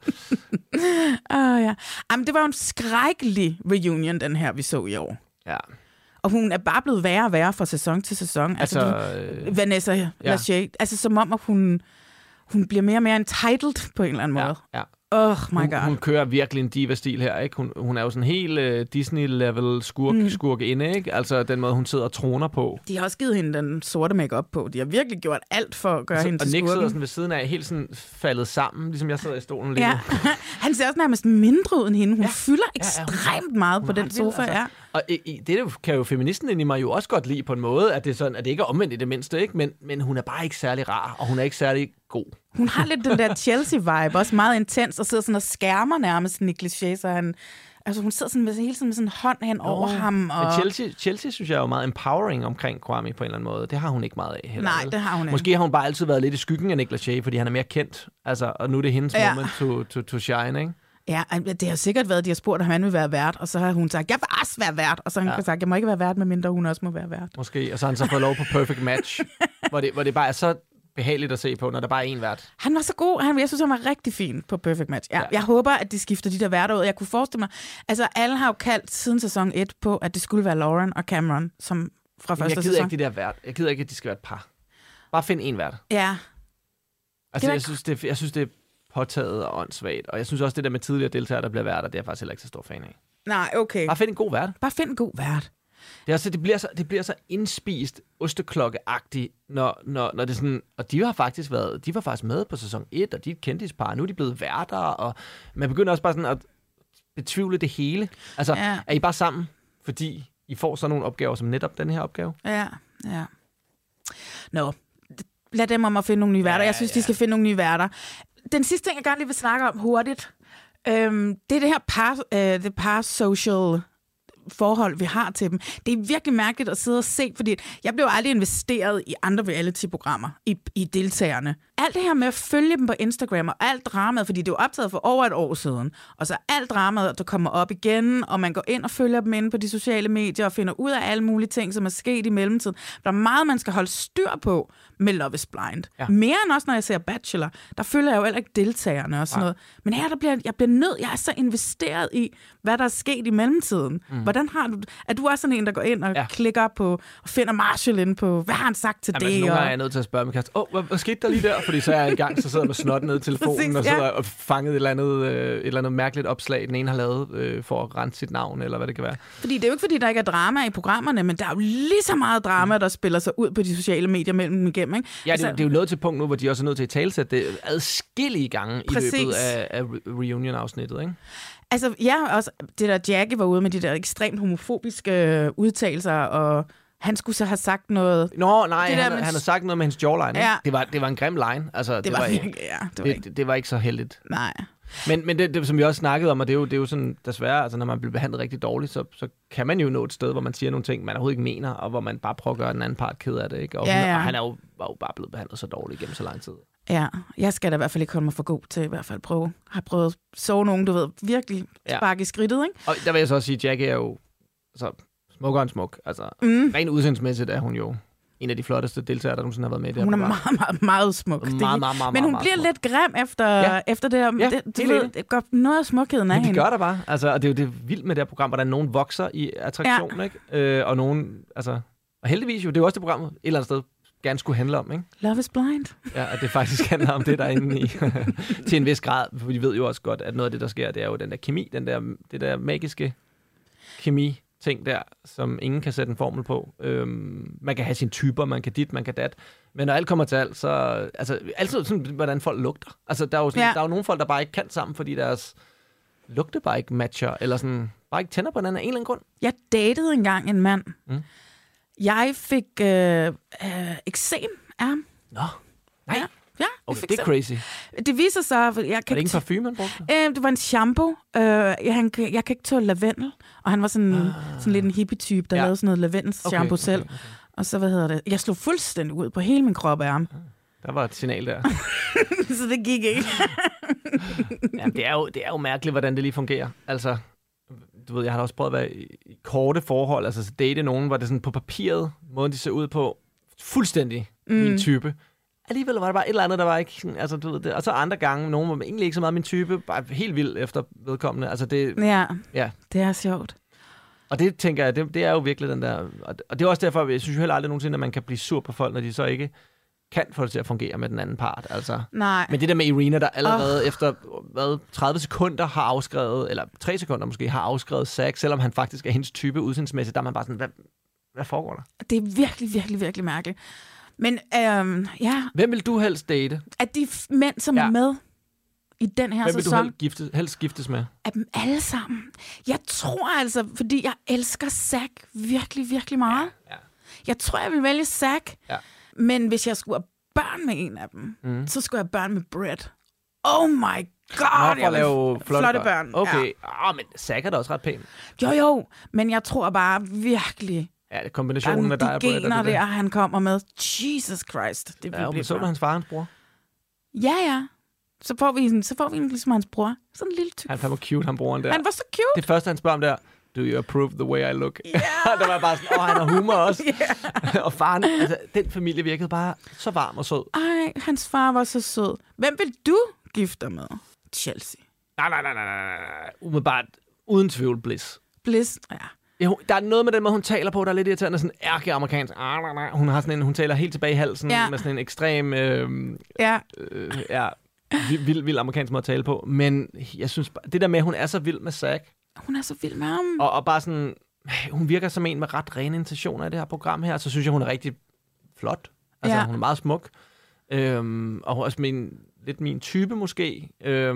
Ja. Jamen, det var jo en skrækkelig reunion, den her, vi så i år. Ja. Og hun er bare blevet værre og værre fra sæson til sæson. Vanessa Lachey. Altså, som om, at hun bliver mere og mere entitled på en eller anden måde. Ja. Oh my god. Hun kører virkelig en diva-stil her, ikke? Hun er jo sådan helt Disney-level skurk-inde, ikke? Altså den måde, hun sidder og troner på. De har også givet hende den sorte make-up på. De har virkelig gjort alt for at gøre hende til skurken. Og Nick sidder sådan ved siden af, helt sådan faldet sammen, ligesom jeg sidder i stolen lige nu. Han ser også nærmest mindre ud end hende. Hun fylder ekstremt meget på den sofa, altså. Og det kan jo feministen ind i mig jo også godt lide på en måde, at det er sådan, at det ikke er omvendt i det mindste, ikke? Men hun er bare ikke særlig rar, og hun er ikke særlig god. Hun har lidt den der Chelsea-vibe, også meget intens, og sidder sådan og skærmer nærmest Nick Lachey, så hun sidder sådan hele tiden med sådan en hånd hen over ham. Og... Men Chelsea synes jeg er jo meget empowering omkring Kwame på en eller anden måde. Det har hun ikke meget af heller. Nej, det har hun ikke. Måske har hun bare altid været lidt i skyggen af Nick Lachey, fordi han er mere kendt. Altså, og nu er det hendes moment to shine, ikke? Ja, det har sikkert været, at de har spurgt, om han vil være vært, og så har hun sagt, jeg vil også være vært, og så har han sagt, jeg må ikke være vært, medmindre hun også må være vært. Måske, og så har han så fået lov på Perfect Match, hvor det bare er så behageligt at se på, når der bare er én vært. Han var så god. Jeg synes, han var rigtig fin på Perfect Match. Jeg håber, at de skifter de der værter ud. Jeg kunne forestille mig, altså alle har jo kaldt siden sæson 1 på, at det skulle være Lauren og Cameron, som fra første sæson. Jeg gider ikke de der vært. Jeg gider ikke, at de skal være et par. Bare find én vært. Ja. Altså, jeg synes, det er påtaget og åndssvagt. Og jeg synes også, det der med tidligere deltagere, der bliver værter, det er jeg faktisk heller ikke så stor fan af. Nej, okay. Bare find en god vært. Det bliver så indspist, osteklokke-agtigt, når det er sådan... Og de var faktisk med på sæson 1, og de er et kendispar. Nu er de blevet værter, og man begynder også bare sådan at betvivle det hele. Altså, er I bare sammen, fordi I får sådan nogle opgaver som netop den her opgave? Ja. Lad dem om at finde nogle nye værter. Jeg synes, de skal finde nogle nye værter. Den sidste ting, jeg gerne lige vil snakke om hurtigt, det er det her par-social forhold, vi har til dem. Det er virkelig mærkeligt at sidde og se, fordi jeg blev aldrig investeret i andre reality-programmer, i deltagerne. Alt det her med at følge dem på Instagram, og alt dramaet, fordi det er jo optaget for over et år siden, og så alt dramaet, der kommer op igen, og man går ind og følger dem inde på de sociale medier, og finder ud af alle mulige ting, som er sket i mellemtiden. Der er meget, man skal holde styr på med Love is Blind. Ja. Mere end også, når jeg ser Bachelor, der følger jeg jo heller ikke deltagerne og sådan noget. Men her, jeg er så investeret i, hvad der er sket i mellemtiden. Hvordan har du... Er du også sådan en, der går ind og klikker på, og finder Marshall inde på, hvad har han sagt til det? Altså, nogle gange er jeg nødt til at spørge mig, hvad skete der lige der? Fordi så er jeg i gang, så sidder jeg med snot ned i telefonen, præcis, og sidder og fanget et eller andet mærkeligt opslag, den ene har lavet for at rense sit navn, eller hvad det kan være. Fordi det er jo ikke, fordi der ikke er drama i programmerne, men der er jo lige så meget drama, der spiller sig ud på de sociale medier mellem dem igennem, ikke? Ja, det er jo nået til punkt nu, hvor de også er nødt til at talesætte det adskillige gange i løbet af reunion-afsnittet, ikke? Altså, ja, også det der Jackie var ude med de der ekstremt homofobiske udtalelser, og han skulle så have sagt noget... Han har sagt noget med hendes jawline, ja. Det var en grim line. Altså, det var ikke så heldigt. Nej. Men det, som vi også snakkede om, og det er jo sådan, desværre, altså når man bliver behandlet rigtig dårligt, så kan man jo nå et sted, hvor man siger nogle ting, man overhovedet ikke mener, og hvor man bare prøver at gøre den anden part ked af det, ikke? Og han var jo bare blevet behandlet så dårligt gennem så lang tid. Ja, jeg skal da i hvert fald ikke holde mig for god til i hvert fald har prøvet at sove nogen, du ved, virkelig sparke i skridtet, ikke? Og der vil jeg så også sige, at Jackie er jo Smukkere end smuk. Altså, rent udseendsmæssigt er hun jo en af de flotteste deltagere, der nogensinde har været med i det her program. Hun er meget, meget, meget smuk. Men hun bliver lidt grim efter det her. Ja, det går noget af smukheden af hende. Men det gør der bare. Altså, og det er jo det vildt med det her program, hvordan nogen vokser i attraktion, ikke? Og nogen, altså... Og heldigvis jo, det er jo også det program, et eller andet sted gerne skulle handle om, ikke? Love is blind. Ja, at det faktisk handler om det, der er inde i. Til en vis grad, for vi ved jo også godt, at noget af det, der sker, det er jo den der kemi, det der magiske kemi-ting der, som ingen kan sætte en formel på. Man kan have sine typer, man kan dit, man kan dat. Men når alt kommer til alt, så... Altså, altid sådan, hvordan folk lugter. Altså, der er jo nogle folk, der bare ikke kan sammen, fordi deres lugte bare ikke matcher, eller sådan, bare ikke tænder på hinanden af en eller anden grund. Jeg datede engang en mand. Jeg fik eksem af ham. Nå, nej. Ja, okay, det er crazy. Det viser sig... Var det ikke en parfume, han brugte? Det var en shampoo. Jeg kan ikke tåle lavendel. Og han var sådan lidt en hippie-type, der lavede sådan noget lavendel-shampoo selv. Okay. Og så, jeg slog fuldstændig ud på hele min krop af ham. Der var et signal der. Så det gik ikke. Jamen, det er jo mærkeligt, hvordan det lige fungerer. Altså... Du ved, jeg har også prøvet at være i korte forhold, altså date nogen, hvor det sådan på papiret, måden de ser ud på, fuldstændig min type. Alligevel var det bare et eller andet, der var ikke sådan, altså du ved det. Og så andre gange, nogen var egentlig ikke så meget min type, bare helt vild efter vedkommende. Altså det... Ja, det er sjovt. Og det tænker jeg, det er jo virkelig den der... Og det er også derfor, jeg synes jo heller aldrig nogensinde, at man kan blive sur på folk, når de så ikke kan få det til at fungere med den anden part. Altså. Nej. Men det der med Irina, der allerede efter 30 sekunder har afskrevet, eller 3 sekunder måske, har afskrevet Zack, selvom han faktisk er hendes type udseendsmæssigt, der er man bare sådan, hvad foregår der? Det er virkelig, virkelig, virkelig mærkeligt. Men Hvem vil du helst date? At de mænd, som er med i den her sæson... Hvem vil du helst giftes med? Af dem alle sammen. Jeg tror altså, fordi jeg elsker Zack virkelig, virkelig meget. Ja. Jeg tror, jeg vil vælge Zack. Ja. Men hvis jeg skulle have børn med en af dem, så skulle jeg have børn med Brett. Oh my god, jeg vil flotte børn. Okay, men Zack er da også ret pæn. Jo, men jeg tror bare virkelig... Ja, kombinationen af dig og Brett. De gener der, han kommer med. Jesus Christ. Det men så du hans far og hans bror? Ja. Så får vi ligesom hans bror. Sådan en lille tyk. Han var cute, han broren der. Han var så cute. Det første, han spørger om der, do you approve the way I look? Yeah. Der var bare sådan, han har humor også. Yeah. Og faren, altså, den familie virkede bare så varm og sød. Ej, hans far var så sød. Hvem vil du gifte dig med? Chelsea. Nej. Umiddelbart, uden tvivl, Bliss. Bliss, ja. Der er noget med den måde, hun taler på, der er lidt irriterende, sådan ærke-amerikansk. Hun har sådan hun taler helt tilbage i halsen, med sådan en ekstrem, vild amerikansk måde at tale på. Men jeg synes, det der med, at hun er så vild med Zack. Hun er så vild med ham. Og bare sådan, hun virker som en med ret rene intentioner i det her program her, så synes jeg, hun er rigtig flot. Altså, hun er meget smuk. Og også lidt min type måske.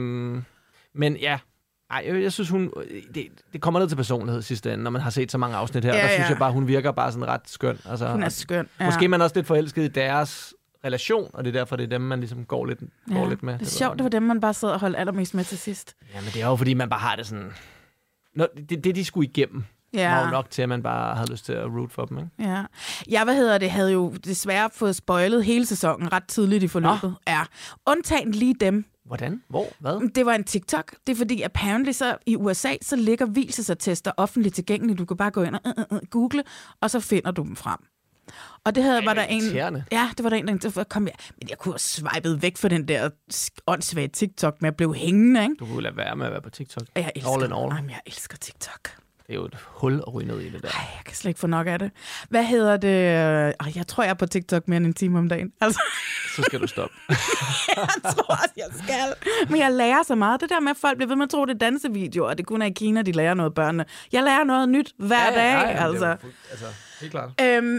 Men ja, jeg synes, det kommer ned til personlighed sidste ende, når man har set så mange afsnit her. Der synes jeg bare, hun virker bare sådan ret skøn. Altså, hun er skøn, måske er man også lidt forelsket i deres relation, og det er derfor, det er dem, man ligesom går lidt med. Det er sjovt, det var dem, man bare sad og holdt allermest med til sidst. Ja, men det er jo, fordi man bare har det sådan... Det de skulle igennem, var jo nok til, at man bare havde lyst til at root for dem, ikke? Ja. Havde jo desværre fået spoilet hele sæsonen ret tidligt i forløbet. Ja. Undtagen lige dem. Hvordan? Hvor? Hvad? Det var en TikTok. Det er fordi, apparently så i USA, så ligger vielsesattester offentligt tilgængelige. Du kan bare gå ind og google, og så finder du dem frem. Og det var der en... Ja, det var der en, der kom jeg. Men jeg kunne have swipet væk fra den der åndssvage TikTok med at blive hængende, ikke? Du kunne lade være med at være på TikTok. Jeg elsker, jeg elsker TikTok. Det er jo et hul at ryge ned i det der. Jeg kan slet ikke få nok af det. Hvad hedder det? Jeg tror, jeg er på TikTok mere end en time om dagen. Altså. Så skal du stoppe. Jeg tror også, jeg skal. Men jeg lærer så meget. Det der med, at folk bliver ved med at tro, det er dansevideoer, og det kun er i Kina, de lærer noget børnene. Jeg lærer noget nyt hver dag. Altså. Helt klart.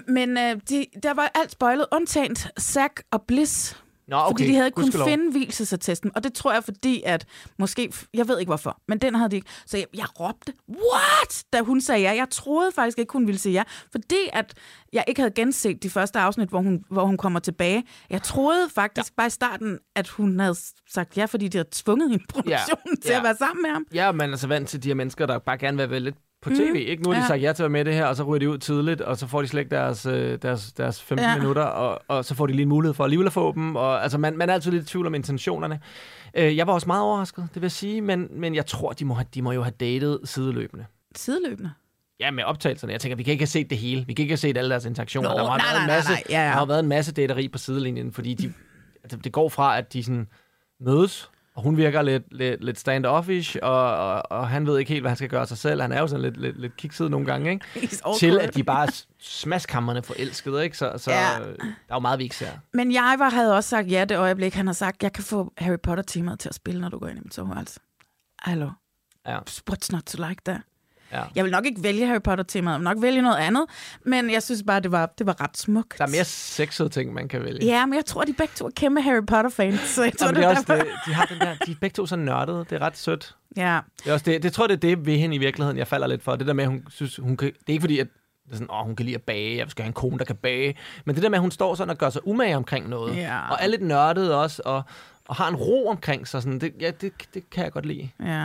Der var alt spoilet, undtaget Zack og Bliss. Nå, okay. Fordi de havde ikke kunnet finde vielsesattesten. Og det tror jeg, fordi at måske... Jeg ved ikke, hvorfor. Men den havde de ikke. Så jeg råbte, what? Da hun sagde ja. Jeg troede faktisk ikke, hun ville sige ja. Fordi at jeg ikke havde genset de første afsnit, hvor hun kommer tilbage. Jeg troede faktisk bare i starten, at hun havde sagt ja, fordi de havde tvunget hende produktionen til at være sammen med ham. Ja, man er så vant til de her mennesker, der bare gerne vil være lidt på tv, ikke? Nu har de sagt ja til at være med det her, og så ryger de ud tidligt, og så får de slet ikke deres 15 minutter, og så får de lige en mulighed for alligevel at få dem. Og, altså, man er altid lidt i tvivl om intentionerne. Jeg var også meget overrasket, det vil jeg sige, men jeg tror, de må jo have datet sideløbende. Sideløbende? Ja, med optagelserne. Jeg tænker, vi kan ikke have set det hele. Vi kan ikke have set alle deres interaktioner. Der har været en masse dateri på sidelinjen, fordi det går fra, at de sådan mødes, og hun virker lidt stand-offish, og han ved ikke helt, hvad han skal gøre sig selv. Han er jo sådan lidt kikset nogle gange, ikke? Til at de bare smaskhammerne forelskede, ikke? Så der er jo meget, vi ikke ser. Men jeg havde også sagt ja det øjeblik, han har sagt, jeg kan få Harry Potter-temaet til at spille, når du går ind i mit soveværelse. Hallo. Ja. What's not to like that? Ja. Jeg vil nok ikke vælge Harry Potter-temaet, jeg vil nok vælge noget andet, men jeg synes bare, det var ret smukt. Der er mere sexede ting, man kan vælge. Ja, men jeg tror, de begge to er kæmpe Harry Potter-fans, så jeg tror, det er også det, de har den der, de er begge to så nørdede, det er ret sødt. Ja. Det er også det tror jeg, det er det ved hende i virkeligheden, jeg falder lidt for. Det der med, at hun synes, hun kan, det er ikke fordi, at det er sådan, hun kan lide at bage, jeg skal have en kone, der kan bage. Men det der med, at hun står sådan og gør sig umage omkring noget, og er lidt nørdet også, og har en ro omkring sig, sådan, det kan jeg godt lide. Ja.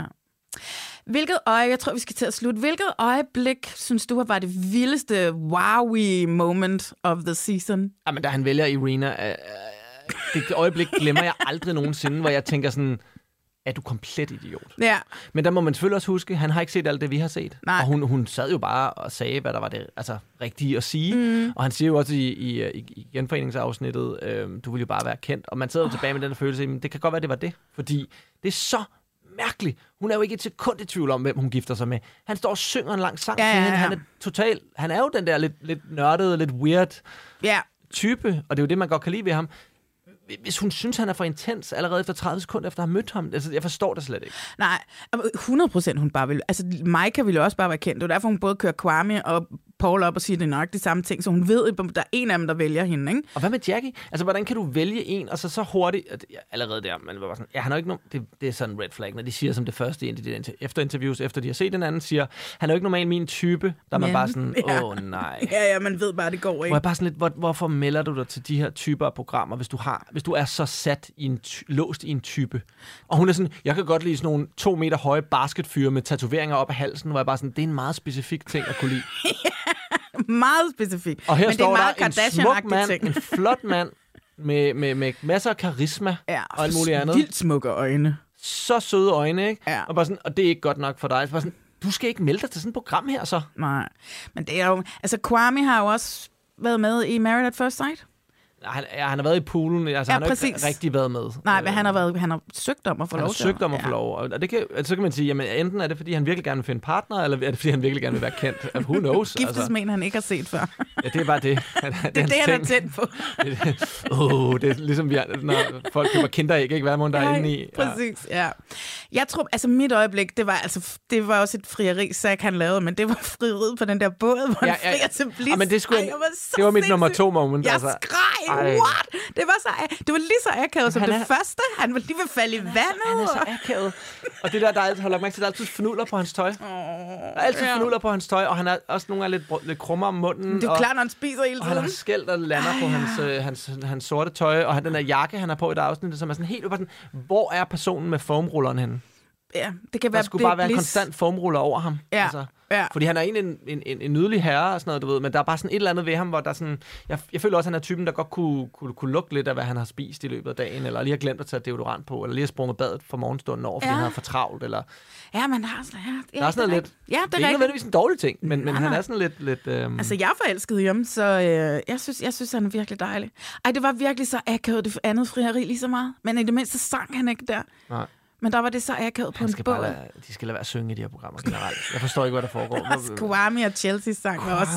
Jeg tror, vi skal til at slutte. Hvilket øjeblik, synes du, var det vildeste wowie moment of the season? Jamen, da han vælger Irina, det øjeblik glemmer jeg aldrig nogensinde, hvor jeg tænker sådan, er du komplet idiot? Ja. Men der må man selvfølgelig også huske, han har ikke set alt det, vi har set. Nej. Og hun sad jo bare og sagde, hvad der var det rigtige at sige. Og han siger jo også i genforeningsafsnittet, du vil jo bare være kendt. Og man sidder jo tilbage med den der følelse, men det kan godt være, det var det. Fordi det er så mærkeligt. Hun er jo ikke et sekund i tvivl om, hvem hun gifter sig med. Han står og synger en lang sang til hende. Han er jo den der lidt nørdede, lidt weird type. Og det er jo det, man godt kan lide ved ham. Hvis hun synes, han er for intens allerede efter 30 sekunder efter at have mødt ham, altså jeg forstår det slet ikke. Nej, 100% hun bare vil. Altså Maika ville jo også bare være kendt. Det er derfor, hun både kører Kwame og Paul op og siger, det er nok de samme ting, så hun ved, at der er en af dem, der vælger hende, ikke? Og hvad med Jackie? Altså, hvordan kan du vælge en, og så hurtigt, allerede der, man var bare sådan, han er jo ikke det er sådan en red flag, når de siger som det første efter interviews, efter de har set den anden, siger, han er jo ikke normalt min type, der er man bare sådan, nej. Ja, man ved bare, det går ikke. Hvor jeg bare sådan lidt, hvorfor melder du dig til de her typer af programmer, hvis du er så sat låst i en type? Og hun er sådan, jeg kan godt lide sådan nogle 2 meter høje basketfyre med tatoveringer op af halsen, hvor jeg bare sådan, det er en meget specifik ting at kunne lide. Meget specifik. Og her men står det er der en smuk mand, en flot mand, med masser af karisma og alt muligt andet. Vildt smukke øjne. Så søde øjne, ikke? Ja. Og bare sådan, og det er ikke godt nok for dig. Bare sådan, du skal ikke melde dig til sådan et program her, så. Nej, men det er jo... Altså, Kwame har jo også været med i Married at First Sight. Han har været i poolen, altså han har ikke rigtig været med. Nej, men han har søgt om at få lov til. Han har søgt om at få lov, og det kan, så kan man sige, jamen enten er det, fordi han virkelig gerne vil finde partner, eller er det, fordi han virkelig gerne vil være kendt? Who knows? Giftes med en, han ikke har set før. Ja, det er bare det. Det er det, han er tændt på. Det er ligesom, når folk køber kinderæg, ikke? Hvad må der er inde i? Præcis, ja. Jeg tror, altså mit øjeblik, det var også et frieri, Zach han lavede, men det var frieriet på den der båd, hvor han frier til Bliss. Ja, men det var mit nummer 2 moment. Jeg skreg, what? Det var lige så akavet som det første. Han var lige ved falde i vandet. Han er så akavet. Og det der altid holder mærke til, der er altid fnuller på hans tøj. Der er altid fnuller på hans tøj, og han er også nogle gange lidt krummer om munden. Det er klart, når han spiser hele tiden. Og han har skæld, der lander på hans sorte tøj, og den der jakke, han har på i det afsnit, som er sådan helt sådan, hvor er personen med foamrulleren henne? Ja, det kan være. Der skulle bare være en konstant foamruller over ham. Ja. Altså. Ja. Fordi han er egentlig en nydelig herre og sådan noget, du ved, men der er bare sådan et eller andet ved ham, hvor der sådan... Jeg føler også, at han er typen, der godt kunne lugte lidt af, hvad han har spist i løbet af dagen, eller lige har glemt at tage deodorant på, eller lige har sprunget badet for morgenstunden over, fordi han har for travlt, eller... Ja, men har sådan... Ja, der er sådan lidt... Ja, det er ikke nødvendigvis en dårlig ting, men han er sådan lidt Altså, jeg er forelsket i ham, så jeg synes, han er virkelig dejlig. Ej, det var virkelig så akavet, det andet frieri lige så meget, men i det mindste sang han ikke der. Nej. Men der var det så akavet på en båd. De skal lade være at synge i de her programmer generelt. Jeg forstår ikke, hvad der foregår. Kwame og Chelsea sang også.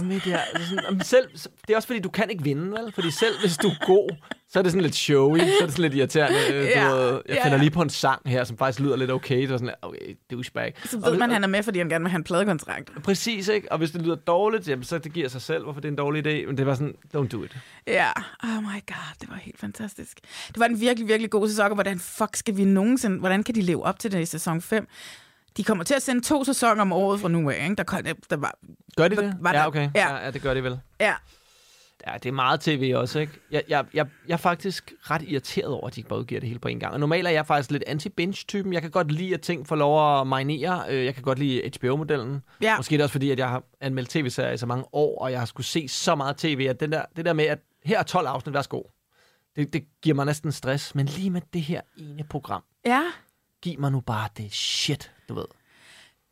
Det er også fordi, du kan ikke vinde, vel? Fordi selv hvis du er god, så er det sådan lidt showy, så er det sådan lidt irriterende. Jeg finder lige på en sang her, som faktisk lyder lidt okay. Så er sådan, okay, douchebag. Så ved man, han er med, fordi han gerne vil have en pladekontrakt. Præcis, ikke? Og hvis det lyder dårligt, jamen, så det giver sig selv, hvorfor det er en dårlig idé. Men det var sådan, don't do it. Ja, oh my god, det var helt fantastisk. Det var en virkelig, virkelig god sæson, og hvordan skal vi nogensinde, hvordan kan de leve op til det i sæson 5? De kommer til at sende 2 sæsoner om året fra nu af, ikke? Gør de det? Ja, okay. Ja, det gør de vel. Ja. Ja, det er meget tv også, ikke? Jeg er faktisk ret irriteret over, at de ikke bare udgiver det hele på en gang. Og normalt er jeg faktisk lidt anti-binge-typen. Jeg kan godt lide, at ting får lov at marinere. Jeg kan godt lide HBO-modellen. Ja. Måske er det også fordi, at jeg har anmeldt tv-serier i så mange år, og jeg har skulle se så meget tv, at det der med, at her er 12 afsnit, værsgo. Det giver mig næsten stress. Men lige med det her ene program, giv mig nu bare det shit, du ved.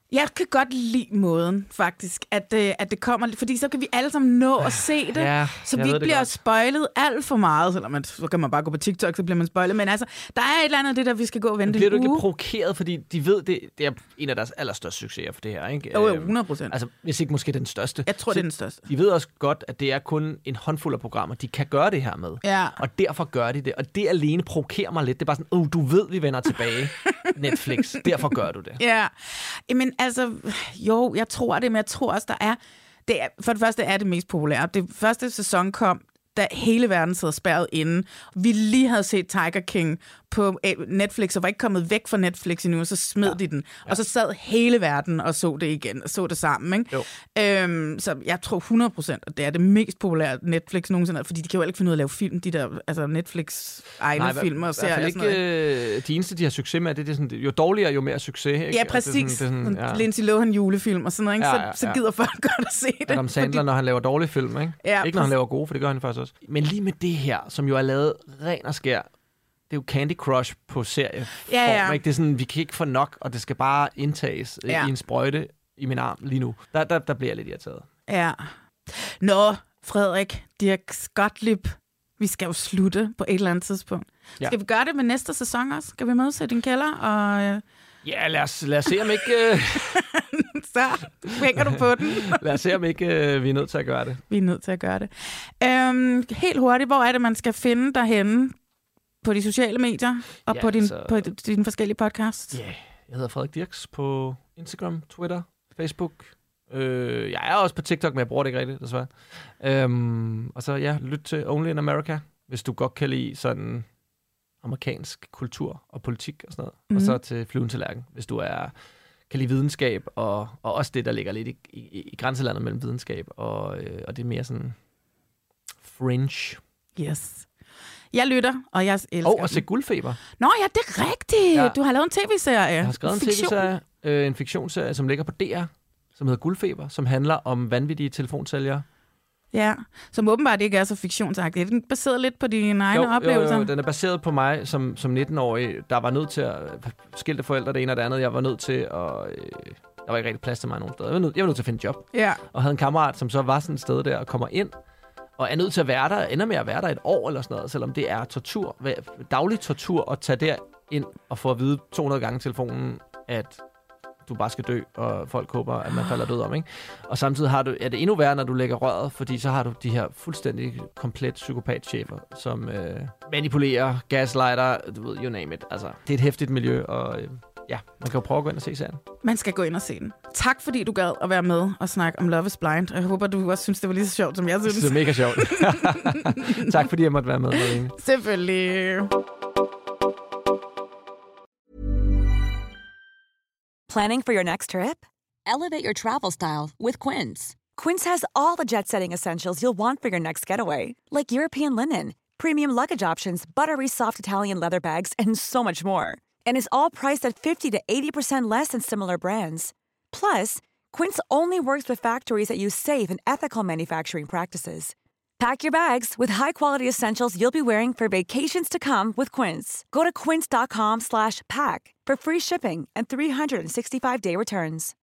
Jeg kan godt lide måden, faktisk, at det kommer, fordi så kan vi alle sammen nå at se det, så vi ikke bliver spoilet alt for meget, selvom så kan man bare gå på TikTok, så bliver man spoilet, men altså, der er et eller andet af det, der vi skal gå og vente en uge. Bliver du ikke provokeret, fordi de ved, det er en af deres allerstørste succeser for det her, ikke? Jo, 100%. Altså, hvis ikke måske den største. Jeg tror, det er den største. De ved også godt, at det er kun en håndfuld af programmer, de kan gøre det her med. Ja. Og derfor gør de det, og det alene provokerer mig lidt. Det er bare sådan, du ved, vi vender tilbage. Netflix, derfor gør du det. Ja, men altså, jo, jeg tror det, men jeg tror også, for det første er det mest populære. Det første sæson kom, da hele verden sidder spærret inde. Vi lige havde set Tiger King på Netflix, og var ikke kommet væk fra Netflix endnu, og så smed de den. Ja. Og så sad hele verden og så det igen, og så det sammen. Ikke? Så jeg tror 100%, at det er det mest populære Netflix nogensinde, fordi de kan jo ikke finde ud af at lave film, de der altså Netflix-egne film og serier og sådan noget. De eneste, de har succes med, det er sådan, jo dårligere, jo mere succes. Ikke? Ja, præcis. Det er sådan, Lindsay Lohan julefilm og sådan noget, ikke? Så gider folk godt at se det. Adam Sandler, når han laver dårlige film, ikke? Ja, ikke når han laver gode, for det gør han faktisk også. Men lige med det her, som jo er lavet ren og skær, det er jo Candy Crush på serieform, ikke? Det er sådan, vi kan ikke få nok, og det skal bare indtages i en sprøjte i min arm lige nu. Der bliver jeg lidt irriteret. Ja. Nå, Frederik, Dirk Gottlieb, vi skal jo slutte på et eller andet tidspunkt. Ja. Skal vi gøre det med næste sæson også? Skal vi mødes i din kælder? Og ja, lad os se, om ikke... Så hænger du på den. Lad os se, om ikke vi er nødt til at gøre det. Vi er nødt til at gøre det. Helt hurtigt, hvor er det, man skal finde dig henne? På de sociale medier og på dine forskellige podcasts? Ja, jeg hedder Frederik Dirks på Instagram, Twitter, Facebook. Jeg er også på TikTok, men jeg bruger det ikke rigtigt, desværre. Og så lyt til Only in America, hvis du godt kan lide sådan amerikansk kultur og politik og sådan noget. Mm-hmm. Og så til Flyven til Lærken, hvis du kan lide videnskab, og også det, der ligger lidt i grænselandet mellem videnskab, og det er mere sådan fringe. Yes. Jeg lytter, og jeg elsker og se Guldfeber. Nå ja, det er rigtigt. Ja. Du har lavet en tv-serie. Jeg har skrevet en tv-serie, en fiktionsserie, som ligger på DR, som hedder Guldfeber, som handler om vanvittige telefonsælgere. Ja, som åbenbart ikke er så fiktionsagtigt. Den er baseret lidt på dine egne oplevelser. Jo, den er baseret på mig som 19-årig, der var nødt til at skilte forældre det ene og det andet. Jeg var nødt til at... der var ikke rigtig plads til mig nogen steder. Jeg var nødt til at finde job. Ja. Og havde en kammerat, som så var sådan et sted der og kommer ind, og er nødt til at være der, ender med at være der et år eller sådan noget, selvom det er tortur, daglig tortur at tage der ind og få at vide 200 gange telefonen, at du bare skal dø, og folk håber, at man falder død om, ikke? Og samtidig er det endnu værre, når du lægger røret, fordi så har du de her fuldstændig komplet psykopatchefer, som manipulerer, gaslighter, du ved, you name it. Altså, det er et hæftigt miljø, og man kan jo prøve at gå ind og se serien. Man skal gå ind og se den. Tak fordi du gad at være med og snakke om Love is Blind. Jeg håber, du også synes, det var lige så sjovt, som jeg synes. Det er mega sjovt. Tak fordi jeg måtte være med, Marlene. Selvfølgelig. Planning for your next trip? Elevate your travel style with Quince. Quince has all the jet-setting essentials you'll want for your next getaway, like European linen, premium luggage options, buttery soft Italian leather bags, and so much more. And is all priced at 50 to 80% less than similar brands. Plus, Quince only works with factories that use safe and ethical manufacturing practices. Pack your bags with high-quality essentials you'll be wearing for vacations to come with Quince. Go to quince.com/pack for free shipping and 365-day returns.